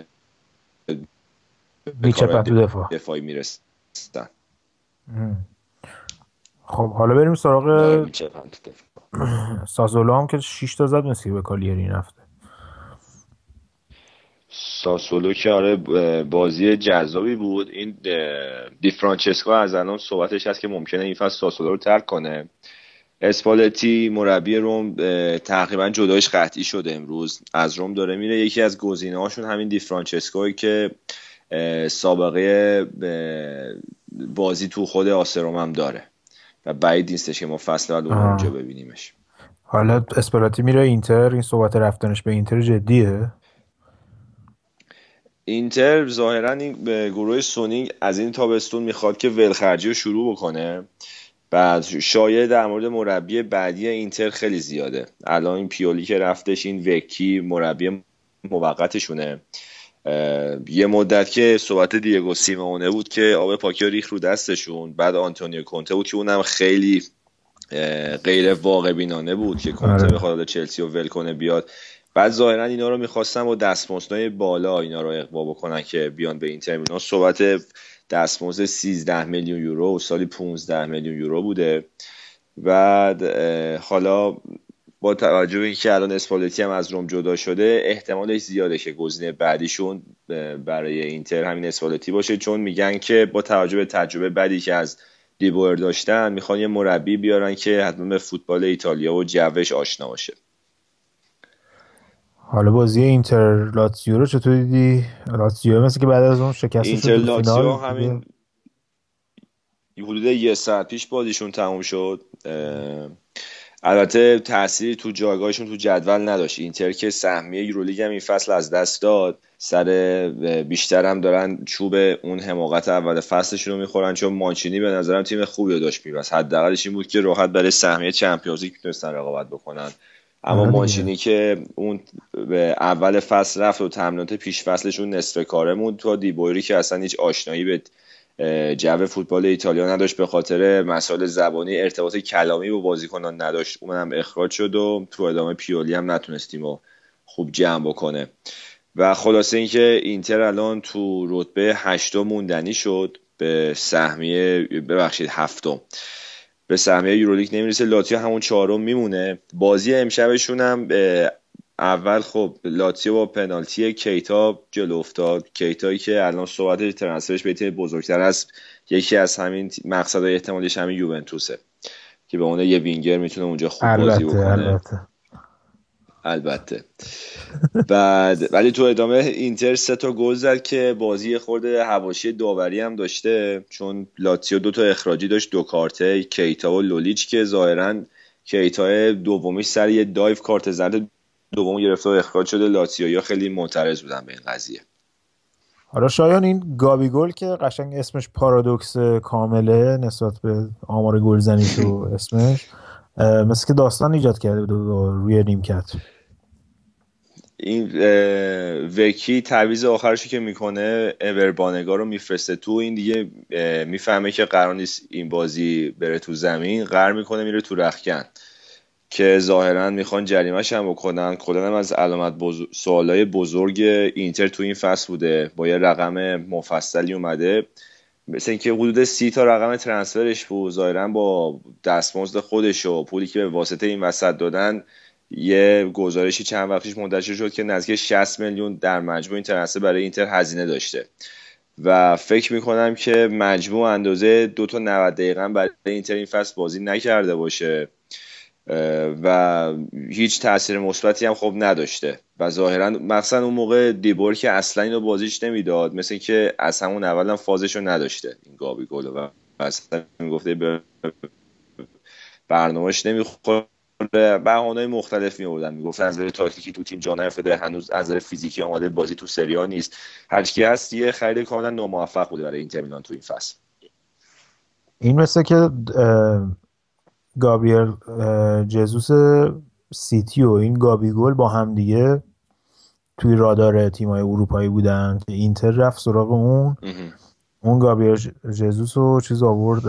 به کار دفاعی میرسن.
خب حالا بریم سراغ ساسولو هم که 6 تا زد مثل به کالیاری رفته.
ساسولو که آره بازی جذابی بود. این دی فرانچسکو از الان صحبتش هست که ممکنه این فصل ساسولو رو ترک کنه. اسپالتی مربی روم تقریبا جدایش قطعی شده، امروز از روم داره میره. یکی از گزینه‌هاشون همین دی فرانچسکوی که سابقه بازی تو خود آسروم هم داره و بعید نیستش که ما فصل بعد اونجا ببینیمش.
حالا اسپالتی میره اینتر، این صحبت رفتنش به اینتر جدیه؟
اینتر ظاهرا این گروه سونینگ از این تابستون میخواد که ولخرجی رو شروع بکنه. بعد شایعه در مورد مربی بعدی اینتر خیلی زیاده. الان این پیولی که رفتش، این وکی مربی موقتشونه. یه مدت که صحبت دیگو سیمونه بود که آب پاکی ریخ رو دستشون. بعد آنتونیو کونته بود که اونم خیلی غیر واقع بینانه بود که کونته بخواد چلسی رو ول کنه بیاد. بعد ظاهرا اینا رو می‌خواستن با دستمزدهای بالا اینا رو اقوا بکنن که بیان به اینتر میلان. صحبت دستمزد 13 میلیون یورو و سالی 15 میلیون یورو بوده. بعد حالا با توجه به اینکه الان اسپالتی هم از روم جدا شده، احتمالش زیاده که گزینه بعدیشون برای اینتر همین اسپالتی باشه، چون میگن که با توجه به تجربه بعدی که از دیبور داشتن میخوان یه مربی بیارن که حتما به فوتبال ایتالیا و جوش آشنا باشه.
حالا بازی اینتر لاتزیو رو چطور دیدی؟ لاتزیو مثل که بعد از اون شکستش
اینتر لاتزیو همین حدود یه ساعت پیش بازیشون تموم شد. البته تأثیری تو جایگاهشون تو جدول نداشت. اینتر که سهمیه یورولیگ هم این فصل از دست داد، سر بیشتر هم دارن چوب اون حماقت اول فصلشون رو میخورن، چون مانچینی به نظرم تیم خوبی رو داشت میبست. حداقلش این بود که راحت برای سهمیه چمپیونز لیگ میتونستن رقابت بکنن. اما مانچینی که اون به اول فصل رفت و تمرینات پیش فصلشون نصف کاره موند، تو دیبوری که اصلا هیچ آشنایی به جو فوتبال ایتالیا نداشت، به خاطر مسائل زبانی ارتباط کلامی با بازیکنان نداشت، اونم اخراج شد و تو ادامه پیولی هم نتونستیم و خوب جمع بکنه. و خلاصه اینکه اینتر الان تو رتبه 8 موندنی شد به سهمیه هفتم به سهمیه یورولیگ نمیرسه. لاتزیو همون 4 میمونه. بازی امشبشون هم اول خب لاتزیو با پنالتی کیتا جلو افتاد. کیتایی که الان صحبت ترنسفرش به تیم بزرگتر است، یکی از همین مقصدهای احتمالیش همین یوونتوسه که به اون یه وینگر میتونه اونجا خوب بازی بکنه. البته بعد ولی تو ادامه اینتر 3 گل زد که بازی خورده حواشی داوری هم داشته، چون لاتزیو 2 اخراجی داشت، 2 کارته، کیتا و لولیچ که ظاهرا کیتا دومیش سر یه دایو کارت زده دوم گرفته و اخراج شده. لاتزیویا خیلی معترض بودن به این قضیه.
حالا شایان این گابی گل که قشنگ اسمش پارادوکس کامله نسبت به آمار گلزنیش و اسمش مثل که داستان ایجاد کرده بود روی نیمکت.
این وکی تعویض آخرشو که میکنه اوربانگا رو میفرسته تو، این دیگه میفهمه که قرار نیست این بازی بره تو زمین، قرار میکنه میره تو رختکن که ظاهرا میخوان جریمه‌ش هم بکنن. کلا هم از علامت سوالای بزرگ اینتر تو این فصل بوده، با یه رقم مفصلی اومده، مثل اینکه حدود 30 رقم ترانسفرش بود. ظاهرا با دستمزد خودش و پولی که به واسطه این وسط دادن یه گزارشی چند وقت پیش منتشر شد که نزدیک 60 میلیون در مجموع این ترنسفر برای اینتر هزینه داشته و فکر میکنم که مجموع اندازه 2 90 دقیقه برای اینتر این فصل بازی نکرده باشه و هیچ تاثیر مثبتی هم خب نداشته و ظاهرا مثلا اون موقع دیبور که اصلا اینو بازیش نمیداد، مثل که از همون اول هم فازشو نداشته این گابیگول و اصلا میگفته به برنامه‌اش نمیخوره، بهانه‌های مختلف می‌آوردن، میگفتن از نظر تاکتیکی تو تیم جا نیفتاده، هنوز از نظر فیزیکی آماده بازی تو سری آ نیست. هر کی هست یه خرید کاملا ناموفق بوده برای اینتر میلان تو این فصل.
این مثل که گابریل جزوس سیتی و این گابیگول با هم دیگه توی رادار تیم‌های اروپایی بودن که اینتر رفت سراغ اون گابریل جزوس و چیز آورد،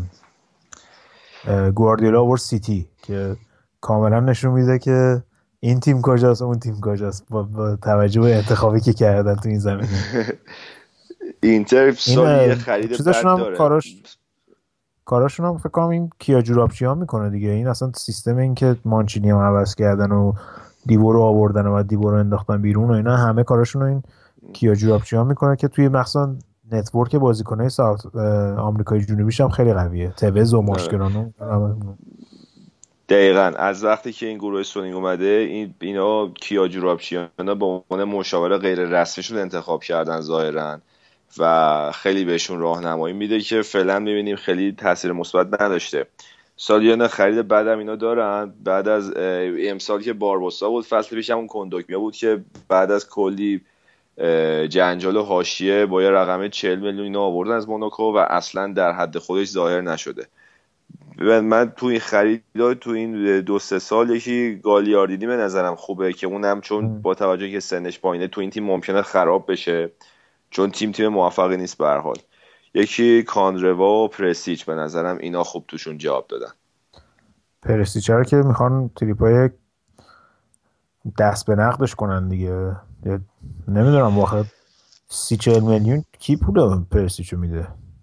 گواردیولا آورد سیتی، که کاملا نشون میده که این تیم کجاست اون تیم کجاست با توجه به انتخابی که کردن تو این زمینه.
اینتر سالی خرید بد داره.
کاراشون هم فکر کنم این کیا جورابچیان میکنه دیگه. این اصلا سیستم این که مانچینی هم عوض کردن و دیبو رو آوردن و دیبو رو انداختن بیرون و اینا، همه کاراشون رو این کیا جورابچیان میکنه که توی مخصوصا نتورک بازیکنای ساوت آمریکای جنوبیش هم خیلی قویه، توز و ماشکرانو.
دقیقاً از وقتی که این گروه سونینگ اومده اینا کیا جورابچیانا به عنوان مشاور غیر رسمیشون انتخاب کردن ظاهراً و خیلی بهشون راهنمایی میده که فعلا میبینیم خیلی تاثیر مثبت نداشته. سالیان خرید بعدم اینا دارن، بعد از امسال که باربوسا بود، فصل پیش همون کندوکمیا بود که بعد از کلی جنجال و حاشیه با یه رقم 40 میلیون اینا آوردن از موناکو و اصلا در حد خودش ظاهر نشده. من تو این خریدا تو این 2-3 سال یکی گالیاردینی به نظرم خوبه که اونم چون با توجه که سنش پایینه تو این تیم ممکنه خراب بشه چون تیم موفقی نیست به هر حال. یکی کاندروا و پرسیچ به نظرم اینا خوب توشون جواب دادن.
پرسیچ رو که میخوان تریپای دست به نقدش کنن دیگه، نمیدونم واقعا 30-40 میلیون کی پول پرسیچو میده؟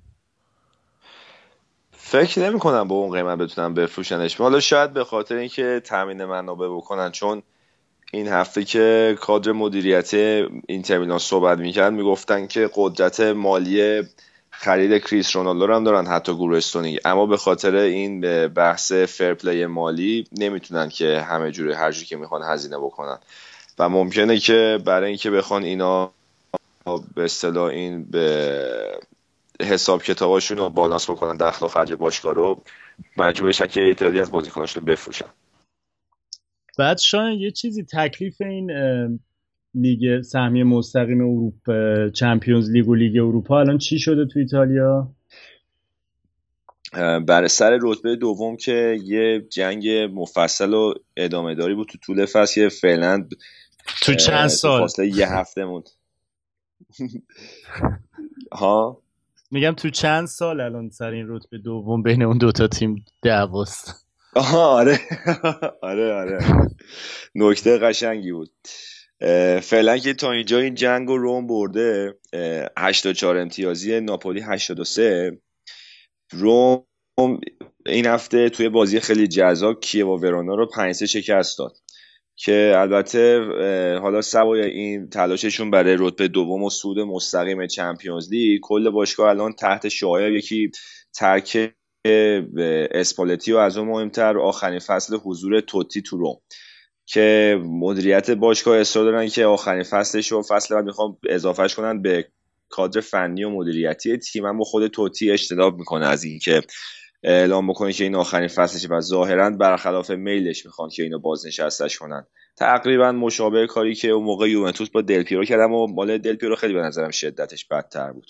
فکر نمی کنم با اون قیمت بتونن بفروشنش. حالا شاید به خاطر اینکه تامین منابع بکنن، چون این هفته که کادر مدیریتی اینتر میلان صحبت میکرد میگفتن که قدرت مالی خرید کریس رونالدو هم دارن حتی گروه استونینگ، اما به خاطر این بحث فرپلی مالی نمیتونن که همه جوری هر جوری که میخوان هزینه بکنن و ممکنه که برای اینکه بخوان اینا به اصطلاح این به حساب کتاباشون رو بالانس بکنن دخل و خرج باشگاه رو، مجبور بشن که تعدادی از بازیکناشون بفروشن.
بعد شاید یه چیزی تکلیف این لیگ سهمیه مستقیم اروپا، چمپیونز لیگ و لیگ اروپا الان چی شده تو ایتالیا؟
برای سر رتبه دوم که یه جنگ مفصل و ادامه داری بود تو طول فصل، فعلا
تو چند سال
فاصله یه هفته موند. ها
میگم تو چند سال الان سر این رتبه دوم بین اون دوتا تیم دعواست.
آره نکته قشنگی بود. فعلا که تا اینجا این جنگ رو روم برده 84 امتیازی، ناپولی 83. روم این هفته توی بازی خیلی جذاب کیو و ورونا رو 5-3 شکست داد که البته حالا سوای این تلاششون برای رتبه دوم و صعود مستقیم چمپیونز لیگ، کل باشگاه الان تحت شعاع یکی ترک اسپالتی و از اون مهمتر آخرین فصل حضور توتی تو روم که مدیریت باشگاه اصرار دارن که آخرین فصلش و فصل بعد میخوام اضافهش کنن به کادر فنی و مدیریتی تیم. هم با خود توتی اجتناب میکنه از این که اعلام بکنه که این آخرین فصلشه و ظاهرا برخلاف میلش میخوان که اینو بازنشستش کنن. تقریبا مشابه کاری که اون موقع یوونتوس با دل پیرو کردم و مال دل پیرو خیلی به نظرم شدتش بدتر بود.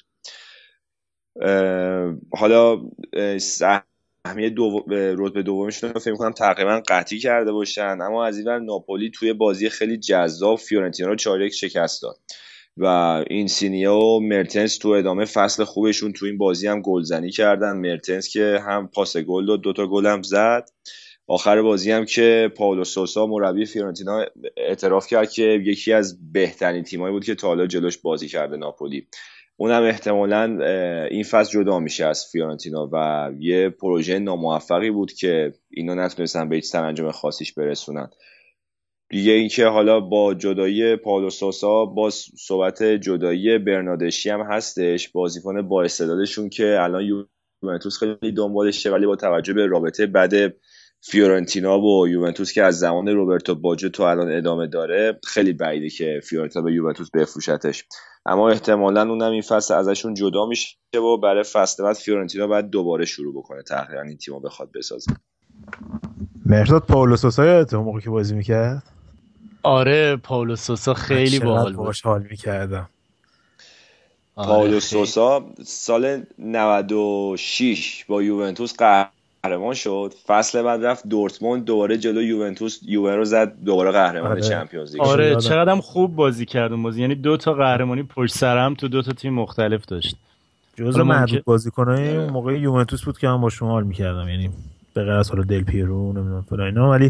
حالا سهمیه رتبه دومشون رو فکر می‌کنم تقریبا قطعی کرده باشن، اما از این ور ناپولی توی بازی خیلی جذاب فیورنتینا رو 4-1 شکست داد و این سینیا و مرتنس تو ادامه فصل خوبشون تو این بازی هم گلزنی کردن. مرتنس که هم پاس گل داد، 2 گل هم زد. آخر بازی هم که پائولو سوسا مربی فیورنتینا اعتراف کرد که یکی از بهترین تیمایی بود که تا حالا جلوش بازی کرده ناپولی. اونم احتمالاً این فصل جدا میشه از فیورنتینا و یه پروژه ناموفقی بود که اینا نتونستن به هیچ سرانجام خاصیش برسونن. دیگه اینکه حالا با جدایی پائولو سوسا با صحبت جدایی برناردشی هم هستش، بازیکن با استعدادشون که الان یوونتوس خیلی دنبالشه، ولی با توجه به رابطه بد فیورنتینا و یوونتوس که از زمان روبرتو باجو تا الان ادامه داره، خیلی بعیده که فیورنتینا به یوونتوس بفروشتش، اما احتمالاً اونم این فصل ازشون جدا میشه و برای فصل بعد فیورنتینا باید دوباره شروع بکنه تقریبا این تیمو بخواد بسازه.
مرداد پائولو سوسا یادته اون موقع که بازی میکرد؟
آره پائولو سوسا خیلی باحال بود،
باهاش حال میکردم.
پائولو سوسا سال 96 با یوونتوس قهرمان شد، فصل بعد رفت دورتموند دوباره جلو یوونتوس یووه رو زد، دوباره قهرمان چمپیونز لیگ.
آره چقدرم خوب بازی کرد اون بازی، یعنی 2 تا قهرمانی پشت سر هم تو 2 تا تیم مختلف داشت.
جزء معدود بازیکنای اون موقع یوونتوس بود که من با شما حال می‌کردم، یعنی به غیر از حالا دل پیرو نمیدونم فلان اینا، ولی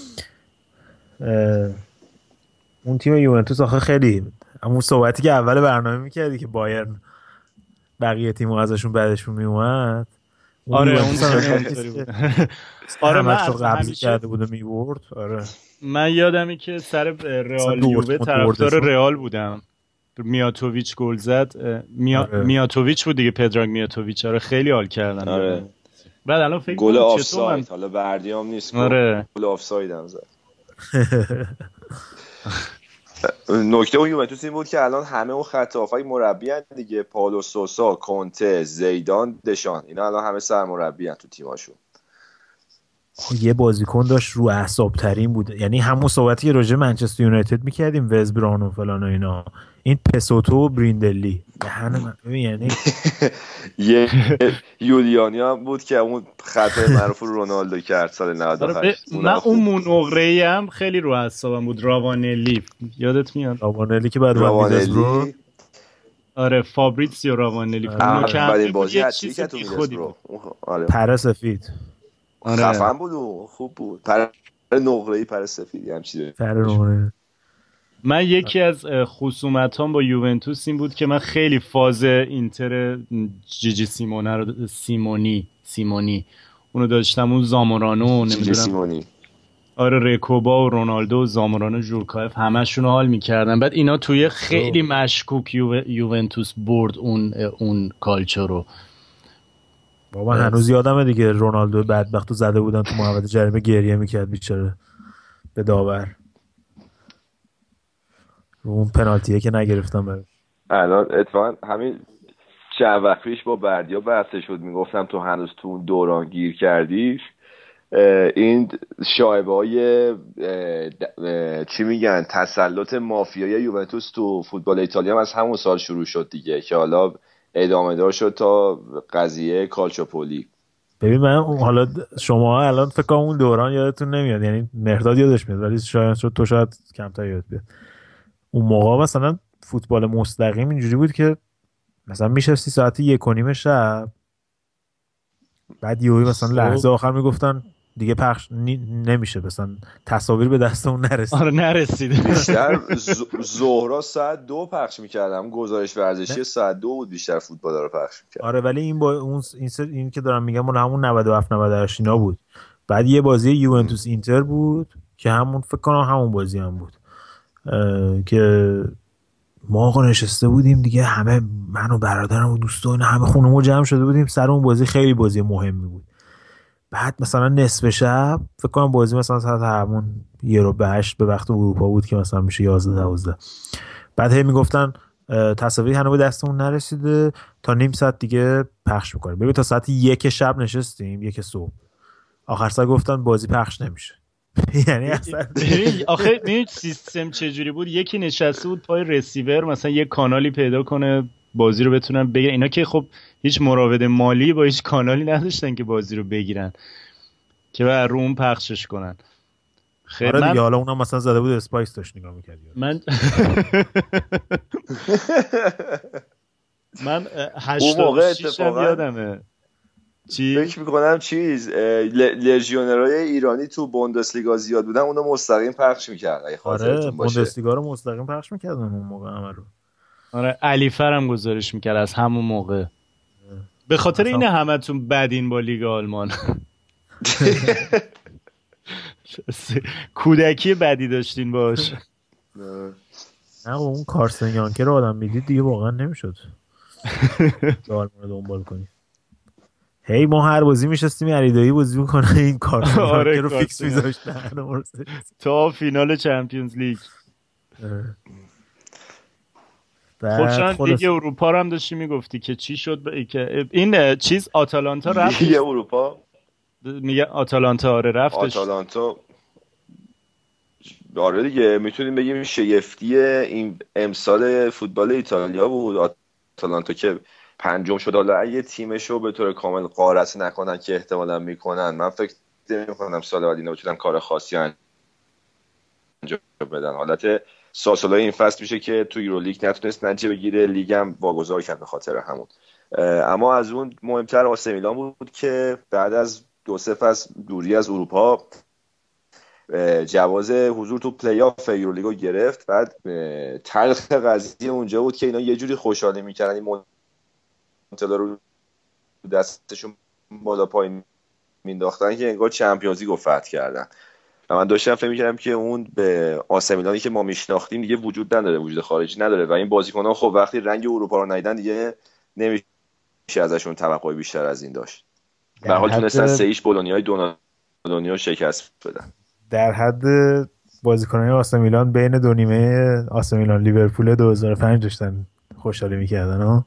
اون تیم یوونتوس آخه خیلی همون صحبتی که اول برنامه می‌کردی که بایرن بقیه تیم‌ها ازشون بعدشون میومد.
آره اون همینطوری بود.
آره من قبض کرده بود و می‌برد. آره
من یادمه که سر رئال یووه طرفدار رئال بودم. میاتوویچ گل زد، میاتوویچ بود دیگه، پدراگ میاتوویچ. آره خیلی حال کردن.
آره
بعد الان فکر
گل آفساید، حالا بردیام نیست.
آره
گل آفساید هم زد. نکته اون یوونتوس این بود که الان همه اون خط هافای مربی ان دیگه، پائولو سوسا، کونته، زیدان، دشان، اینا الان همه سرمربی ان تو تیماشون.
یه بازیکن داشت رو اعصاب ترین بود، یعنی همون صحبتی که راجع منچستر یونایتد می‌کردیم وزبران و فلان و اینا، این پسوتو و بریندلی یعنی
یه یولیانی هم بود که اون خطای معروف رونالدو کرد سال 98.
من اون مونوغری هم خیلی رو اعصابم بود. راوانلی یادت میاد؟
راوانلی که بعد رو
آره فابریتسیو راوانلی
اولین بازی هتریک تو میدرسبرو.
آره پر سفید.
آره خفن بود و خوب بود. پر نقره‌ای، پر سفیدی هم چیزی.
پر نقره.
من یکی از خصومتام با یوونتوس این بود که من خیلی فاز اینتر جیجی سیمونی اونو داشتم، اون زامورانو نمیدونم آره رکوبا و رونالدو و زامورانو ژورکایف همشون رو حال میکردن. بعد اینا توی خیلی مشکوک یوونتوس برد اون کالچر رو.
بابا هنوز یادمه دیگه رونالدو بدبختو زده بودن تو محوطه جریمه، گریه میکرد بیچاره به داور اون پنالتیه که نگرفتم براش.
الان اتفاقا همین چند وقت پیش با بردیا بحث شد، میگفتم تو هنوز تو اون دوران گیر کردی. این شایبه‌های چی میگن تسلط مافیای یوونتوس تو فوتبال ایتالیا هم از همون سال شروع شد دیگه، که حالا ادامه دار شد تا قضیه کالچوپولی.
ببین من حالا شما الان فکر کنم اون دوران یادتون نمیاد، یعنی مرداد یادش میاد ولی شاید تو شاید کمتر یاد بیاد. اون موقع مثلا فوتبال مستقیم اینجوری بود که مثلا میشستی ساعت 1:30 شب، بعد یهویی مثلا لحظه آخر میگفتن دیگه پخش نمیشه، مثلا تصاویر به دستمون نرسید.
آره نرسید.
بیشتر ظهرا ساعت 2 پخش میکردم، گزارش ورزشی ساعت 2 بود بیشتر فوتبال رو پخش میکرد.
آره ولی این با اون این که دارم میگم اون همون 97 98 اینا بود. بعد یه بازی یوونتوس اینتر بود که همون فکر کنم همون بازی هم بود که ما آقا نشسته بودیم دیگه، همه من و برادرم و دوستان همه خونمون جمع شده بودیم سر اون بازی، خیلی بازی مهمی بود. بعد مثلا نصف شب فکر کنم بازی مثلا ساعت همون 7:50 به وقت اروپا بود که مثلا میشه 11-12. بعد هی میگفتن تصاویر هنوز به دستمون نرسیده تا نیم ساعت دیگه پخش میکنیم. ببین تا ساعت 1 شب نشستیم، 1 صبح، آخر سر گفتن بازی پخش نمیشه. یعنی اصلا
آخه ببین سیستم چجوری بود، یکی نشسته بود پای رسیور مثلا یه کانالی پیدا کنه بازی رو بتونن بگیرن. اینا که خب هیچ مراود مالی با هیچ کانالی نداشتن که بازی رو بگیرن که بر رو اون پخشش کنن.
خیلی آره دیگه، حالا اونم مثلا زده بود اسپایس داشت نگاه می‌کرد.
من 86 هم یادمه.
فکر میکنم لژیونرهای ایرانی تو بوندسلیگا زیاد بودن، اونو مستقیم پخش میکرد.
آره بوندسلیگا رو مستقیم پخش میکردن اون موقع همه رو.
آره علیفر هم گزارش میکرد از همون موقع. به خاطر این همتون بدین با لیگ آلمان. کودکی بدی داشتین باش.
نه اون کارسن یانکر رو آدم میدید دیگه واقعا نمیشد آلمان رو دنبال کنی. هی ما هر بازی میشستیم علیدایی بازی میکنه این کار
آره
رو فیکس میذاشتن
تا فینال چمپیونز لیگ. خوشان لیگ اروپا رو هم داشتی میگفتی که چی شد که این چیز آتالانتا رفت
لیگ اروپا
میگه آتالانتا آره رفتش.
آتالانتا آره دیگه میتونیم بگیم شگفتی این امسال فوتبال ایتالیا بود آتالانتا که پنجم شد. حالا اگه تیمشو به طور کامل غارت نکنن که احتمالاً میکنن، من فکر نمی‌کنم سال بعد اینا بتونن کار خاصی انجام بدن. حالت ساسولای این فصل میشه که تو یورولیگ نتونست نتیجه بگیره، لیگ هم واگذار کرد به خاطر همون. اما از اون مهمتر آسی میلان بود که بعد از 2-3 فصل دوری از اروپا جواز حضور تو پلی آف یورولیگو گرفت. بعد تلخ قضیه اونجا بود که اینا یه جوری خوشحالی میکردن این مونتلا رو دستشون بالا پایین مینداختن که انگار چمپیونز لیگو فتح کردن. و من داشتم فکر می‌کردم که اون به آسی میلانی که ما میشناختیم دیگه وجود نداره، وجود خارجی نداره و این بازیکن‌ها خب وقتی رنگ اروپا رو ندیدن دیگه نمیشه ازشون توقع بیشتر از این داشت. به حال تونستن 3-0 بولونیای دونیا شکست بدن.
در حد بازیکن‌های آسی میلان بین دو نیمه آسی میلان لیورپول 2005 داشتن خوشحالی می‌کردن ها.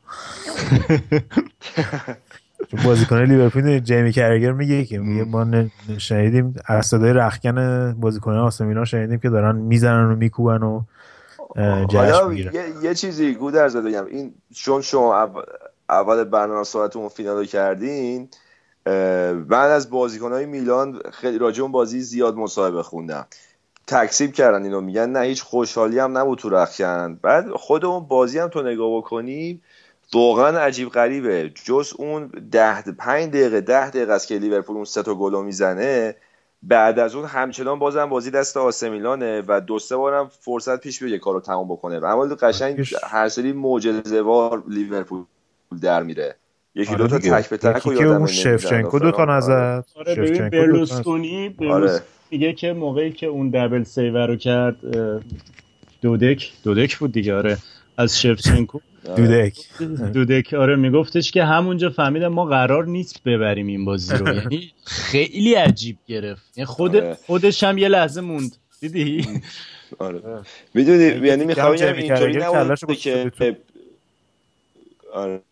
بازیکن لیورپول جیمی کریگر میگه که ما شنیدیم از صدای رختکن بازیکنان آسی میلان شنیدیم که دارن میزنن و میکوبن و جشن میگیرن.
یه چیزی گودرز بگم، این چون شما اول برنامه صحبتمون فینال رو کردین، بعد از بازیکنای میلان خیلی راجع اون بازی زیاد مصاحبه خوندم، تکذیب کردن اینو، میگن نه هیچ خوشحالی هم نبود تو رختکن. بعد خود اون بازی هم تو نگاه بکنی واقعا عجیب غریبه، جز اون 5 دقیقه 10 دقیقه است که لیورپول اون 3 تا گل میزنه، بعد از اون همچنان بازم بازی دست آسی میلانه و 2-3 بارم فرصت پیش بیاد کارو تموم بکنه و اما قشنگ هر سری معجزه‌وار لیورپول در میره. یکی دو تا تک به تک و یادم
شفچنکو 2 تا نزد.
آره ببین برلوسکونی میگه که موقعی که اون دبل سیو رو کرد دودک بود دیگه، آره از شفچنکو دودک آره میگفتش که همونجا فهمیدم ما قرار نیست ببریم این بازی رو. یعنی خیلی عجیب گرفت، یعنی خودش هم یه لحظه موند دیدی.
آره میدونی یعنی میخوام اینطوری نبود که آره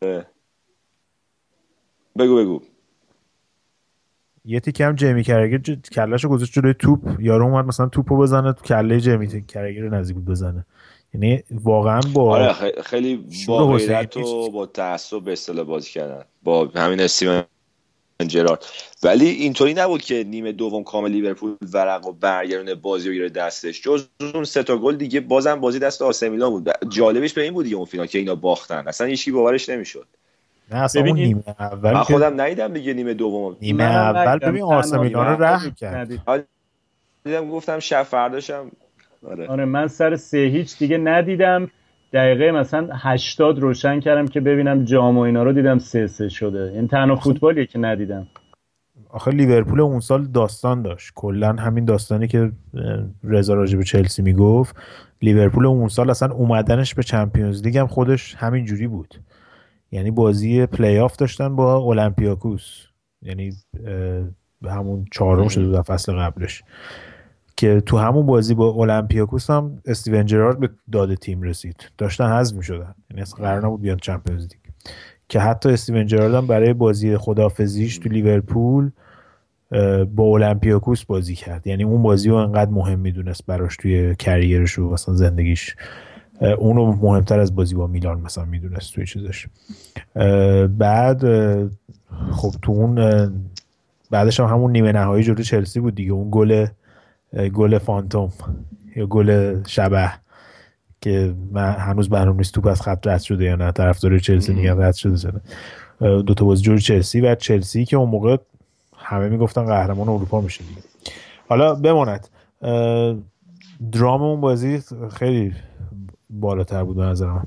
بگو
یه تیکه هم جیمی کریگر کلهشو گذاشت جلوی توپ، یارو اومد مثلا توپو بزنه تو کله جیمی کریگر رو نزدیک بود بزنه. یعنی واقعا با
آره خیلی با غیرت و با تعصب به اصطلاح بازی کردن با همین استیون جرارد، ولی اینطوری نبود که نیمه دوم کامل لیورپول ورق و برگردونه بازی رو گیره دستش. جز اون 3 تا گل دیگه بازم بازی دست آسی میلان بود. جالبش به این بود دیگه اون فینال که اینا باختن اصلا هیچکی باورش نمیشد.
نه اصلا اون نیمه اول
من خودم ندیدم دیگه، نیمه دوم
نیمه اول ببین آسی میلان رو رحم کرد.
دیدم گفتم شب فرداشم
آره من سر 3-0 دیگه ندیدم، دقیقه مثلا 80 روشن کردم که ببینم جام و اینا رو دیدم 3-3 شده. این تنها فوتبالیه که ندیدم.
آخه لیورپول اون سال داستان داشت، کلا همین داستانی که رضا راجع به چلسی میگفت، لیورپول اون سال اصلا اومدنش به چمپیونز لیگ هم خودش همین جوری بود. یعنی بازی پلی آف داشتن با اولمپیاکوس، یعنی همون 4م شده در فصل قبلش که تو همون بازی با اولمپیاکوس هم استیون جرارد به داد تیم رسید، داشتن حذف می‌شدن، یعنی اصلا قرار نبود بیان چمپیونز لیگ. که حتی استیون جرارد هم برای بازی خداحافظیش تو لیورپول با اولمپیاکوس بازی کرد، یعنی اون بازی رو انقدر مهم میدونست براش توی کریرش و مثلا زندگیش، اونو مهمتر از بازی با میلان مثلا میدونست توی چیزش. بعد خب تو اون بعدش هم همون نیمه نهایی جلوی چلسی بود دیگه، اون گل فانتوم یا گل شبح که من هنوز برام نیست توپ از خط رد شده یا نه، طرفدار چلسی میگن رد شده. 2 تا بازی جلوی چلسی و چلسی که اون موقع همه میگفتن قهرمان اروپا میشه دیگه. حالا بماند درام اون بازی خیلی بالاتر بود به نظر من.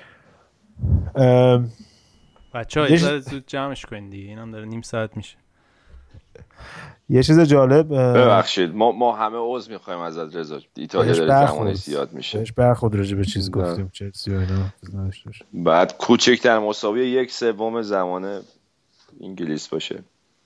بچه‌ها یه زود جمعش کنید دیگه، اینم داره نیم ساعت میشه.
یه چیز جالب
ببخشید ما همه عذر می‌خوایم ازت رضا، ایتالیا داره زمانش زیاد میشه.
بهش برخورد راجع به چیز گفتیم چلسی و اینا نداشتش.
بعد کوچکتر مساوی 1/3 زمان انگلیس باشه.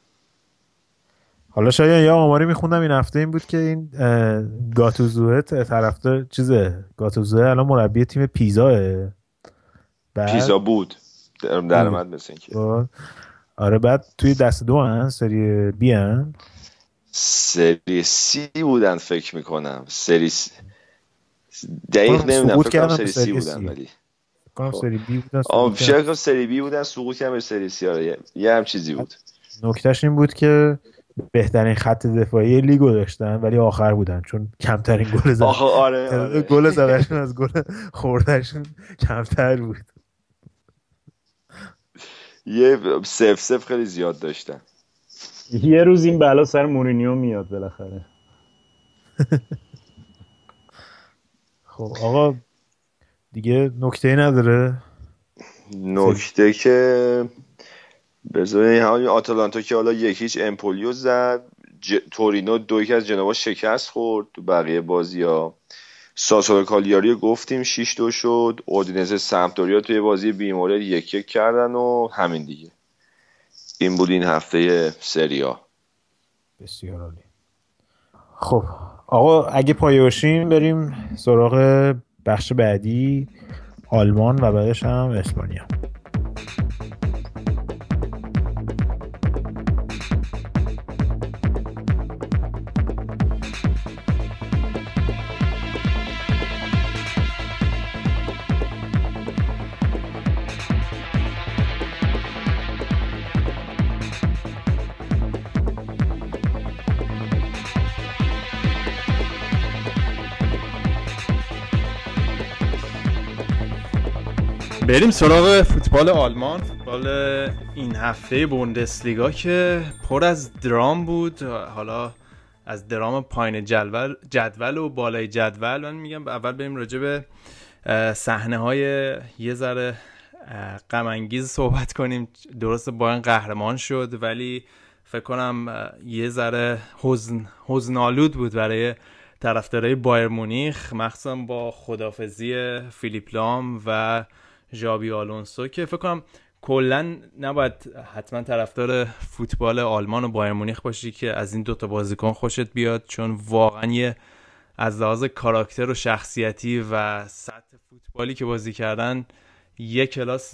حالا شاید یا آماری میخوندم این هفته این بود که این گاتوزوه طرفدار گاتوزوه الان مربی تیم پیزاه.
پیزا بود درآمد مثل اینکه.
آره بعد توی دست دو هن سری بی هن
سری سی بودن فکر میکنم. سری دقیق نمیدونم، فکر کنم سری سی بودن ولی
کنم سری بی بودن.
شاید سری بی بودن سقوط کردن به سری سی. آره یه هم چیزی بود.
نکتهش این بود که بهترین خط دفاعی لیگو داشتن ولی آخر بودن چون کمترین گل زدن.
آره.
گل زدنشون از گل خوردنشون کمتر بود.
یه 0-0 خیلی زیاد داشتن.
یه روز این بلا سر مورینیو میاد بالاخره.
خب آقا دیگه نکته نداره؟
نکته که بذارین همین آتالانتا که حالا 1-0 امپولیو زد، تورینو 2-1 از جنوا شکست خورد تو بقیه بازی‌ها. ساسولو کالیاری گفتیم 6-2 شد. اودینزه سمپدوریا توی بازی بیمورد 1-1 کردن و همین دیگه. این بود این هفته سری آ.
بسیار عالی. خب آقا اگه پایه باشیم بریم سراغ بخش بعدی، آلمان و بعدش هم اسپانیا.
بریم سراغ فوتبال آلمان. فوتبال این هفته بوندسلیگا که پر از درام بود. حالا از درام پایین جدول و بالای جدول من میگم اول بریم راجع به صحنه‌های یه ذره غم انگیز صحبت کنیم. درسته بایرن قهرمان شد ولی فکر کنم یه ذره حزن‌آلود بود برای طرفدارای بایر مونیخ، مخصوصا با خدافزی فیلیپ لام و ژابی آلونسو که فکر کنم کلا نباید حتما طرفدار فوتبال آلمان و بایر مونیخ باشی که از این دوتا بازیکن خوشت بیاد، چون واقعا یه از لحاظ کاراکتر و شخصیتی و سطح فوتبالی که بازی کردن یه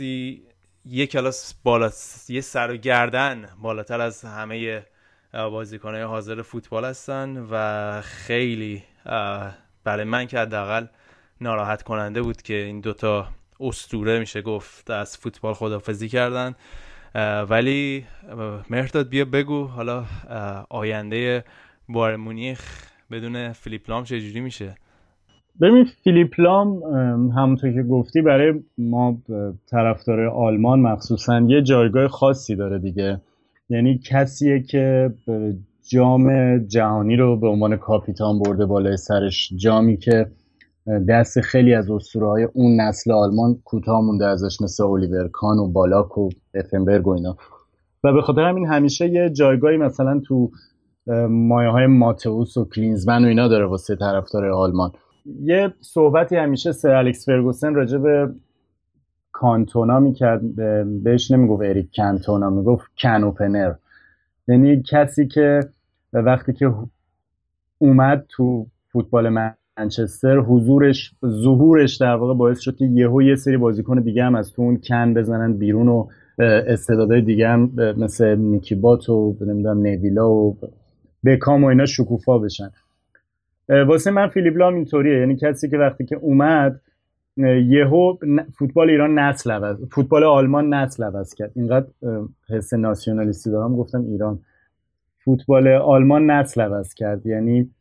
کلاس بالا، یه سر و گردن بالاتر از همه بازیکن‌های حاضر فوتبال هستن و خیلی برای من که حداقل ناراحت کننده بود که این دوتا اسطوره میشه گفت از فوتبال خداحافظی کردن. ولی مهرداد بیا بگو حالا آینده بایر مونیخ بدون فیلیپ لام چجوری میشه؟
ببین فیلیپ لام همونطور که گفتی برای ما طرفدار آلمان مخصوصا یه جایگاه خاصی داره دیگه. یعنی کسیه که جام جهانی رو به عنوان کاپیتان برده بالای سرش، جامی که دست خیلی از اسطوره‌های اون نسل آلمان کوتاه مونده ازش، مثل الیور کان و بالاک و افنبرگ و اینا، و به خاطر همین همیشه یه جایگاهی مثلا تو مایه‌های ماتئوس و کلینزمن و اینا داره واسه طرفدار آلمان. یه صحبتی همیشه سر الکس فرگوسن راجع به کانتونا میکرد، بهش نمیگفت اریک کانتونا، میگفت کنوپنر. یعنی کسی که وقتی که اومد تو فوتبال منچستر ظهورش در واقع باعث شد که یه سری بازیکن دیگه هم از تو اون کن بزنن بیرون و استعدادهای دیگه هم مثل نیکی بات و نمیدونم نویلا و بکام و اینا شکوفا بشن. واسه من فیلیپ لام اینطوریه، یعنی کسی که وقتی که اومد یهو فوتبال ایران فوتبال آلمان نسل عوض کرد. اینقدر حس ناسیونالیستی دارم گفتم ایران، فوتبال آلمان نسل عوض کرد. یعنی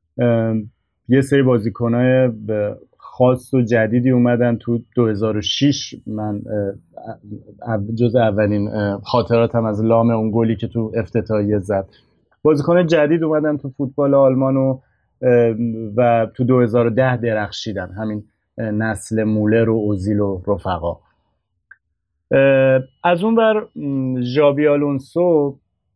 یه سری بازیکنای خاص و جدیدی اومدن تو 2006. من جز اولین خاطراتم از لام اون گلی که تو افتتاحیه زد. بازیکن جدید اومدن تو فوتبال آلمان و تو 2010 درخشیدن، همین نسل مولر و اوزیل و رفقا. از اون بر ژابی آلونسو،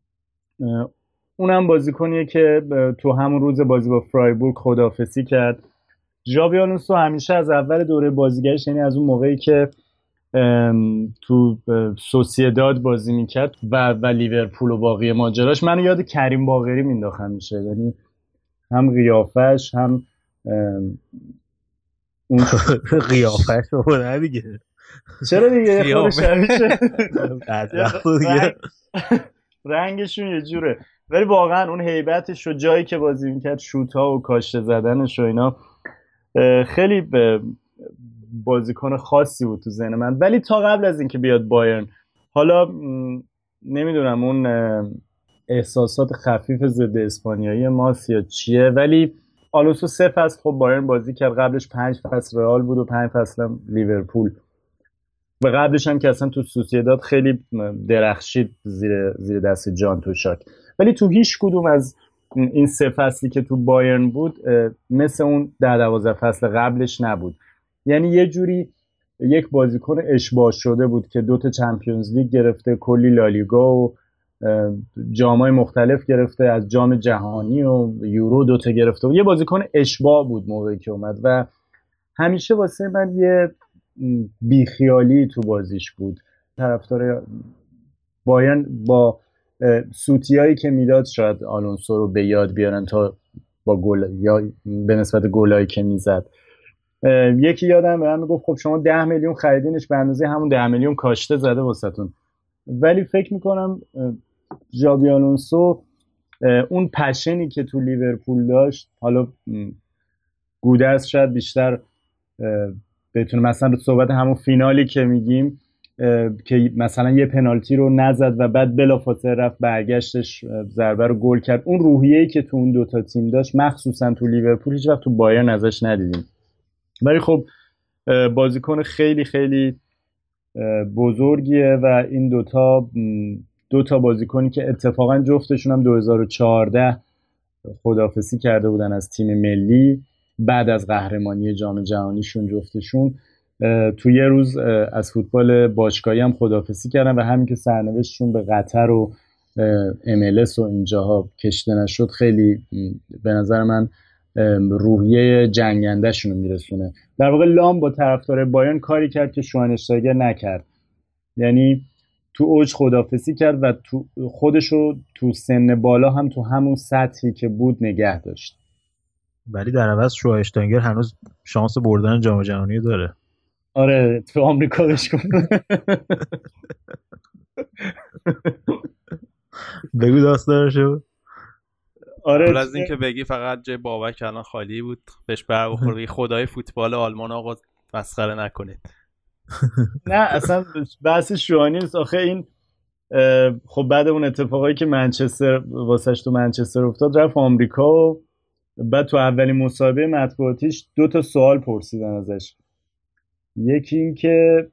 اونم بازیکنیه که تو همون روز بازی با فرایبورگ خداحافظی کرد. ژابی آلونسو همیشه از اول دوره بازیگریش، یعنی از اون موقعی که تو سوسییداد بازی میکرد و لیورپول و باقی ماجراش منو یاد کریم باقری مینداخت میشه، یعنی هم قیافش هم اون
قیافش رو نه دیگه،
چرا دیگه خودش همیشه رنگشون یه جوره، ولی واقعا اون هیبتش و جایی که بازی میکرد، شوت‌ها و کاشته زدنش و اینا، خیلی بازیکن خاصی بود تو ذهن من. ولی تا قبل از اینکه بیاد بایرن، حالا نمیدونم اون احساسات خفیف ضد اسپانیایی ماست یا چیه، ولی آلونسو 3 فصل خب بایرن بازی کرد، قبلش 5 فصل رئال بود و 5 فصل هم لیورپول، و قبلش هم که اصلا تو سوسییداد خیلی درخشید زیر دست جان توشاک. ولی تو هیچ کدوم از این 3 فصلی که تو بایرن بود مثل اون 10-12 فصل قبلش نبود. یعنی یه جوری یک بازیکن اشباع شده بود که 2 تا چمپیونز لیگ گرفته، کلی لالیگا و جام‌های مختلف گرفته، از جام جهانی و یورو 2 تا گرفته، و یه بازیکن اشباع بود موقعی که اومد و همیشه واسه من یه بیخیالی تو بازیش بود. طرفدار بایرن با سوتیایی که میداد شاید آلونسو رو به یاد بیارن تا با گل یا به نسبت گلایی که میزد. یکی یادم به من میگفت خب شما 10 میلیون خریدینش، به اندازه همون 10 میلیون کاشته زده واسهتون. ولی فکر میکنم ژابی آلونسو اون پشنی که تو لیورپول داشت، حالا گودرز شاید بیشتر بتونه مثلا رو صحبت همون فینالی که میگیم که مثلا یه پنالتی رو نزد و بعد بلافاصله رفت برگشتش ضربه رو گل کرد، اون روحیه‌ای که تو اون 2 تا تیم داشت مخصوصا تو لیورپول هیچ وقت تو بایرن ازش ندیدیم. ولی خب بازیکن خیلی خیلی بزرگیه و این 2 تا بازیکنی که اتفاقا جفتشون هم 2014 خداحافظی کرده بودن از تیم ملی بعد از قهرمانی جام جهانیشون، جفتشون تو یه روز از فوتبال باشگاهی هم خداحافظی کردن و همین که سرنوشتشون به قطر و MLS و اینجاها کشته نشد، خیلی به نظر من روحیه جنگنده شونو میرسونه. در واقع لام با طرفدار بایرن کاری کرد که شواینشتایگر نکرد، یعنی تو اوج خداحافظی کرد و تو خودشو تو سن بالا هم تو همون سطحی که بود نگه داشت.
ولی در عوض شواینشتایگر هنوز شانس بردن جام جهانی داره.
آره تو آمریکا بهش کن.
بگو داستانشو.
آره قبل از اینکه بگی فقط جای بابک الان خالی بود، بهش بر بخوره خدای فوتبال آلمان آقا مسخره نکنید.
نه اصلا بحث شوانی نیست آخه. این خب بعد اون اتفاقایی که منچستر واسش تو منچستر افتاد رفت آمریکا و بعد تو اولین مصاحبه مطبوعاتیش 2 تا سوال پرسیدن ازش. یکی این که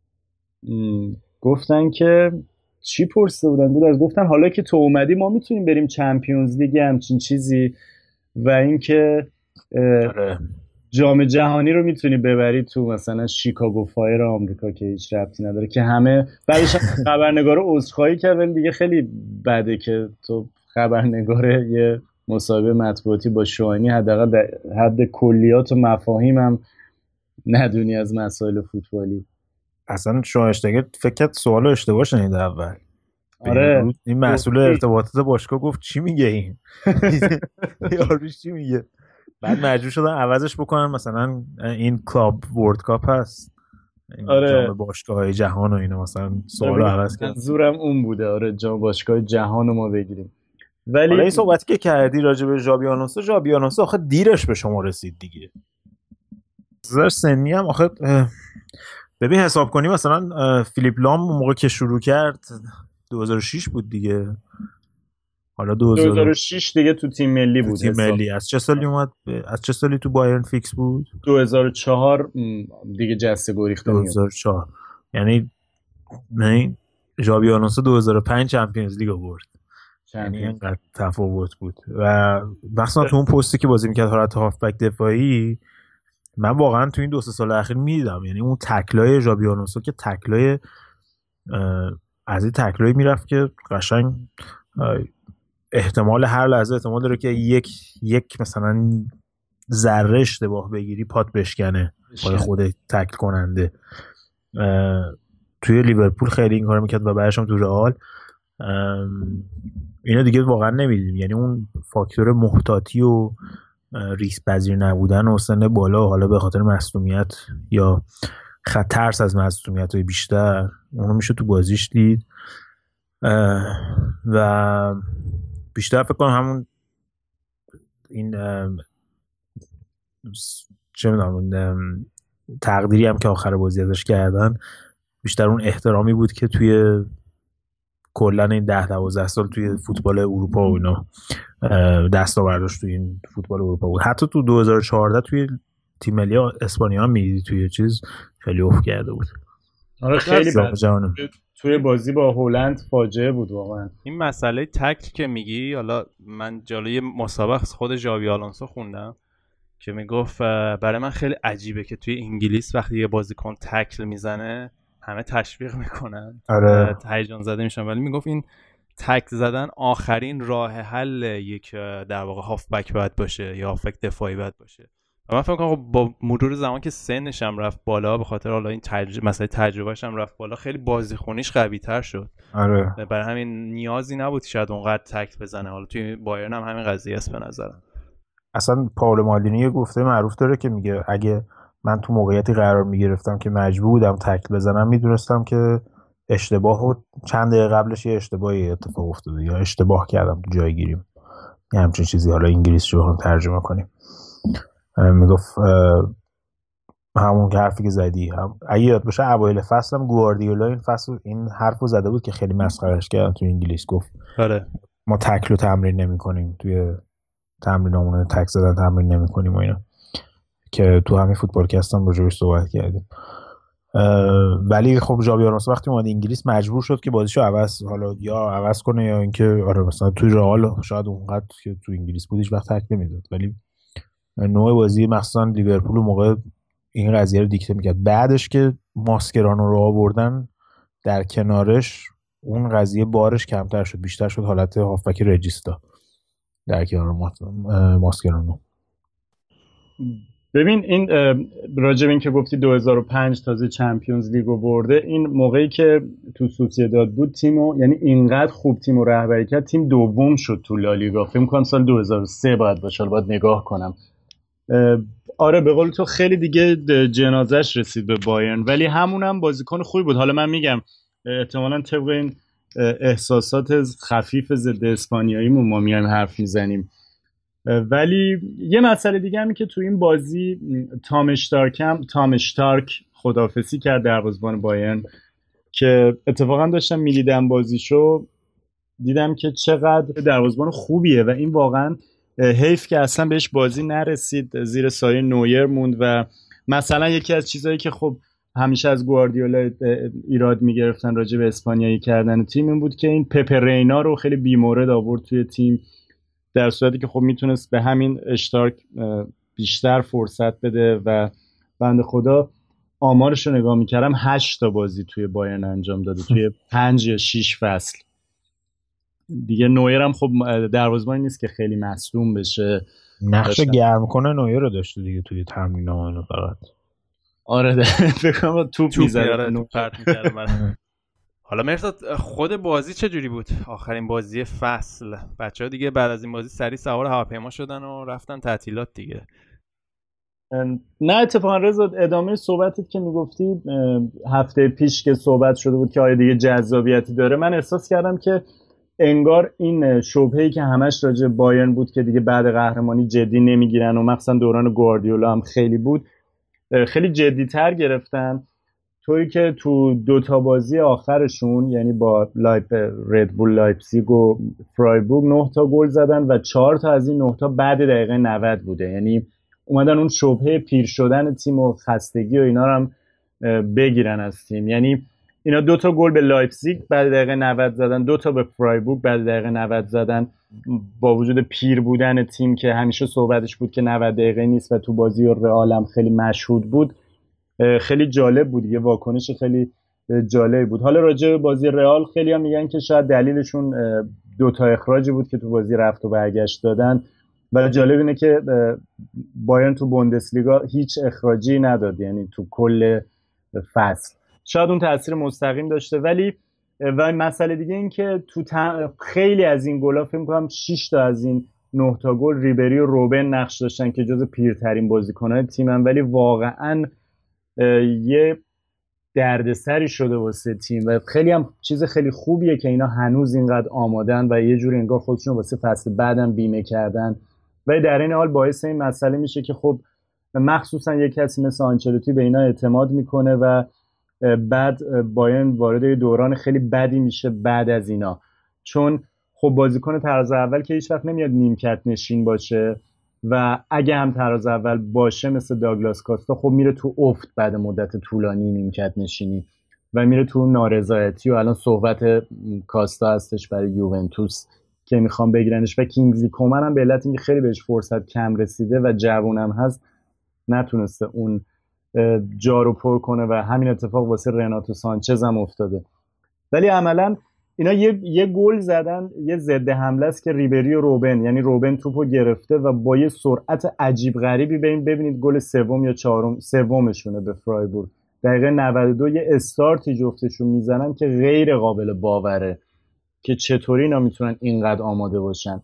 گفتن که چی پرسیده بودن بود، از گفتن حالا که تو اومدی ما میتونیم بریم چمپیونز لیگ همچین چیزی، و اینکه جام جهانی رو میتونی ببری تو مثلا شیکاگو فایر آمریکا که هیچ ربطی نداره، که همه بعدش خبرنگار عذرخواهی کرد. ولی دیگه خیلی بده که تو خبرنگار یه مصاحبه مطبوعاتی با شوانی حداقل در حد کلیات و مفاهیم هم ندونی از مسائل فوتبالی.
اصلا شواینشتایگر فکر کرد سوال اشتباه شنیده اول.
آره
این مسئول ارتباطات باشگاه گفت چی میگه این؟ یاروش چی میگه؟ بعد مجبور شدن عوضش بکنن، مثلا این کلاب ورلد کاپ هست،
آره
جام باشگاه‌های جهان و اینا، مثلا سوالو عوض کردن.
منظورم اون بوده، آره جام باشگاه جهان رو ما بگیریم. ولی
این صحبتی که کردی راجع به ژابی آلونسو آخه دیرش به شما رسید دیگه. زر سنی هم آخه ببین حساب کنی مثلا فیلیپ لام موقع که شروع کرد 2006 بود دیگه، حالا
2006 دیگه تو تیم ملی بود.
تیم ملی از چه سالی اومد؟ از چه سالی تو بایرن فیکس بود؟
2004 دیگه جسته گریخته میاد.
2004 یعنی نه ژابی آلونسو 2005 چمپیونز لیگ برد، یعنی اینقدر تفاوت بود. و مثلا تو اون پستی که بازی میکرد حالت هافبک دفاعی، من واقعا تو این 2-3 سال اخیر میدیدم، یعنی اون تکلای ژابی آلونسو که تکلای از این تکلای میرفت که قشنگ احتمال هر لحظه احتمال داره که یک مثلا ذره اشتباه بگیری پات بشکنه پای خود تکل کننده. توی لیورپول خیلی این کارو میکرد و بعدش هم تو رئال. اینا دیگه واقعا نمیدیم، یعنی اون فاکتور محتاطی و ریسک پذیر نبودن و سن بالا، حالا به خاطر مصدومیت یا ترس از مصدومیت‌های بیشتر، اونو میشه تو بازیش دید. و بیشتر فکر کنم همون این چه می‌دونم تقدیری هم که آخر بازی ازش کردن، بیشتر اون احترامی بود که توی کلن این 10-12 سال توی فوتبال اروپا و اینا دستاوردش توی این فوتبال اروپا بود. حتی تو 2014 توی تیم ملی اسپانیا هم میدیدی توی چیز خیلی افت کرده بود.
آره خیلی توی بازی با هلند فاجعه بود واقعا.
این مسئله تکل که میگی، حالا من جلوی مسابقه خود ژاوی آلونسو خوندم که میگفت برای من خیلی عجیبه که توی انگلیس وقتی یه بازیکن تکل میزنه همه تشویق میکنن،
آره
هیجان زده میشن، ولی میگفت این تکل زدن آخرین راه حل یک در واقع هافبک باید باشه یا هافبک دفاعی باید باشه. و من فکر کنم با مرور زمان که سنش هم رفت بالا، به خاطر حالا این مسئله تجربهش هم رفت بالا، خیلی بازیخونیش قوی تر شد.
آره
برای همین نیازی نبود شاید اونقدر تکل بزنه. حالا توی بایرن هم همین قضیه است به نظرم.
اصلا پائولو مالدینی یه گفته معروف داره که میگه اگه من تو موقعیتی قرار میگرفتم که مجبور بودم تکل بزنم، میدونستم که اشتباه و چند دقیقه قبلش یه اشتباهی اتفاق افتاده یا اشتباه کردم تو جایگیریم، یه همچین چیزی. حالا انگلیسی رو هم ترجمه کنیم، میگفت همون حرفی که زدی. اگه یاد باشه اوایل فصل هم گواردیولا این فصل این حرفو زده بود که خیلی مسخرهش کردن تو انگلیس. گفت
آره
ما تکل رو تمرین نمی‌کنیم، توی تمرینامون تک زدن تمرین نمی‌کنیم و اینا، که تو همین فوتبالکست هم راجعش صحبت کردیم. ولی خب ژاوی آلونسو وقتی اومد انگلیس مجبور شد که بازیشو عوض کنه یا اینکه آره مثلا توی رئال شاید اونقدر که تو انگلیس بود هیچ وقت تک نمیداد، ولی نوع بازی مخصوصا لیورپول اون موقع این قضیه رو دیکته میکرد. بعدش که ماسکرانو رو آوردن در کنارش، اون قضیه بارش کمتر شد، بیشتر شد حالت هافبک رجیستا در کنار ماسکرانو.
ببین این راجب این که گفتی 2005 تازه چمپیونز لیگو برده، این موقعی که تو سوسییداد بود تیمو، یعنی اینقدر خوب تیمو رهبری کرد، تیم دوم شد تو لالیگا. فکر کنم سال 2003 باید باشه، باید نگاه کنم. آره به قول تو خیلی دیگه جنازش رسید به بایرن، ولی همونم بازیکن خوبی بود. حالا من میگم احتمالاً طبق این احساسات خفیف ضد اسپانیاییمون ما میایم حرف میزنیم. ولی یه مسئله دیگه همی که تو این بازی تام اشتارک خداحافظی کرد، دروازه‌بان بایرن، که اتفاقا داشتم میدیدم بازیشو، دیدم که چقدر دروازه‌بان خوبیه و این واقعا حیف که اصلا بهش بازی نرسید، زیر سایه نویر موند. و مثلا یکی از چیزایی که خب همیشه از گواردیولا ایراد میگرفتن راجع به اسپانیایی کردن تیم این بود که این پپه رینا رو خیلی بیمورد آورد توی تیم، در صورتی که خب میتونست به همین اشتراک بیشتر فرصت بده. و بنده خدا آمارش رو نگاه میکردم 8 تا بازی توی بایرن انجام داده توی 5 یا 6 فصل دیگه. نویر هم خب دروازه‌بانی نیست که خیلی مصدوم بشه،
نقش گرم کنه نویر رو داشته دیگه توی تمرین‌ها فقط.
آره فکر کنم توپ می‌زنه،
توپ پرت می‌کرد. حالا مرزاد خود بازی چجوری بود؟ آخرین بازی فصل بچه‌ها دیگه بعد از این بازی سریع سوار هواپیما شدن و رفتن تعطیلات دیگه.
نه اتفاقا رضا ادامه صحبتت که میگفتی هفته پیش که صحبت شده بود که آیا دیگه جذابیتی داره، من احساس کردم که انگار این شبهه‌ای که همش راجع بایرن بود که دیگه بعد قهرمانی جدی نمیگیرن و مخصوصا دوران گواردیولا هم خیلی بود، خیلی جدی‌تر گرفتن، طوری که تو 2 تا بازی آخرشون یعنی با ردبول لایپزیگ و فرایبورگ 9 تا گل زدن و 4 تا از این 9 تا بعد دقیقه 90 بوده. یعنی اومدن اون شبهه پیر شدن تیم و خستگی و اینا رو هم بگیرن از تیم. یعنی اینا 2 تا گل به لایپزیگ بعد دقیقه 90 زدن، 2 تا به فرایبورگ بعد دقیقه 90 زدن، با وجود پیر بودن تیم که همیشه صحبتش بود که 90 دقیقه نیست و تو بازی رئال هم خیلی مشهود بود. خیلی جالب بود، یه واکنش خیلی جالب بود. حالا راجع به بازی رئال خیلی هم میگن که شاید دلیلشون 2 تا اخراجی بود که تو بازی رفت و برگشت دادن، و جالب اینه که بایرن تو بوندسلیگا هیچ اخراجی نداد، یعنی تو کل فصل. شاید اون تاثیر مستقیم داشته. ولی و مسئله دیگه این که تو خیلی از این گل‌ها فکر می‌کنم 6 تا از این 9 تا گل ریبری و روبن نقش داشتن که جز پیرترین بازیکن‌های تیمن، ولی واقعاً یه دردسری شده واسه تیم و خیلی هم چیز خیلی خوبیه که اینا هنوز اینقدر آمادن و یه جوری انگار خودشون واسه فصل بعدم بیمه کردن و در این حال باعث این مسئله میشه که خب مخصوصا یک کسی مثل آنچلوتی به اینا اعتماد میکنه و بعد بایرن وارد دوران خیلی بدی میشه بعد از اینا، چون خب بازیکن طراز اول که هیچ وقت نمیاد نیمکت نشین باشه و اگه هم طراز اول باشه مثل داگلاس کاستا خب میره تو افت بعد مدت طولانی نیمکت نشینی و میره تو نارضایتی و الان صحبت کاستا هستش برای یوونتوس که میخوام بگیرنش و کینگزلی کومن هم به علت اینکه خیلی بهش فرصت کم رسیده و جوونم هست نتونسته اون جا رو پر کنه و همین اتفاق واسه رناتو سانچز هم افتاده. ولی عملاً اینا یه گل زدن، یه ضد حمله است که ریبری و روبن، یعنی روبن توپو گرفته و با یه سرعت عجیب غریبی ببینید گل سوم یا سومشونه به فرایبورگ دقیقه 92 یه استارتی جفتشون میزنن که غیر قابل باوره که چطوری اینا میتونن اینقدر آماده باشن.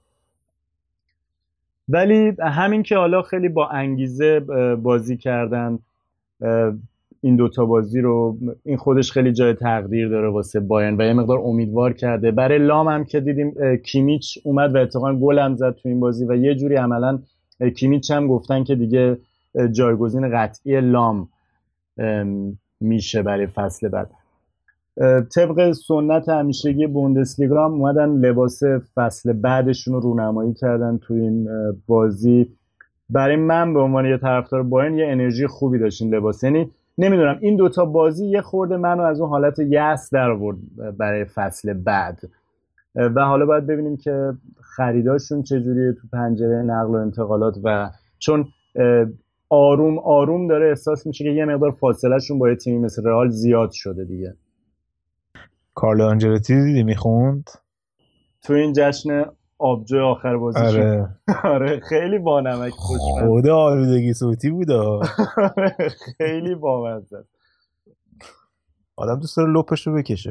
ولی همین که حالا خیلی با انگیزه بازی کردن این دوتا بازی رو، این خودش خیلی جای تقدیر داره واسه بایرن و یه مقدار امیدوار کرده. برای لام هم که دیدیم کیمیچ اومد و اتفاقا گل هم زد تو این بازی و یه جوری عملا کیمیچ هم گفتن که دیگه جایگزین قطعی لام میشه برای فصل بعد. طبق سنت همیشگی بوندسلیگا هم اومدن لباس فصل بعدشون رو رونمایی کردن تو این بازی. برای من به عنوان یه طرفدار بایرن یه انرژی خوبی داشتین لباس، یعنی نمیدونم این دوتا بازی یه خورده منو از اون حالت یأس در آورد برای فصل بعد و حالا باید ببینیم که خریداشون چجوریه تو پنجره نقل و انتقالات و چون آروم آروم داره احساس میشه که یه مقدار فاصلهشون با یه تیمی مثل رئال زیاد شده دیگه.
کارلو آنجلوتی دیدی میخوند
تو این جشن آبجو آخر بازیشون. آره خیلی بانمک
خود آلودگی صوتی بود.
خیلی بامزه.
آدم دوست داره لپش رو بکشه.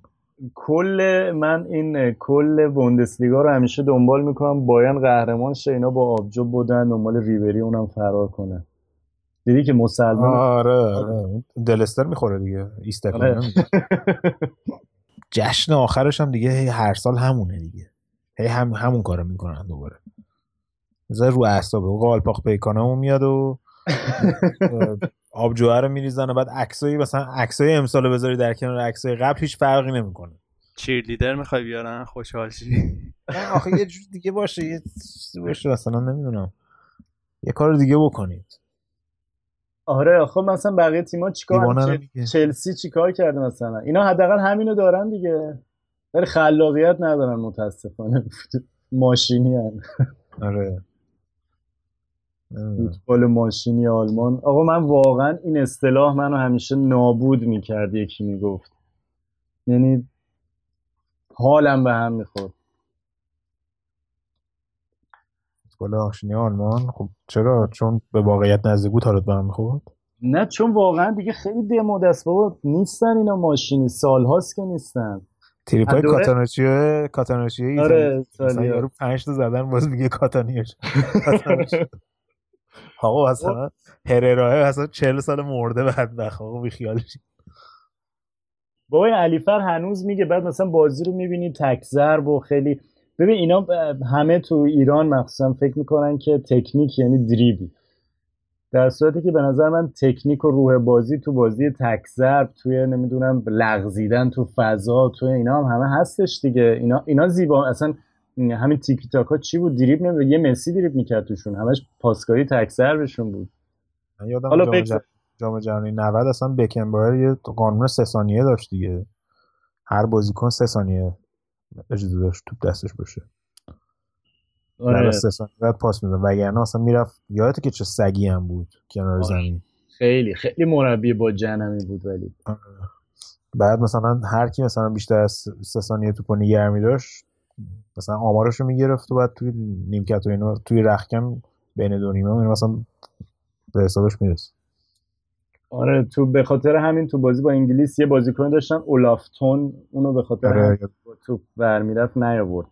کل بوندسلیگا رو همیشه دنبال میکنم بایرن قهرمان شه اینا با آبجو بودن دنبال ریبری اونم فرار کنه. دیدی که مسلمان
آره دلستر میخوره دیگه ایستکانه. جشن آخرش هم دیگه هر سال همونه دیگه، همون کارو میکنن دوباره. مثلا رو اعصاب قالپاق پیکانمون میاد و آبجوهر رو میریزن و بعد عکسایی مثلا عکسای امسال بذاری در کنار عکسای قبل هیچ فرقی نمیکنه.
چیرلیدر میخوای بیارن خوشحال شی؟
نه آخه یه جور دیگه باشه، یه چیزی باشه مثلا نمیدونم یه کار دیگه بکنید.
آره آخه مثلا بقیه تیم‌ها چیکار چلسی چیکار کرده مثلا اینا حداقل همینو دارن دیگه، ولی خلاقیت ندارن متاسفانه. ماشینی هن.
آره
فوتبال ماشینی آلمان. آقا من واقعا این اصطلاح منو همیشه نابود میکرد یکی میگفت، یعنی حالم به هم میخورد.
فوتبال ماشینی آلمان. خب چرا؟ چون به واقعیت نزدیک بود حالت به هم میخورد؟
نه چون واقعا دیگه خیلی دمود است بابا، نیستن اینا ماشینی، سالهاست که نیستن.
تریپای کاتانوچیه
آره
مثلا یارو 5 تا زدن باز میگه کاتانیوش. آقا مثلا هرراه اصلا 40 سال مرده بدبخت. آقا بی خیال شید.
بابا علیفر هنوز میگه، بعد مثلا بازی رو میبینی تک ضرب و خیلی ببین اینا همه تو ایران مخصوصا فکر میکنن که تکنیک یعنی دریبل، در صورتی که به نظر من تکنیک و روح بازی تو بازی تک ضرب، توی نمیدونم لغزیدن تو فضا، توی اینا هم همه هستش دیگه. اینا زیبا. اصلا همین تیکی تاکا چی بود؟ دریبل نمیدونم، یه مسی دریبل میکرد توشون، همش پاسکاری تک ضربشون بود.
من یادم جام جهانی 90 اصلا بکنبایر یه قانون 3 ثانیه داشت دیگه، هر بازیکن 3 ثانیه اجازه داشت توپ دستش باشه. آره 3 ثانیه بعد پاس میداد، وگرنه اصلا میرفت. یادته که چه سگی هم بود کنار زمین.
خیلی خیلی مربی با جنمی بود. ولی
بعد مثلا هر کی مثلا بیشتر از 3 ثانیه توپو نگه می‌داشت مثلا آمارشو میگرفت و بعد توی نیمکت و اینا توی رختکن بین دو نیمه مثلا به حسابش میرسه.
آره تو به خاطر همین تو بازی با انگلیس یه بازیکن داشتن اولافتون، اونو به خاطر همین با توپ برمیرفت نیاورد.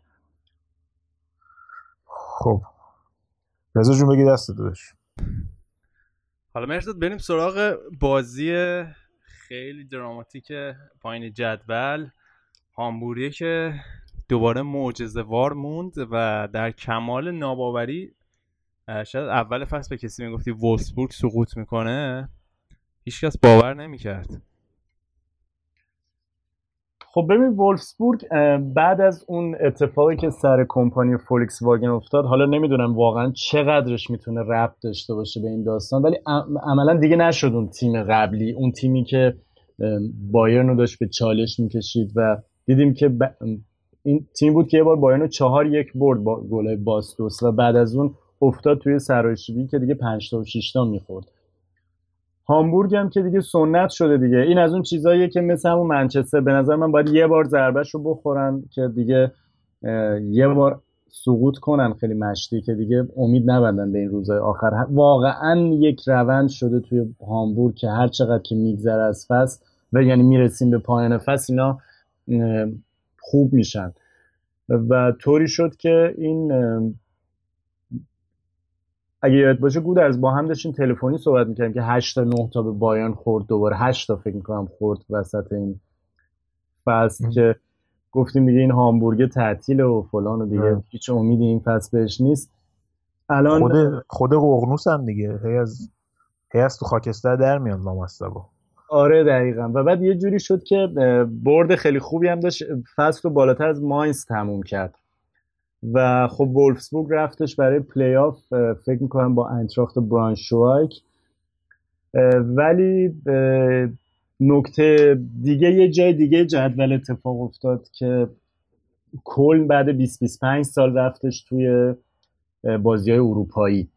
خب رضا جون بگی دست داداش.
حالا مهرداد بریم سراغ بازی خیلی دراماتیک پایین جدول، هامبوریه که دوباره معجزه‌وار موند و در کمال ناباوری شاید اول فصل به کسی میگفتی وولفسبورگ سقوط میکنه هیچکس باور نمیکرد.
خب ببین وولفسبورگ بعد از اون اتفاقی که سر کمپانی فولکس واگن افتاد، حالا نمیدونم واقعا چقدرش میتونه ربط داشته باشه به این داستان، ولی عملا دیگه نشد اون تیم قبلی، اون تیمی که بایرن رو داشت به چالش میکشید و دیدیم که این تیم بود که یه بار بایرن رو 4-1 برد با گلای باستوس و بعد از اون افتاد توی سرایشیبی که دیگه 5 تا و 6 تا میخورد. هامبورگ هم که دیگه سنت شده دیگه، این از اون چیزاییه که مثل همون منچستر به نظر من باید یه بار ضربهش رو بخورن که دیگه یه بار سقوط کنن خیلی مشتی که دیگه امید نبندن به این روزهای آخر. واقعا یک روند شده توی هامبورگ که هر چقدر که میگذره از فصل و یعنی میرسیم به پایان فصل اینا خوب میشن و طوری شد که این اگه یاد باشه گودرز با هم داشتیم تلفنی صحبت میکردیم که 8 تا 9 تا به بایرن خورد، دوباره 8 تا فکر میکنم خورد وسط این فصل که گفتیم دیگه این هامبورگ تعطیله و فلان و دیگه هیچ امیدی این فصل بهش نیست. الان
خود ققنوس هم دیگه هی از تو خاکستر در میان لامصبا.
آره دقیقاً. و بعد یه جوری شد که برد خیلی خوبی هم داشت، فصل رو بالاتر از ماینز تموم کرد و خب وولفسبورگ رفتش برای پلی آف فکر میکنم با اینتراخت برانشوایک. ولی نکته دیگه یه جای دیگه جدول اتفاق افتاد که کلن بعد 20-25 سال رفتش توی بازی‌های اروپایی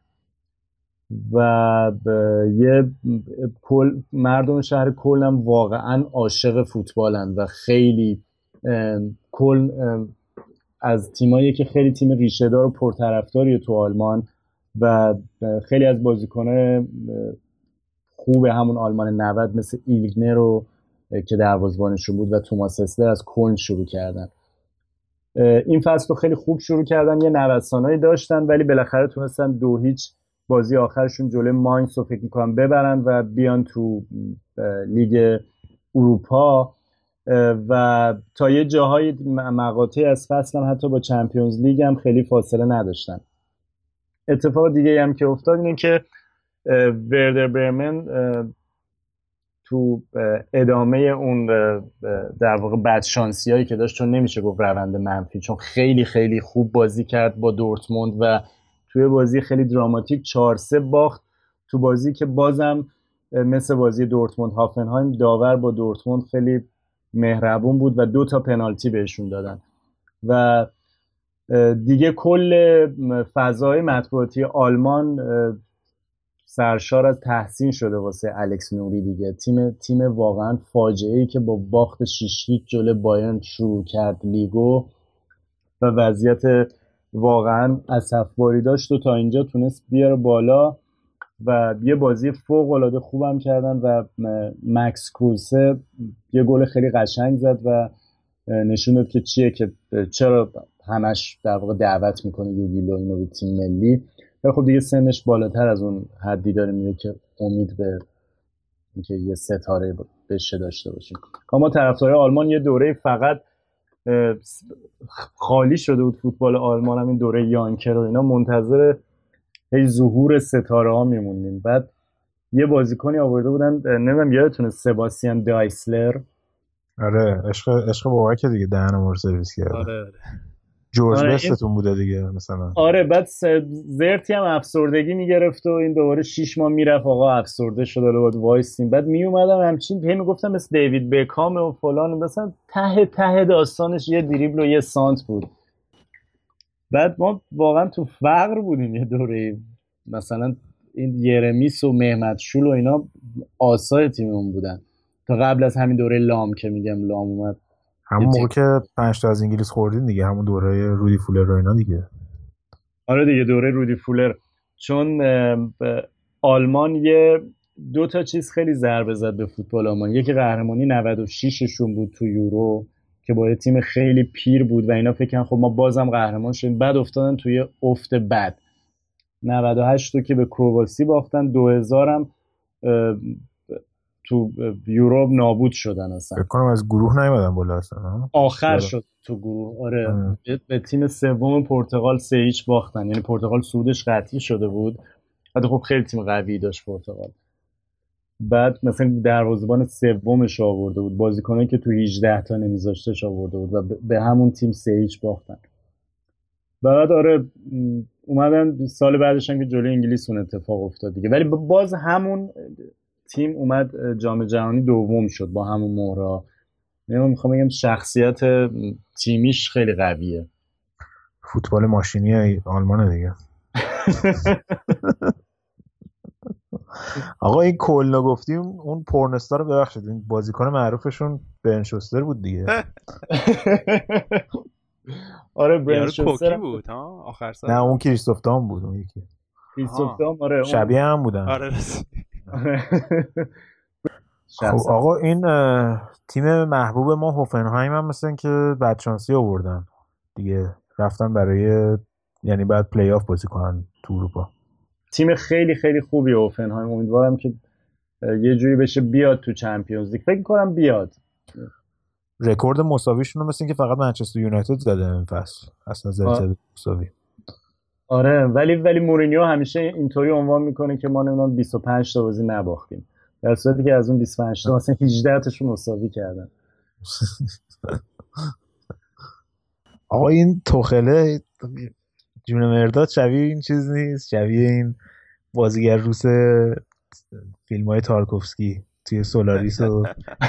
و یه مردم شهر کلن هم واقعا عاشق فوتبالن و خیلی کلن از تیمایی که خیلی تیم ریشه‌دار و پرطرفداریه تو آلمان و خیلی از بازیکن‌های خوب همون آلمان 90 مثل ایلگنر رو که دروازه‌بانشون بود و توماس اسلر از کلن شروع کردن. این فصل رو خیلی خوب شروع کردن، یه نوسانایی داشتن ولی بالاخره تونستن 2-0 بازی آخرشون جلوی ماینز رو فکر می‌کنم ببرن و بیان تو لیگ اروپا و تا یه جاهای مقاطعی از فصل هم حتی با چمپیونز لیگ هم خیلی فاصله نداشتن. اتفاق دیگه هم که افتاد اینه که وردر برمن تو ادامه اون در واقع بدشانسیایی که داشت، چون نمیشه گفت روند منفی، چون خیلی خیلی خوب بازی کرد با دورتموند و توی بازی خیلی دراماتیک 4-3 باخت، تو بازی که بازم مثل بازی دورتموند هافنهایم داور با دورتموند خیلی مهربون بود و 2 تا پنالتی بهشون دادن و دیگه کل فضای مطبوعاتی آلمان سرشار از تحسین شده واسه الکس نوری دیگه. تیم واقعا فاجعه‌ای که با باخت 6-0 جلوی بایرن شروع کرد لیگو و وضعیت واقعا اسفباری داشت و تا اینجا تونست بیاره بالا و یه بازی فوق‌العاده خوبم کردن و مکس کروسه یه گل خیلی قشنگ زد و نشون داد که چیه که چرا همش در واقع دعوت میکنه یوگی لوینو به تیم ملی و خب دیگه سنش بالاتر از اون حدی داره میره که امید به اینکه یه ستاره بشه داشته باشیم. ما طرفدارای آلمان یه دوره فقط خالی شده بود فوتبال آلمان، هم این دوره یانکر و اینا منتظر هی ظهور ستاره ها میموندیم. بعد یه بازیکنی آورده بودن نمیدونم یادتونه سباستیان دایسلر.
آره عشق بابک دیگه، دهنمو سرویس کرد.
آره
جورج بستتون بوده دیگه مثلا.
آره بعد زرتی هم افسردگی میگرفت و این دوباره 6 ماه میرفت آقا افسرده شده رو بود وایسیم. بعد میومدم همچین هی میگفتم مثل دیوید بکام و فلان، مثلا ته داستانش یه دریبل و یه سانت بود. بعد ما واقعا تو فقر بودیم یه دوره، مثلا این یرمیس و مهمت شول و اینا آسای تیممون بودن تا قبل از همین دوره لام که میگم لام اومد،
همون موقع که 5 تا از انگلیس خوردین دیگه، همون دوره رودی فولر و اینا دیگه.
آره دیگه دوره رودی فولر، چون آلمان یه دو تا چیز خیلی ضربه زد به فوتبال آلمان. یکی قهرمانی 96 شون بود تو یورو که با یه تیم خیلی پیر بود و اینا فکر کنن خب ما بازم قهرمان شدیم، بعد افتادن توی افت بد. 98 رو که به کرواسی باختن، 2000 هم تو یورو نابود شدن اصلا.
فکر کنم از گروه نیومدن بالا اصلا.
آخر شد تو گروه. آره به تیم سوم پرتغال 3-0 باختن، یعنی پرتغال صعودش قطعی شده بود. بعد خب خیلی تیم قوی داشت پرتغال. بعد مثلا دروازه‌بان سومش آورده بود، بازیکنایی که تو 18 تا نمیذاشتش آورده بود و به همون تیم 3-0 باختن. بعد آره اومدن سال بعدش هم که جلوی انگلیس اون اتفاق افتاد دیگه، ولی باز همون تیم اومد جام جهانی دوم شد با همون مهرا. میخوام بگم شخصیت تیمیش خیلی قویه.
فوتبال ماشینی آلمانه دیگه. آقا این کلنا گفتیم اون پورنستار رو ببخشید، این بازیکن معروفشون برن شوستر بود دیگه.
آره برن شوستر
بود ها آخر سال.
نه اون کریستوف دام بود اون یکی.
کریستوف دام آره
شبیه هم بودن.
آره.
خب آقا این تیم محبوب ما هوفنهایم هم مثلا که بدشانسی آوردن دیگه، رفتن برای یعنی بعد پلی آف بازی کنن تو اروپا.
تیم خیلی خیلی خوبی هوفنهایم، امیدوارم که یه جوری بشه بیاد تو چمپیونز لیگ. فکر کنم بیاد.
رکورد مساویشون رو مثل اینکه فقط منچستر یونایتد زده این فصل اصلا زلزله مساوی.
آره ولی مورینیو همیشه اینطوری عنوان میکنه که ما نمیدونم 25 تا بازی نباختیم، در صورتی که از اون 25 تا مثلا 18 تاشون مساوی کردن.
آقا این توخله جون مرداد شبیه این چیز نیست، شبیه این بازیگر روس فیلم‌های تارکوفسکی توی سولاریس و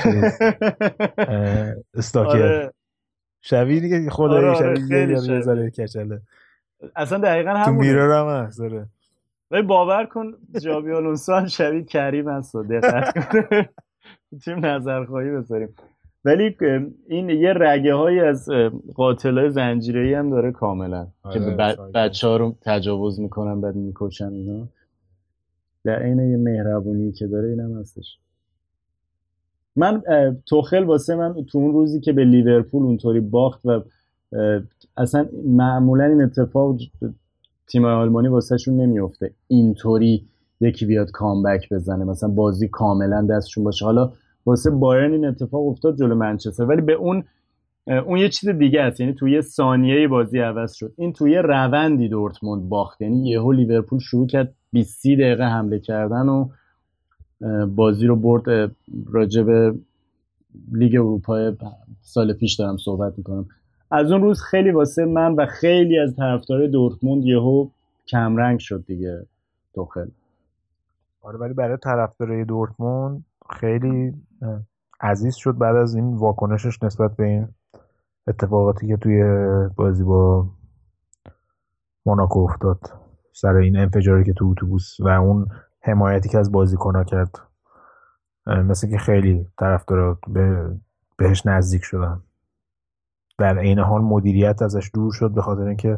استاکر. آره. شبیه دیگه خدایی. آره شبیه یه کچله
اصلا دقیقاً همونه.
تو میرر هم هست. آره
ولی باور کن جابی آلونسو هم شبیه کریم هست. دقت کن تیم نظرخواهی بذاریم. ولی این یه رگه های از قاتلای زنجیره‌ای هم داره کاملا. آره که بچه‌ها رو تجاوز میکنن بعد میکشن اینا. در عین یه مهربونی که داره اینم هستش. من توخل واسه من تو اون روزی که به لیورپول اونطوری باخت و اصلا معمولا این اتفاق تیم‌های آلمانی واسه شون نمیفته اینطوری یکی بیاد کامبک بزنه مثلا بازی کاملا دستشون باشه. حالا واسه بایرن این اتفاق افتاد جلو منچستر، ولی به اون یه چیز دیگه است. یعنی توی یه ثانیه بازی عوض شد. این توی روندی دورتموند باخت، یعنی یهو لیورپول شروع کرد 20 دقیقه حمله کردن و بازی رو برد. راجع به لیگ اروپا سال پیش دارم صحبت میکنم. از اون روز خیلی واسه من و خیلی از طرفدارای دورتموند یهو کمرنگ شد دیگه توخل.
آره ولی برای طرفدارای دورتموند خیلی عزیز شد بعد از این واکنشش نسبت به این اتفاقاتی که توی بازی با موناکو افتاد سر این انفجاری که تو اتوبوس و اون حمایتی که از بازیکن‌ها کرد. مثل که خیلی طرفدارا بهش نزدیک شدن. در عین حال مدیریت ازش دور شد به خاطر اینکه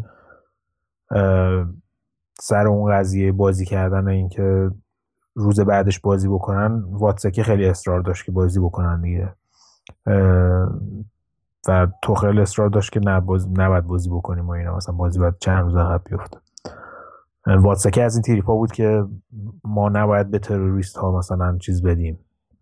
سر اون قضیه بازی کردن این که روز بعدش بازی بکنن، واتساکی خیلی اصرار داشت که بازی بکنن دیگه و توخل اصرار داشت که نباید بازی بکنیم و اینا، مثلا بازی باید چند روز عقب بیفته. واتساکی از این تریپا بود که ما نباید به تروریست ها مثلا چیز بدیم،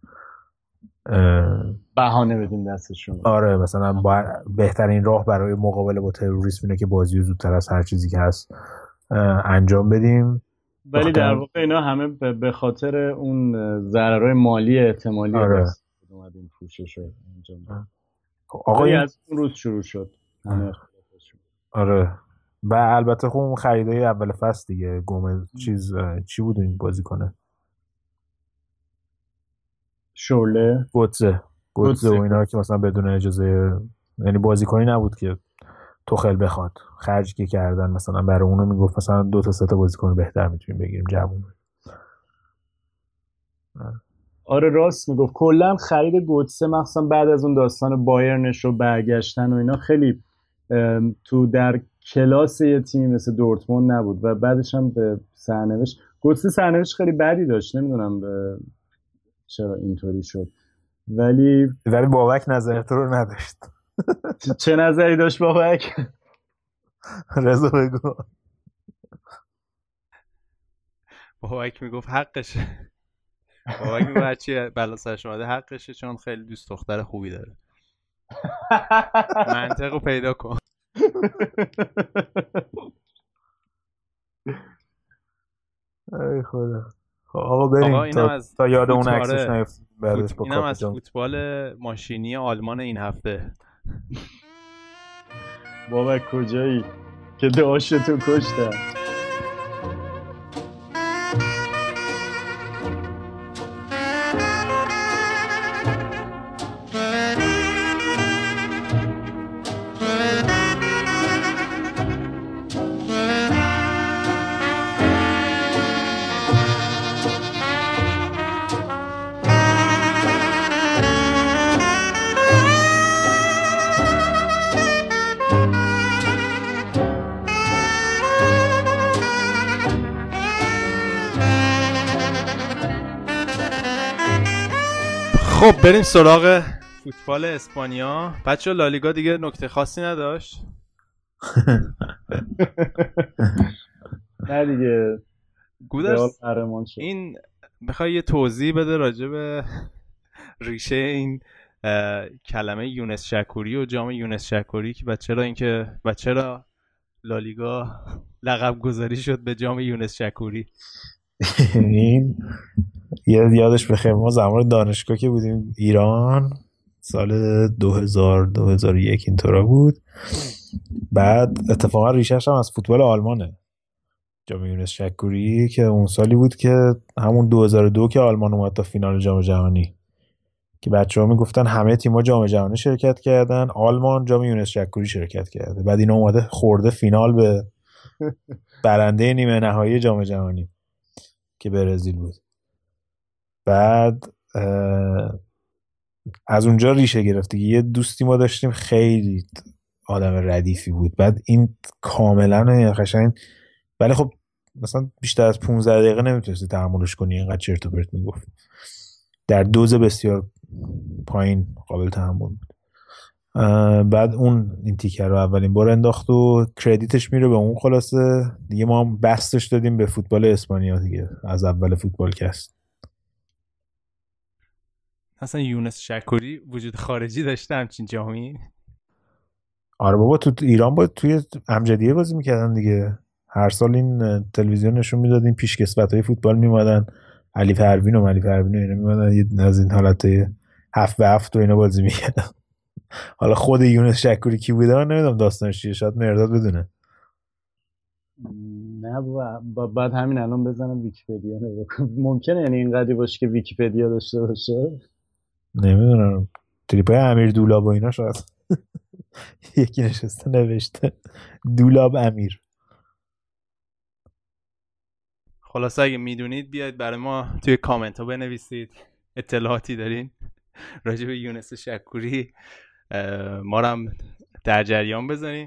بهانه بدیم دستشون.
آره مثلا بهترین راه برای مقابله با تروریسم اینه که بازی رو زودتر از هر چیزی که هست انجام بدیم.
ولی در واقع اینا همه به خاطر اون ضررهای مالی احتمالی اومدیم پوشش رو انجام بدیم. آقا از اون روز شروع شد همه.
آره و البته خب اون خریدای اول فصل دیگه گومز چی بود این بازی کنه؟
شورله
گوتزه و اینا که مثلا بدون اجازه، یعنی بازیکنی نبود که توخل بخواد خرجی که کردن مثلا برای اونو میگفت مثلا 2 تا 3 تا بازیکن بهتر میتونیم بگیریم جوون.
آره راست میگفت. کلا خرید گوتزه مخصوصا بعد از اون داستان بایرنش رو برگشتن و اینا خیلی تو در کلاس یه تیمی مثل دورتموند نبود و بعدش هم به سرنوشت گوتسه سرنوشت خیلی بدی داشت، نمیدونم چرا اینطوری شد، ولی
بابک نظر تو رو نداشت.
چه نظری داشت بابک؟
رضا بگو.
بابک میگفت حقشه. بابک میگفت هرچی بلا سرش اومده حقشه، چون خیلی دوست دختر خوبی داره. منطقو پیدا کن.
ای خدا. آقا بریم تا یاد اون عکسش نیفتیم.
اینم از فوتبال ماشینی آلمان این هفته.
بابک کجایی که داشتو کشتن؟
خب بریم سراغ فوتبال اسپانیا. بچه لالیگا دیگه نکته خاصی نداشت؟
نه دیگه.
گودرز این بخوای یه توضیح بده راجع به ریشه این کلمه یونس شکوری و جام یونس شکوری و چرا لالیگا لقب گذاری شد به جام یونس شکوری؟
این یادش بخیر ما زمان دانشگاه که بودیم ایران سال 2001 اینطورا بود. بعد اتفاقا ریشه‌اش هم از فوتبال آلمانه، جام یونس شکوری، که اون سالی بود که همون 2002 که آلمان اومد تا فینال جام جهانی، که بچه‌ها میگفتن همه تیم‌ها جام جهانی شرکت کردن، آلمان جام یونس شکوری شرکت کرده. بعد اینا اومده خورده فینال به برنده نیمه نهایی جام جهانی که برزیل بود. بعد از اونجا ریشه گرفته. یه دوستی ما داشتیم خیلی آدم ردیفی بود، بعد این کاملا قشنگ، ولی خب مثلا بیشتر از 15 دقیقه نمیتونستی تحملش کنی، اینقدر چرت و پرت میگفت. در دوز بسیار پایین قابل تحمل بود. بعد این تیکر رو اولین بار انداخت و کردیتش میره به اون. خلاصه دیگه ما هم بستش دادیم به فوتبال اسپانیا دیگه از اول فوتبالکست.
اصلا یونس شکوری وجود خارجی داشته همچین جامی؟
آره بابا، تو ایران بود توی امجدیه بازی میکردن دیگه. هر سال این تلویزیون نشون میداد، این پیشکسوتای فوتبال میومدن، علی پروین و اینا میومدن از این حالتای 7-7 و اینا بازی میکردن. حالا خود یونس شکوری کی بوده من نمیدونم داستانش چیه، شاید مرداد بدونه.
نه بابا بعد همین الان بزنم ویکی‌پدیا نگاه کنم. ممکنه یعنی اینقدری باشه که ویکی‌پدیا داشته باشه؟
نمیدونم. تریپای امیر دولاب و اینا شاید یکی نشسته نوشته دولاب امیر.
خلاصه اگه میدونید بیاید برای ما توی کامنت ها بنویسید اطلاعاتی دارین راجع به یونس شکوری، ما رو هم در جریان بذارین.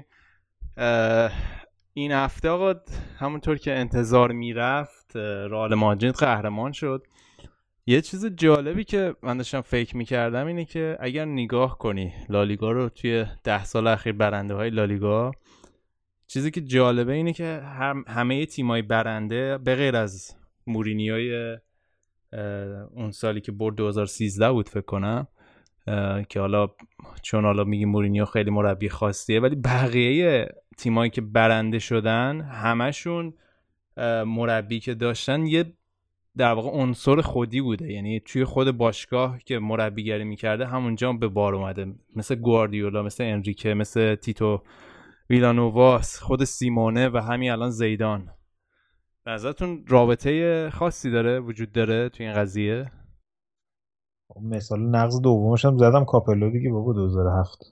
این هفته آقا همونطور که انتظار میرفت رئال مادرید قهرمان شد. یه چیز جالبی که من داشتم فکر میکردم اینه که اگر نگاه کنی لالیگا رو توی 10 سال اخیر، برنده های لالیگا، چیزی که جالبه اینه که همه تیمای برنده به غیر از مورینیوی اون سالی که برد 2013 بود فکر کنم، که حالا چون حالا میگیم مورینیو خیلی مربی خاصیه، ولی بقیه تیمایی که برنده شدن همشون مربی که داشتن یه در واقع عنصر خودی بوده، یعنی توی خود باشگاه که مربیگری میکرده همونجا به بار اومده، مثل گواردیولا، مثل انریکه، مثل تیتو ویلانوواس، خود سیمونه و همین الان زیدان. نظرتون رابطه خاصی وجود داره توی این قضیه؟
مثال نقض دومش هم زدم کاپلو دیگه بابا، 2007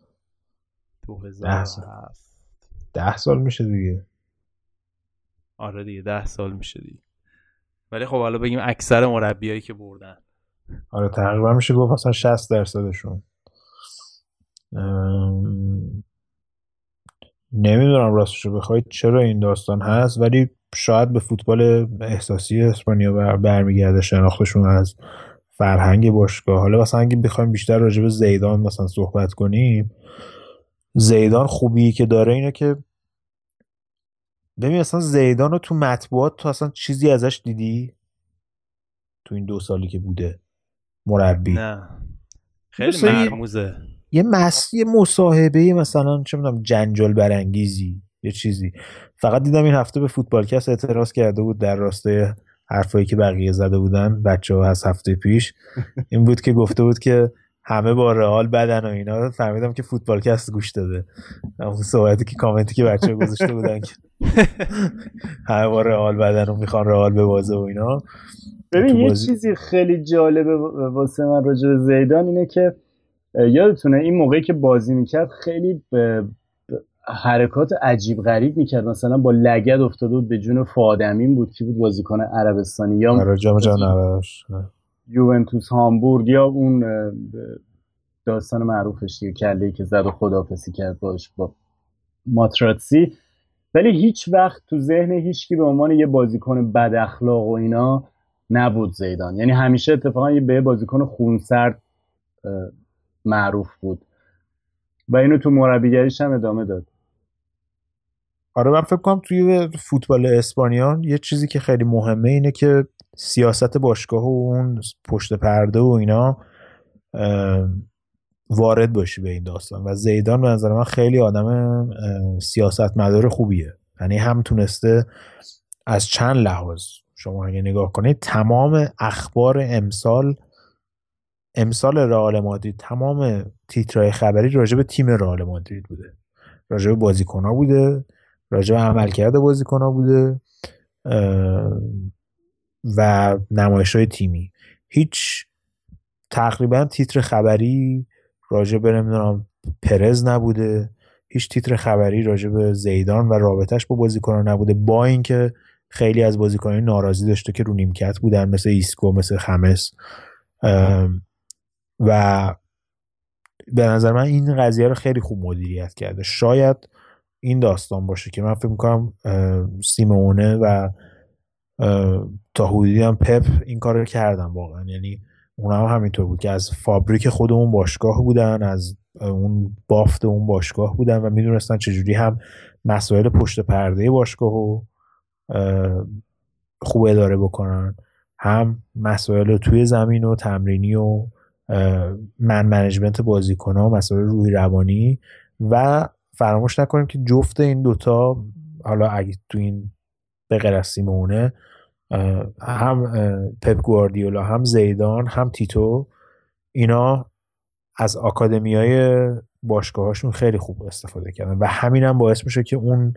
10 سال میشه دیگه.
آره دیگه 10 سال میشه دیگه. ولی خب حالا بگیم اکثر مربیایی که بردن،
آره تقریبا میشه گفت اصلا 60%شون. نمیدونم راستشو بخواید چرا این داستان هست، ولی شاید به فوتبال احساسی اسپانیا برمیگرده، شناختشون از فرهنگ باشگاه. حالا مثلا اگه بخوایم بیشتر راجع به زیدان مثلا صحبت کنیم، زیدان خوبی که داره اینه که ببین مثلا زیدان رو تو مطبوعات تو اصلا چیزی ازش دیدی تو این 2 سالی که بوده مربی؟
نه خیلی مرموزه.
یه مصاحبه مثلا چه میدونم جنجال برانگیزی یه چیزی. فقط دیدم این هفته به فوتبالکست اعتراض کرده بود در راستای حرفایی که بقیه زده بودن بچه‌ها از هفته پیش. این بود که گفته بود که همه با رئال بدن و اینا. فهمیدم که فوتبالکست گوش داده اون صحبتی که کامنتی که بچه‌ها گذاشته بودن که همه با رئال بدن و میخوان رئال ببازه و اینا.
ببین یه چیزی خیلی جالبه واسه من راجع به زیدان اینه که یادتونه این موقعی که بازی میکرد خیلی حرکات عجیب غریب میکرد. مثلا با لگد افتاده بود به جون فادمین بود که بود بازیکن عربستانی، یا یوونتوس هامبورگ، یا اون داستان معروفش دیگه کله‌ای که زد و خداحافظی کرد باش با ماتراتسی. ولی هیچ وقت تو ذهن هیچکی به عنوان یه بازیکن بد اخلاق و اینا نبود زیدان. یعنی همیشه اتفاقا یه به بازیکن خونسرد معروف بود و اینو تو مربیگریش هم ادامه داد.
آره من فکر کنم توی فوتبال اسپانیا یه چیزی که خیلی مهمه اینه که سیاست باشگاه و اون پشت پرده و اینا وارد باشی به این داستان. و زیدان به نظر من خیلی آدم سیاستمدار خوبیه. یعنی هم تونسته از چند لحاظ شما اگه نگاه کنید تمام اخبار امسال رئال مادرید، تمام تیترهای خبری راجع به تیم رئال مادرید بوده، راجع به بازیکن‌ها بوده، راجع به عملکرد بازیکن‌ها بوده و نمایش‌های تیمی. هیچ تقریبا تیتر خبری راجع به نمیدونم پرز نبوده، هیچ تیتر خبری راجع به زیدان و رابطش با بازیکن‌ها نبوده، با اینکه خیلی از بازیکنان ناراضی داشته که رو نیمکت بودن، مثل ایسکو، مثل خمس. و به نظر من این قضیه رو خیلی خوب مدیریت کرده. شاید این داستان باشه که من فکر میکنم سیمونه و تا حدودی هم پپ این کار رو کردن واقعا. یعنی اونا هم همینطور بود که از فابریک خود اون باشگاه بودن، از اون بافت اون باشگاه بودن و میدونستن چجوری هم مسائل پشت پرده باشگاه رو خوب اداره بکنن، هم مسائل توی زمین و تمرینی و منیجمنت بازیکن‌ها و مسائل روحی روانی. و فراموش نکنیم که جفت این دوتا، حالا اگه تو این به غیر از سیمونه، هم پپ گواردیولا، هم زیدان، هم تیتو، اینا از آکادمیای باشگاهاشون خیلی خوب استفاده کردن و همین هم باعث میشه که اون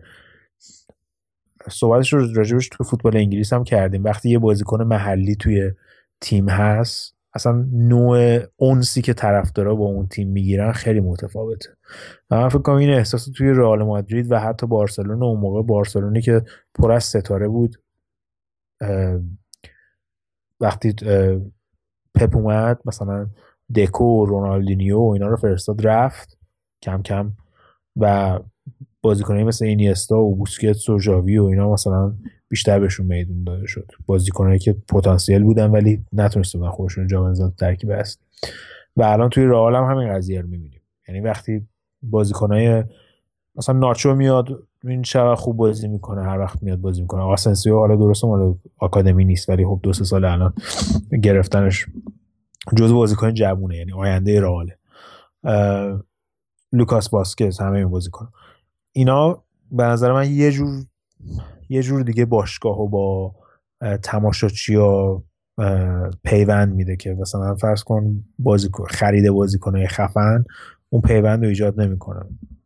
صحبتش رو راجبش تو فوتبال انگلیس هم کردیم، وقتی یه بازیکن محلی توی تیم هست اصلا نوع اونسی که طرفدارا با اون تیم میگیرن خیلی متفاوته. و من فکر کنم این احساس توی رئال مادرید و حتی بارسلون، اون موقع بارسلونی که پر از ستاره بود، وقتی پپ اومد مثلا دکو و رونالدینیو و اینا رو فرستاد رفت کم کم و بازیکنایی مثل اینیستا و بوسکتس و ژاوی و اینا مثلا بیشتر بهشون میدون داده شد، بازیکنایی که پتانسیل بودن ولی نتونستن خودشون جا بندازن ترکیب است. و الان توی رئال هم همین قضیه رو می‌بینیم. یعنی وقتی بازیکنای مثلا ناچو میاد این چقدر خوب بازی میکنه، هر وقت میاد بازی میکنه. آسنسیو حالا درسته مال آکادمی نیست ولی خب 2-3 سال الان گرفتنش جزو بازیکن جوونه، یعنی آینده رئاله. لوکاس واسکز، همه این بازیکن اینا به نظر من یه جور دیگه باشگاهو با تماشاچی‌ها پیوند میده که مثلا فرض کن خرید بازیکنای خفن اون پیوند رو ایجاد نمیکنه.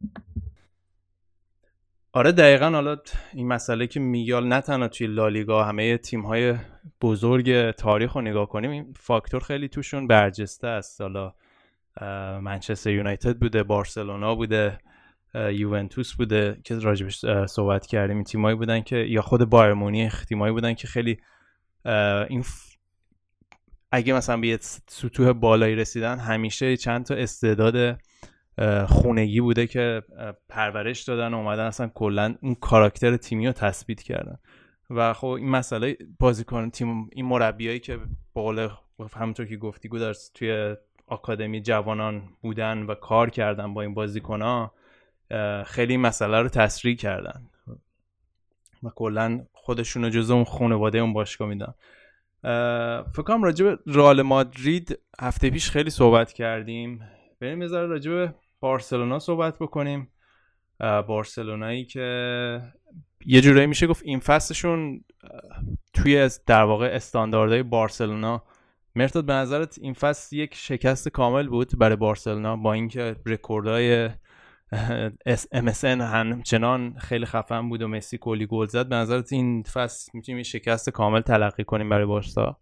آره دقیقاً. حالا این مسئله که میگال نه تنها توی لالیگا، همه تیم‌های بزرگ تاریخ رو نگاه کنیم این فاکتور خیلی توشون برجسته است. حالا منچستر یونایتد بوده، بارسلونا بوده، یوونتوس بوده که راجبش صحبت کردیم. این تیمایی بودن که، یا خود بایر مونیخ، تیمایی بودن که خیلی این اگه مثلا به یه سطوح بالایی رسیدن همیشه چند تا استعداد خونگی بوده که پرورش دادن و اومدن اصلا کلا اون کاراکتر تیمی رو تثبیت کردن. و خب این مسئله بازیکن تیم، این مربیایی که بالا همونطور که گفتی گودرز توی آکادمی جوانان بودن و کار کردن با این بازیکن‌ها خیلی مسئله رو تسریع کردن و کلا خودشونو جزو اون خانواده اون باشگاه میدن. فکر کنم راجع به رئال مادرید هفته پیش خیلی صحبت کردیم، بریم یه ذره راجع به بارسلونا صحبت بکنیم. بارسلونایی که یه جورایی میشه گفت این فصلشون توی در واقع استانداردهای بارسلونا، مرتضی به نظرت این فصل یک شکست کامل بود برای بارسلونا با اینکه رکوردهای MSN همچنان خیلی خفن بود و مسی کلی گل زد؟ به نظرت این فصل میتونیم یه شکست کامل تلقی کنیم برای بارسا؟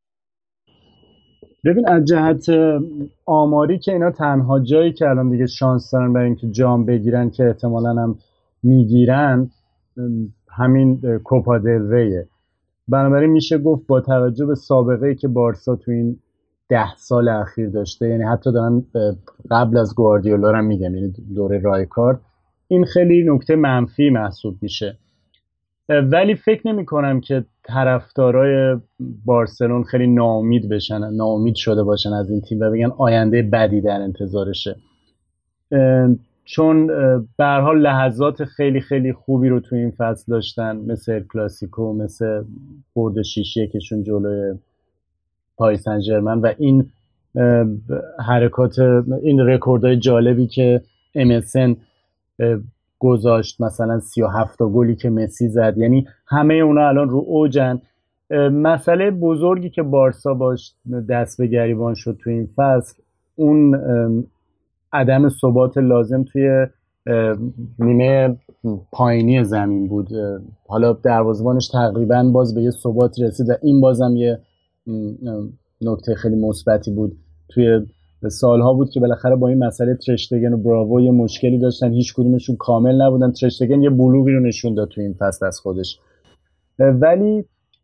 ببین از جهت آماری که اینا تنها جایی که الان دیگه شانس دارن برای اینکه جام بگیرن که احتمالاً هم میگیرن همین کوپا دل ریه. بنابراین میشه گفت با توجه به سابقه‌ای که بارسا تو این 10 سال اخیر داشته، یعنی حتی دارم قبل از گواردیولا رو میگم، یعنی دوره رایکارد، این خیلی نکته منفی محسوب میشه. ولی فکر نمی کنم که طرفدارای بارسلون خیلی ناامید شده باشن از این تیم و بگن آینده بدی در انتظارشه، چون به هر حال لحظات خیلی خیلی خوبی رو تو این فصل داشتن، مثل کلاسیکو، مثل برد 6-1شون جلوی پاریس سن ژرمن و این حرکات، این رکوردهای جالبی که MSN گذاشت، مثلا 37 تا گلی که مسی زد، یعنی همه اونا الان رو اوجن. مسئله بزرگی که بارسا باش دست به گریبان شد تو این فصل، اون عدم ثبات لازم توی نیمه پایینی زمین بود. حالا دروازه‌بانش تقریبا باز به یه ثبات رسید و این بازم یه نکته خیلی مثبتی بود. توی سالها بود که بالاخره با این مسئله ترشتگن و براوو یه مشکلی داشتن، هیچ کدومشون کامل نبودن. ترشتگن یه بلوغی رو نشون داد تو این فصل از خودش، ولی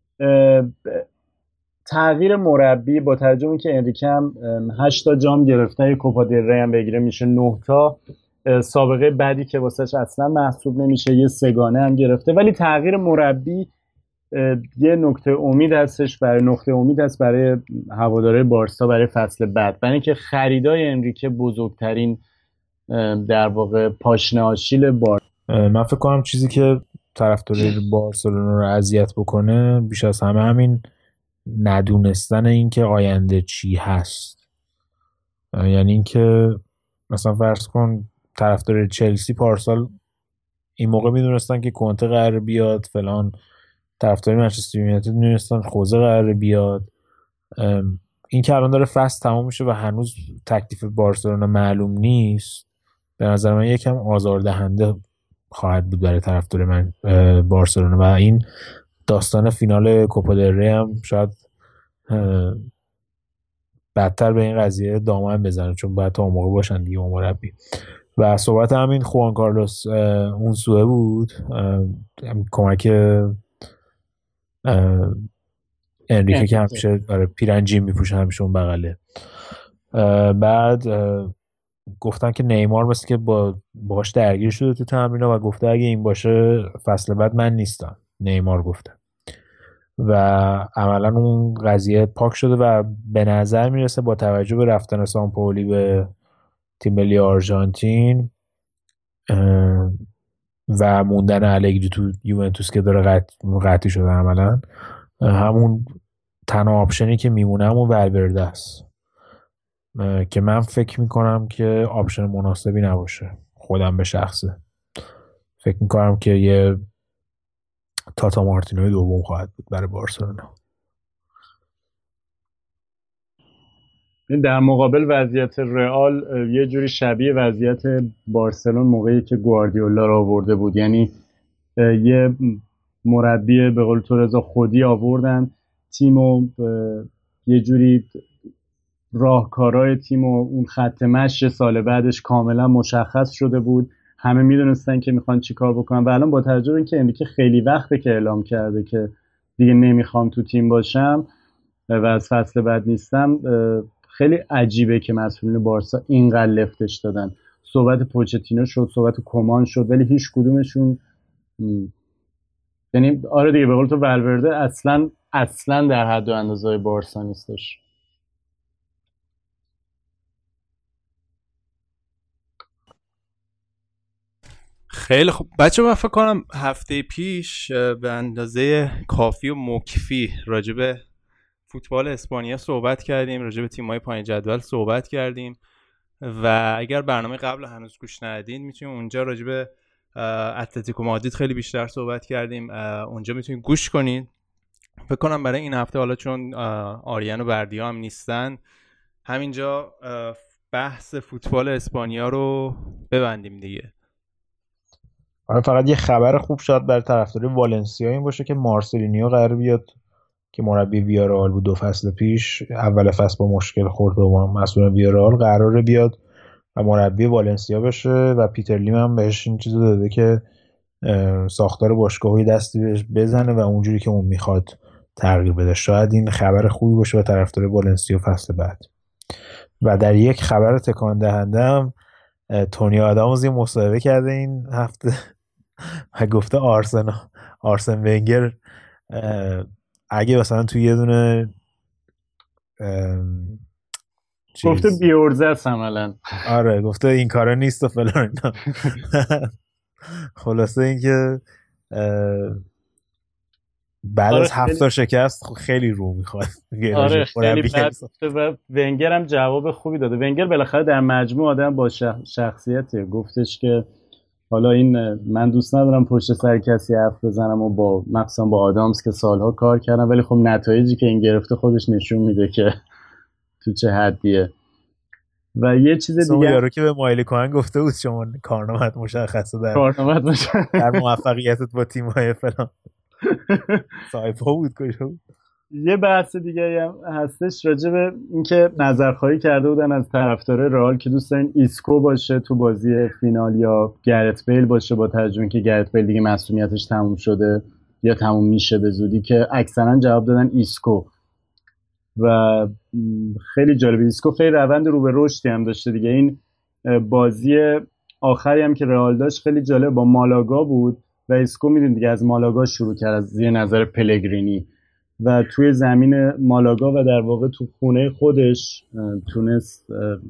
تغییر مربی با توجه به اینکه انریکه هم 8 تا جام گرفته، یه کوپا دل ری هم بگیره میشه 9 تا، سابقه بعدی که واسش اصلا محسوب نمیشه، یه سگانه هم گرفته، ولی تغییر مربی یه نقطه امید هستش، برای هواداره بارسا برای فصل بعد، برای اینکه خریدای انریکه بزرگترین در واقع پاشنه آشیل
من فکر کنم چیزی که طرفدار بارسلونا رو اذیت بکنه بیش از همه همین ندونستن این که آینده چی هست. یعنی اینکه مثلا فرض کن طرفدار چلسی پارسال این موقع میدونستن که کنته قراره بیاد فلان، طرفدار منچستر یونایتد میدونستن خوزه قراره بیاد. این که الان داره فصل تمام میشه و هنوز تکلیف بارسلونا معلوم نیست، به نظر من یکم آزاردهنده خواهد بود برای طرفدار من بارسلونا و این داستان فینال کوپا دل ری هم شاید بدتر به این قضیه دامن بزنه، چون باید تا اون موقع باشن دیگه اون مربی. و صحبت همین خوان کارلوس اون سوه بود، کمک انریکه که همیشه پیرنجی میپوشه، همیشه اون بغله. بعد گفتن که نیمار مثل که باش درگیر شده تو تمرین‌ها و گفته اگه این باشه فصل بعد من نیستم، نیمار گفته. و عملا اون قضیه پاک شده و به نظر میرسه با توجه به رفتن سامپولی به تیم ملی آرژانتین و موندن الگری تو یوونتوس که داره قطعی شده، عملا همون تنها آپشنی که میمونه همون ولورده است که من فکر میکنم که آپشن مناسبی نباشه. خودم به شخصه فکر میکنم که یه تاتا مارتینوی دوم خواهد بود برای بارسلونا.
در مقابل وضعیت رئال یه جوری شبیه وضعیت بارسلون موقعی که گواردیولا رو آورده بود، یعنی یه مربی به قول تو رضا خودی آوردن، تیمو یه جوری راهکارهای تیم و اون خط مشی سال بعدش کاملا مشخص شده بود، همه میدونستن که میخوان چی کار بکنن. و الان با توجه به اینکه انریکه خیلی وقته که اعلام کرده که دیگه نمیخوام تو تیم باشم و از فصل بعد نیستم، خیلی عجیبه که مسئولین بارسا اینقدر لفتش دادن. صحبت پوچتینو شد، صحبت کومان شد، ولی هیچ کدومشون یعنی آره دیگه، به قول تو ولورده اصلا در حد و اندازه بارسا نیستش.
خیلی خوب بچه، من فکر کنم هفته پیش به اندازه کافی و مکفی راجع به فوتبال اسپانیا صحبت کردیم، راجع به تیم‌های پایین جدول صحبت کردیم و اگر برنامه قبل هنوز گوش ندید میتونید اونجا راجع به اتلتیکو مادرید خیلی بیشتر صحبت کردیم، اونجا میتونید گوش کنید. فکر کنم برای این هفته حالا چون آریان و بردیا هم نیستن، همینجا بحث فوتبال اسپانیا رو ببندیم دیگه.
آره فقط یه خبر خوب شاید برای طرفدارای والنسیا این باشه که مارسلینیو قرار بیاد که مربی ویارال بود 2 فصل پیش، اول فصل با مشکل خورد و مسئول ویارال قراره بیاد و مربی والنسیا بشه و پیتر لیم هم بهش این چیزو داده که ساختار باشگاهی دستی بهش بزنه و اونجوری که اون میخواد تغییر بده. شاید این خبر خوبی باشه برای طرفدار والنسیا فصل بعد. و در یک خبر تکان دهنده هم تونی آدامز یه مصاحبه کرده این هفته و گفته آرسن ونگر اگه مثلا توی یه دونه
گفته بیورزه است عملا.
آره گفته این کارا نیست و فلان اینا. خلاصه این که بعد از 7 تا شکست خیلی رو میخواد.
آره خیلی بد و ونگر هم جواب خوبی داده. ونگر بالاخره در مجموع آدم با شخصیته، گفتش که حالا این من دوست ندارم پشت سر کسی حرف بزنم و با مثلا با آدامز که سالها کار کردم، ولی خب نتایجی که این گرفته خودش نشون میده که تو چه حدیه. و یه چیز دیگه
یارو که به مایلی کوهن گفته بود شما کارنامه‌ات مشخصه در موفقیتت با تیم‌های فلان سایپا بود کجا بود.
یه بحث دیگه هم هستش راجع به اینکه نظرخواهی کرده بودن از طرفدارای رئال که دوست دارن ایسکو باشه تو بازی فینال یا گرت بیل باشه، با توجه اینکه گرت بیل دیگه مسئولیتش تموم شده یا تموم میشه به زودی، که اکثرا جواب دادن ایسکو. و خیلی جالبه، ایسکو خیلی روند رو به رشدی هم داشته دیگه. این بازی آخری هم که رئال داشت خیلی جالب با مالاگا بود و ایسکو میدون دیگه از مالاگا شروع کرد، از زیر نظر پلگرینی، و توی زمین مالاگا و در واقع تو خونه خودش تونست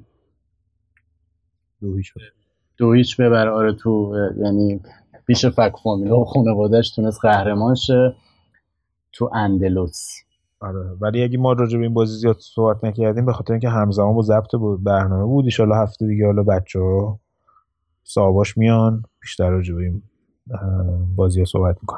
2-0 ببره. آره تو یعنی پیش فک فامیلا و خانواده‌اش تونست قهرمان شه تو اندلس.
آره ولی اگه ما راجع به این بازی زیاد صحبت نکردیم به خاطر اینکه همزمان با ضبط برنامه بود. ان شاءالله هفته دیگه حالا بچه‌ها صاحباش میان بیشتر راجع به این بازی‌ها صحبت می‌کنن.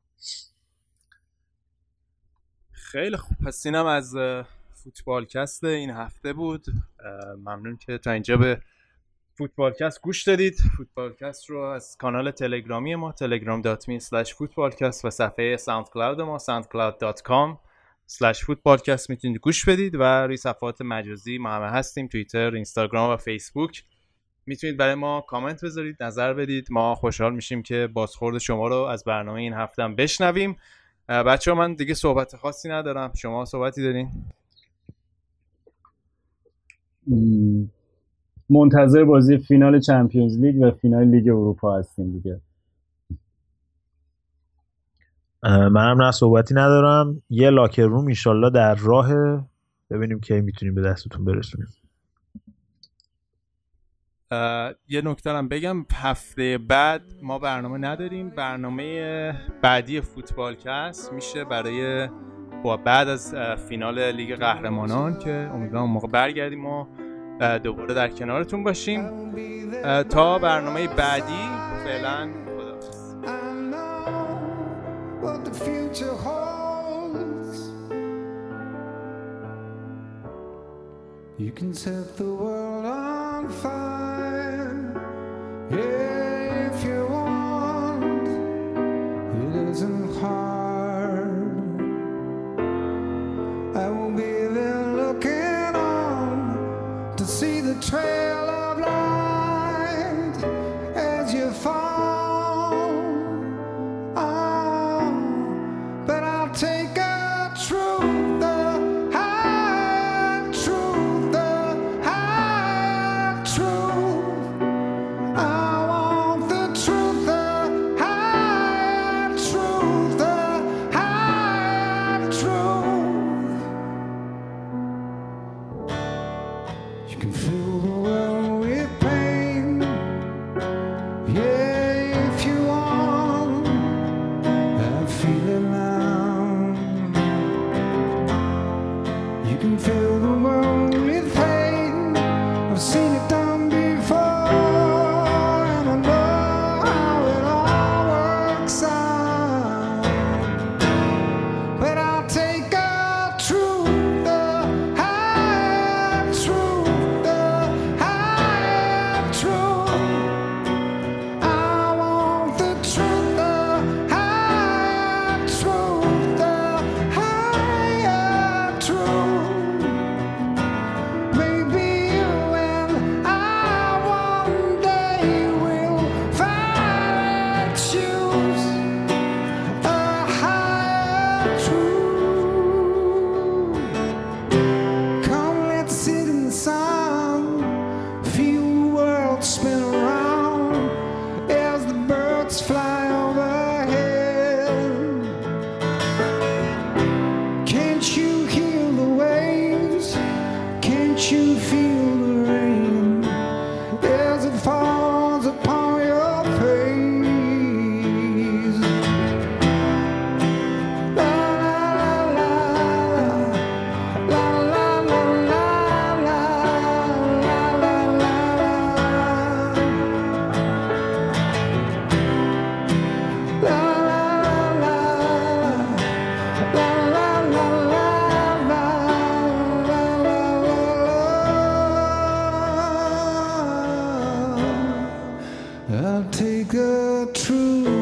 خیلی خوب، پس اینم از فوتبالکست این هفته بود. ممنون که تا اینجا به فوتبالکست گوش دادید. فوتبالکست رو از کانال تلگرامی ما telegram.me/footballcast و صفحه ساوندکلاود ما soundcloud.com/footballcast میتونید گوش بدید و روی صفحات مجازی ما همه هستیم، توییتر، اینستاگرام و فیسبوک. میتونید برای ما کامنت بذارید، نظر بدید. ما خوشحال میشیم که بازخورد شما رو از برنامه این هفته هم بشنویم. بچه‌ها من دیگه صحبت خاصی ندارم، شما صحبتی دارین؟
منتظر بازی فینال چمپیونز لیگ و فینال لیگ اروپا هستیم دیگه.
منم نه صحبتی ندارم. یه لاکر روم انشالله در راه، ببینیم کی میتونیم به دستتون برسونیم.
یه نکته هم بگم، هفته بعد ما برنامه نداریم. برنامه بعدی فوتبالکست میشه برای بعد از فینال لیگ قهرمانان که امیدوارم اون موقع برگردیم و دوباره در کنارتون باشیم. تا برنامه بعدی فعلا خداحافظ. You can set the world on fire, yeah, if you want. It isn't hard. I will be there looking on to see the trail of light as you fall. Oh, but I'll take a truth. Truth.
can fill the world with pain. Yeah, if you want that feeling now, you can fill the world with pain. I've seen it done before, and I know how it all works out. But I'll take a truth, the high truth, the high truth. I want the truth, the high truth, the higher truth. Maybe you and I one day will finally choose a higher truth. Come, let's sit in the sun, feel the world spin around as the birds fly overhead. Can't you hear the waves? Can't you feel the rain as it falls upon your face? La la la la, la la la la, la la la la, la la I'll take a true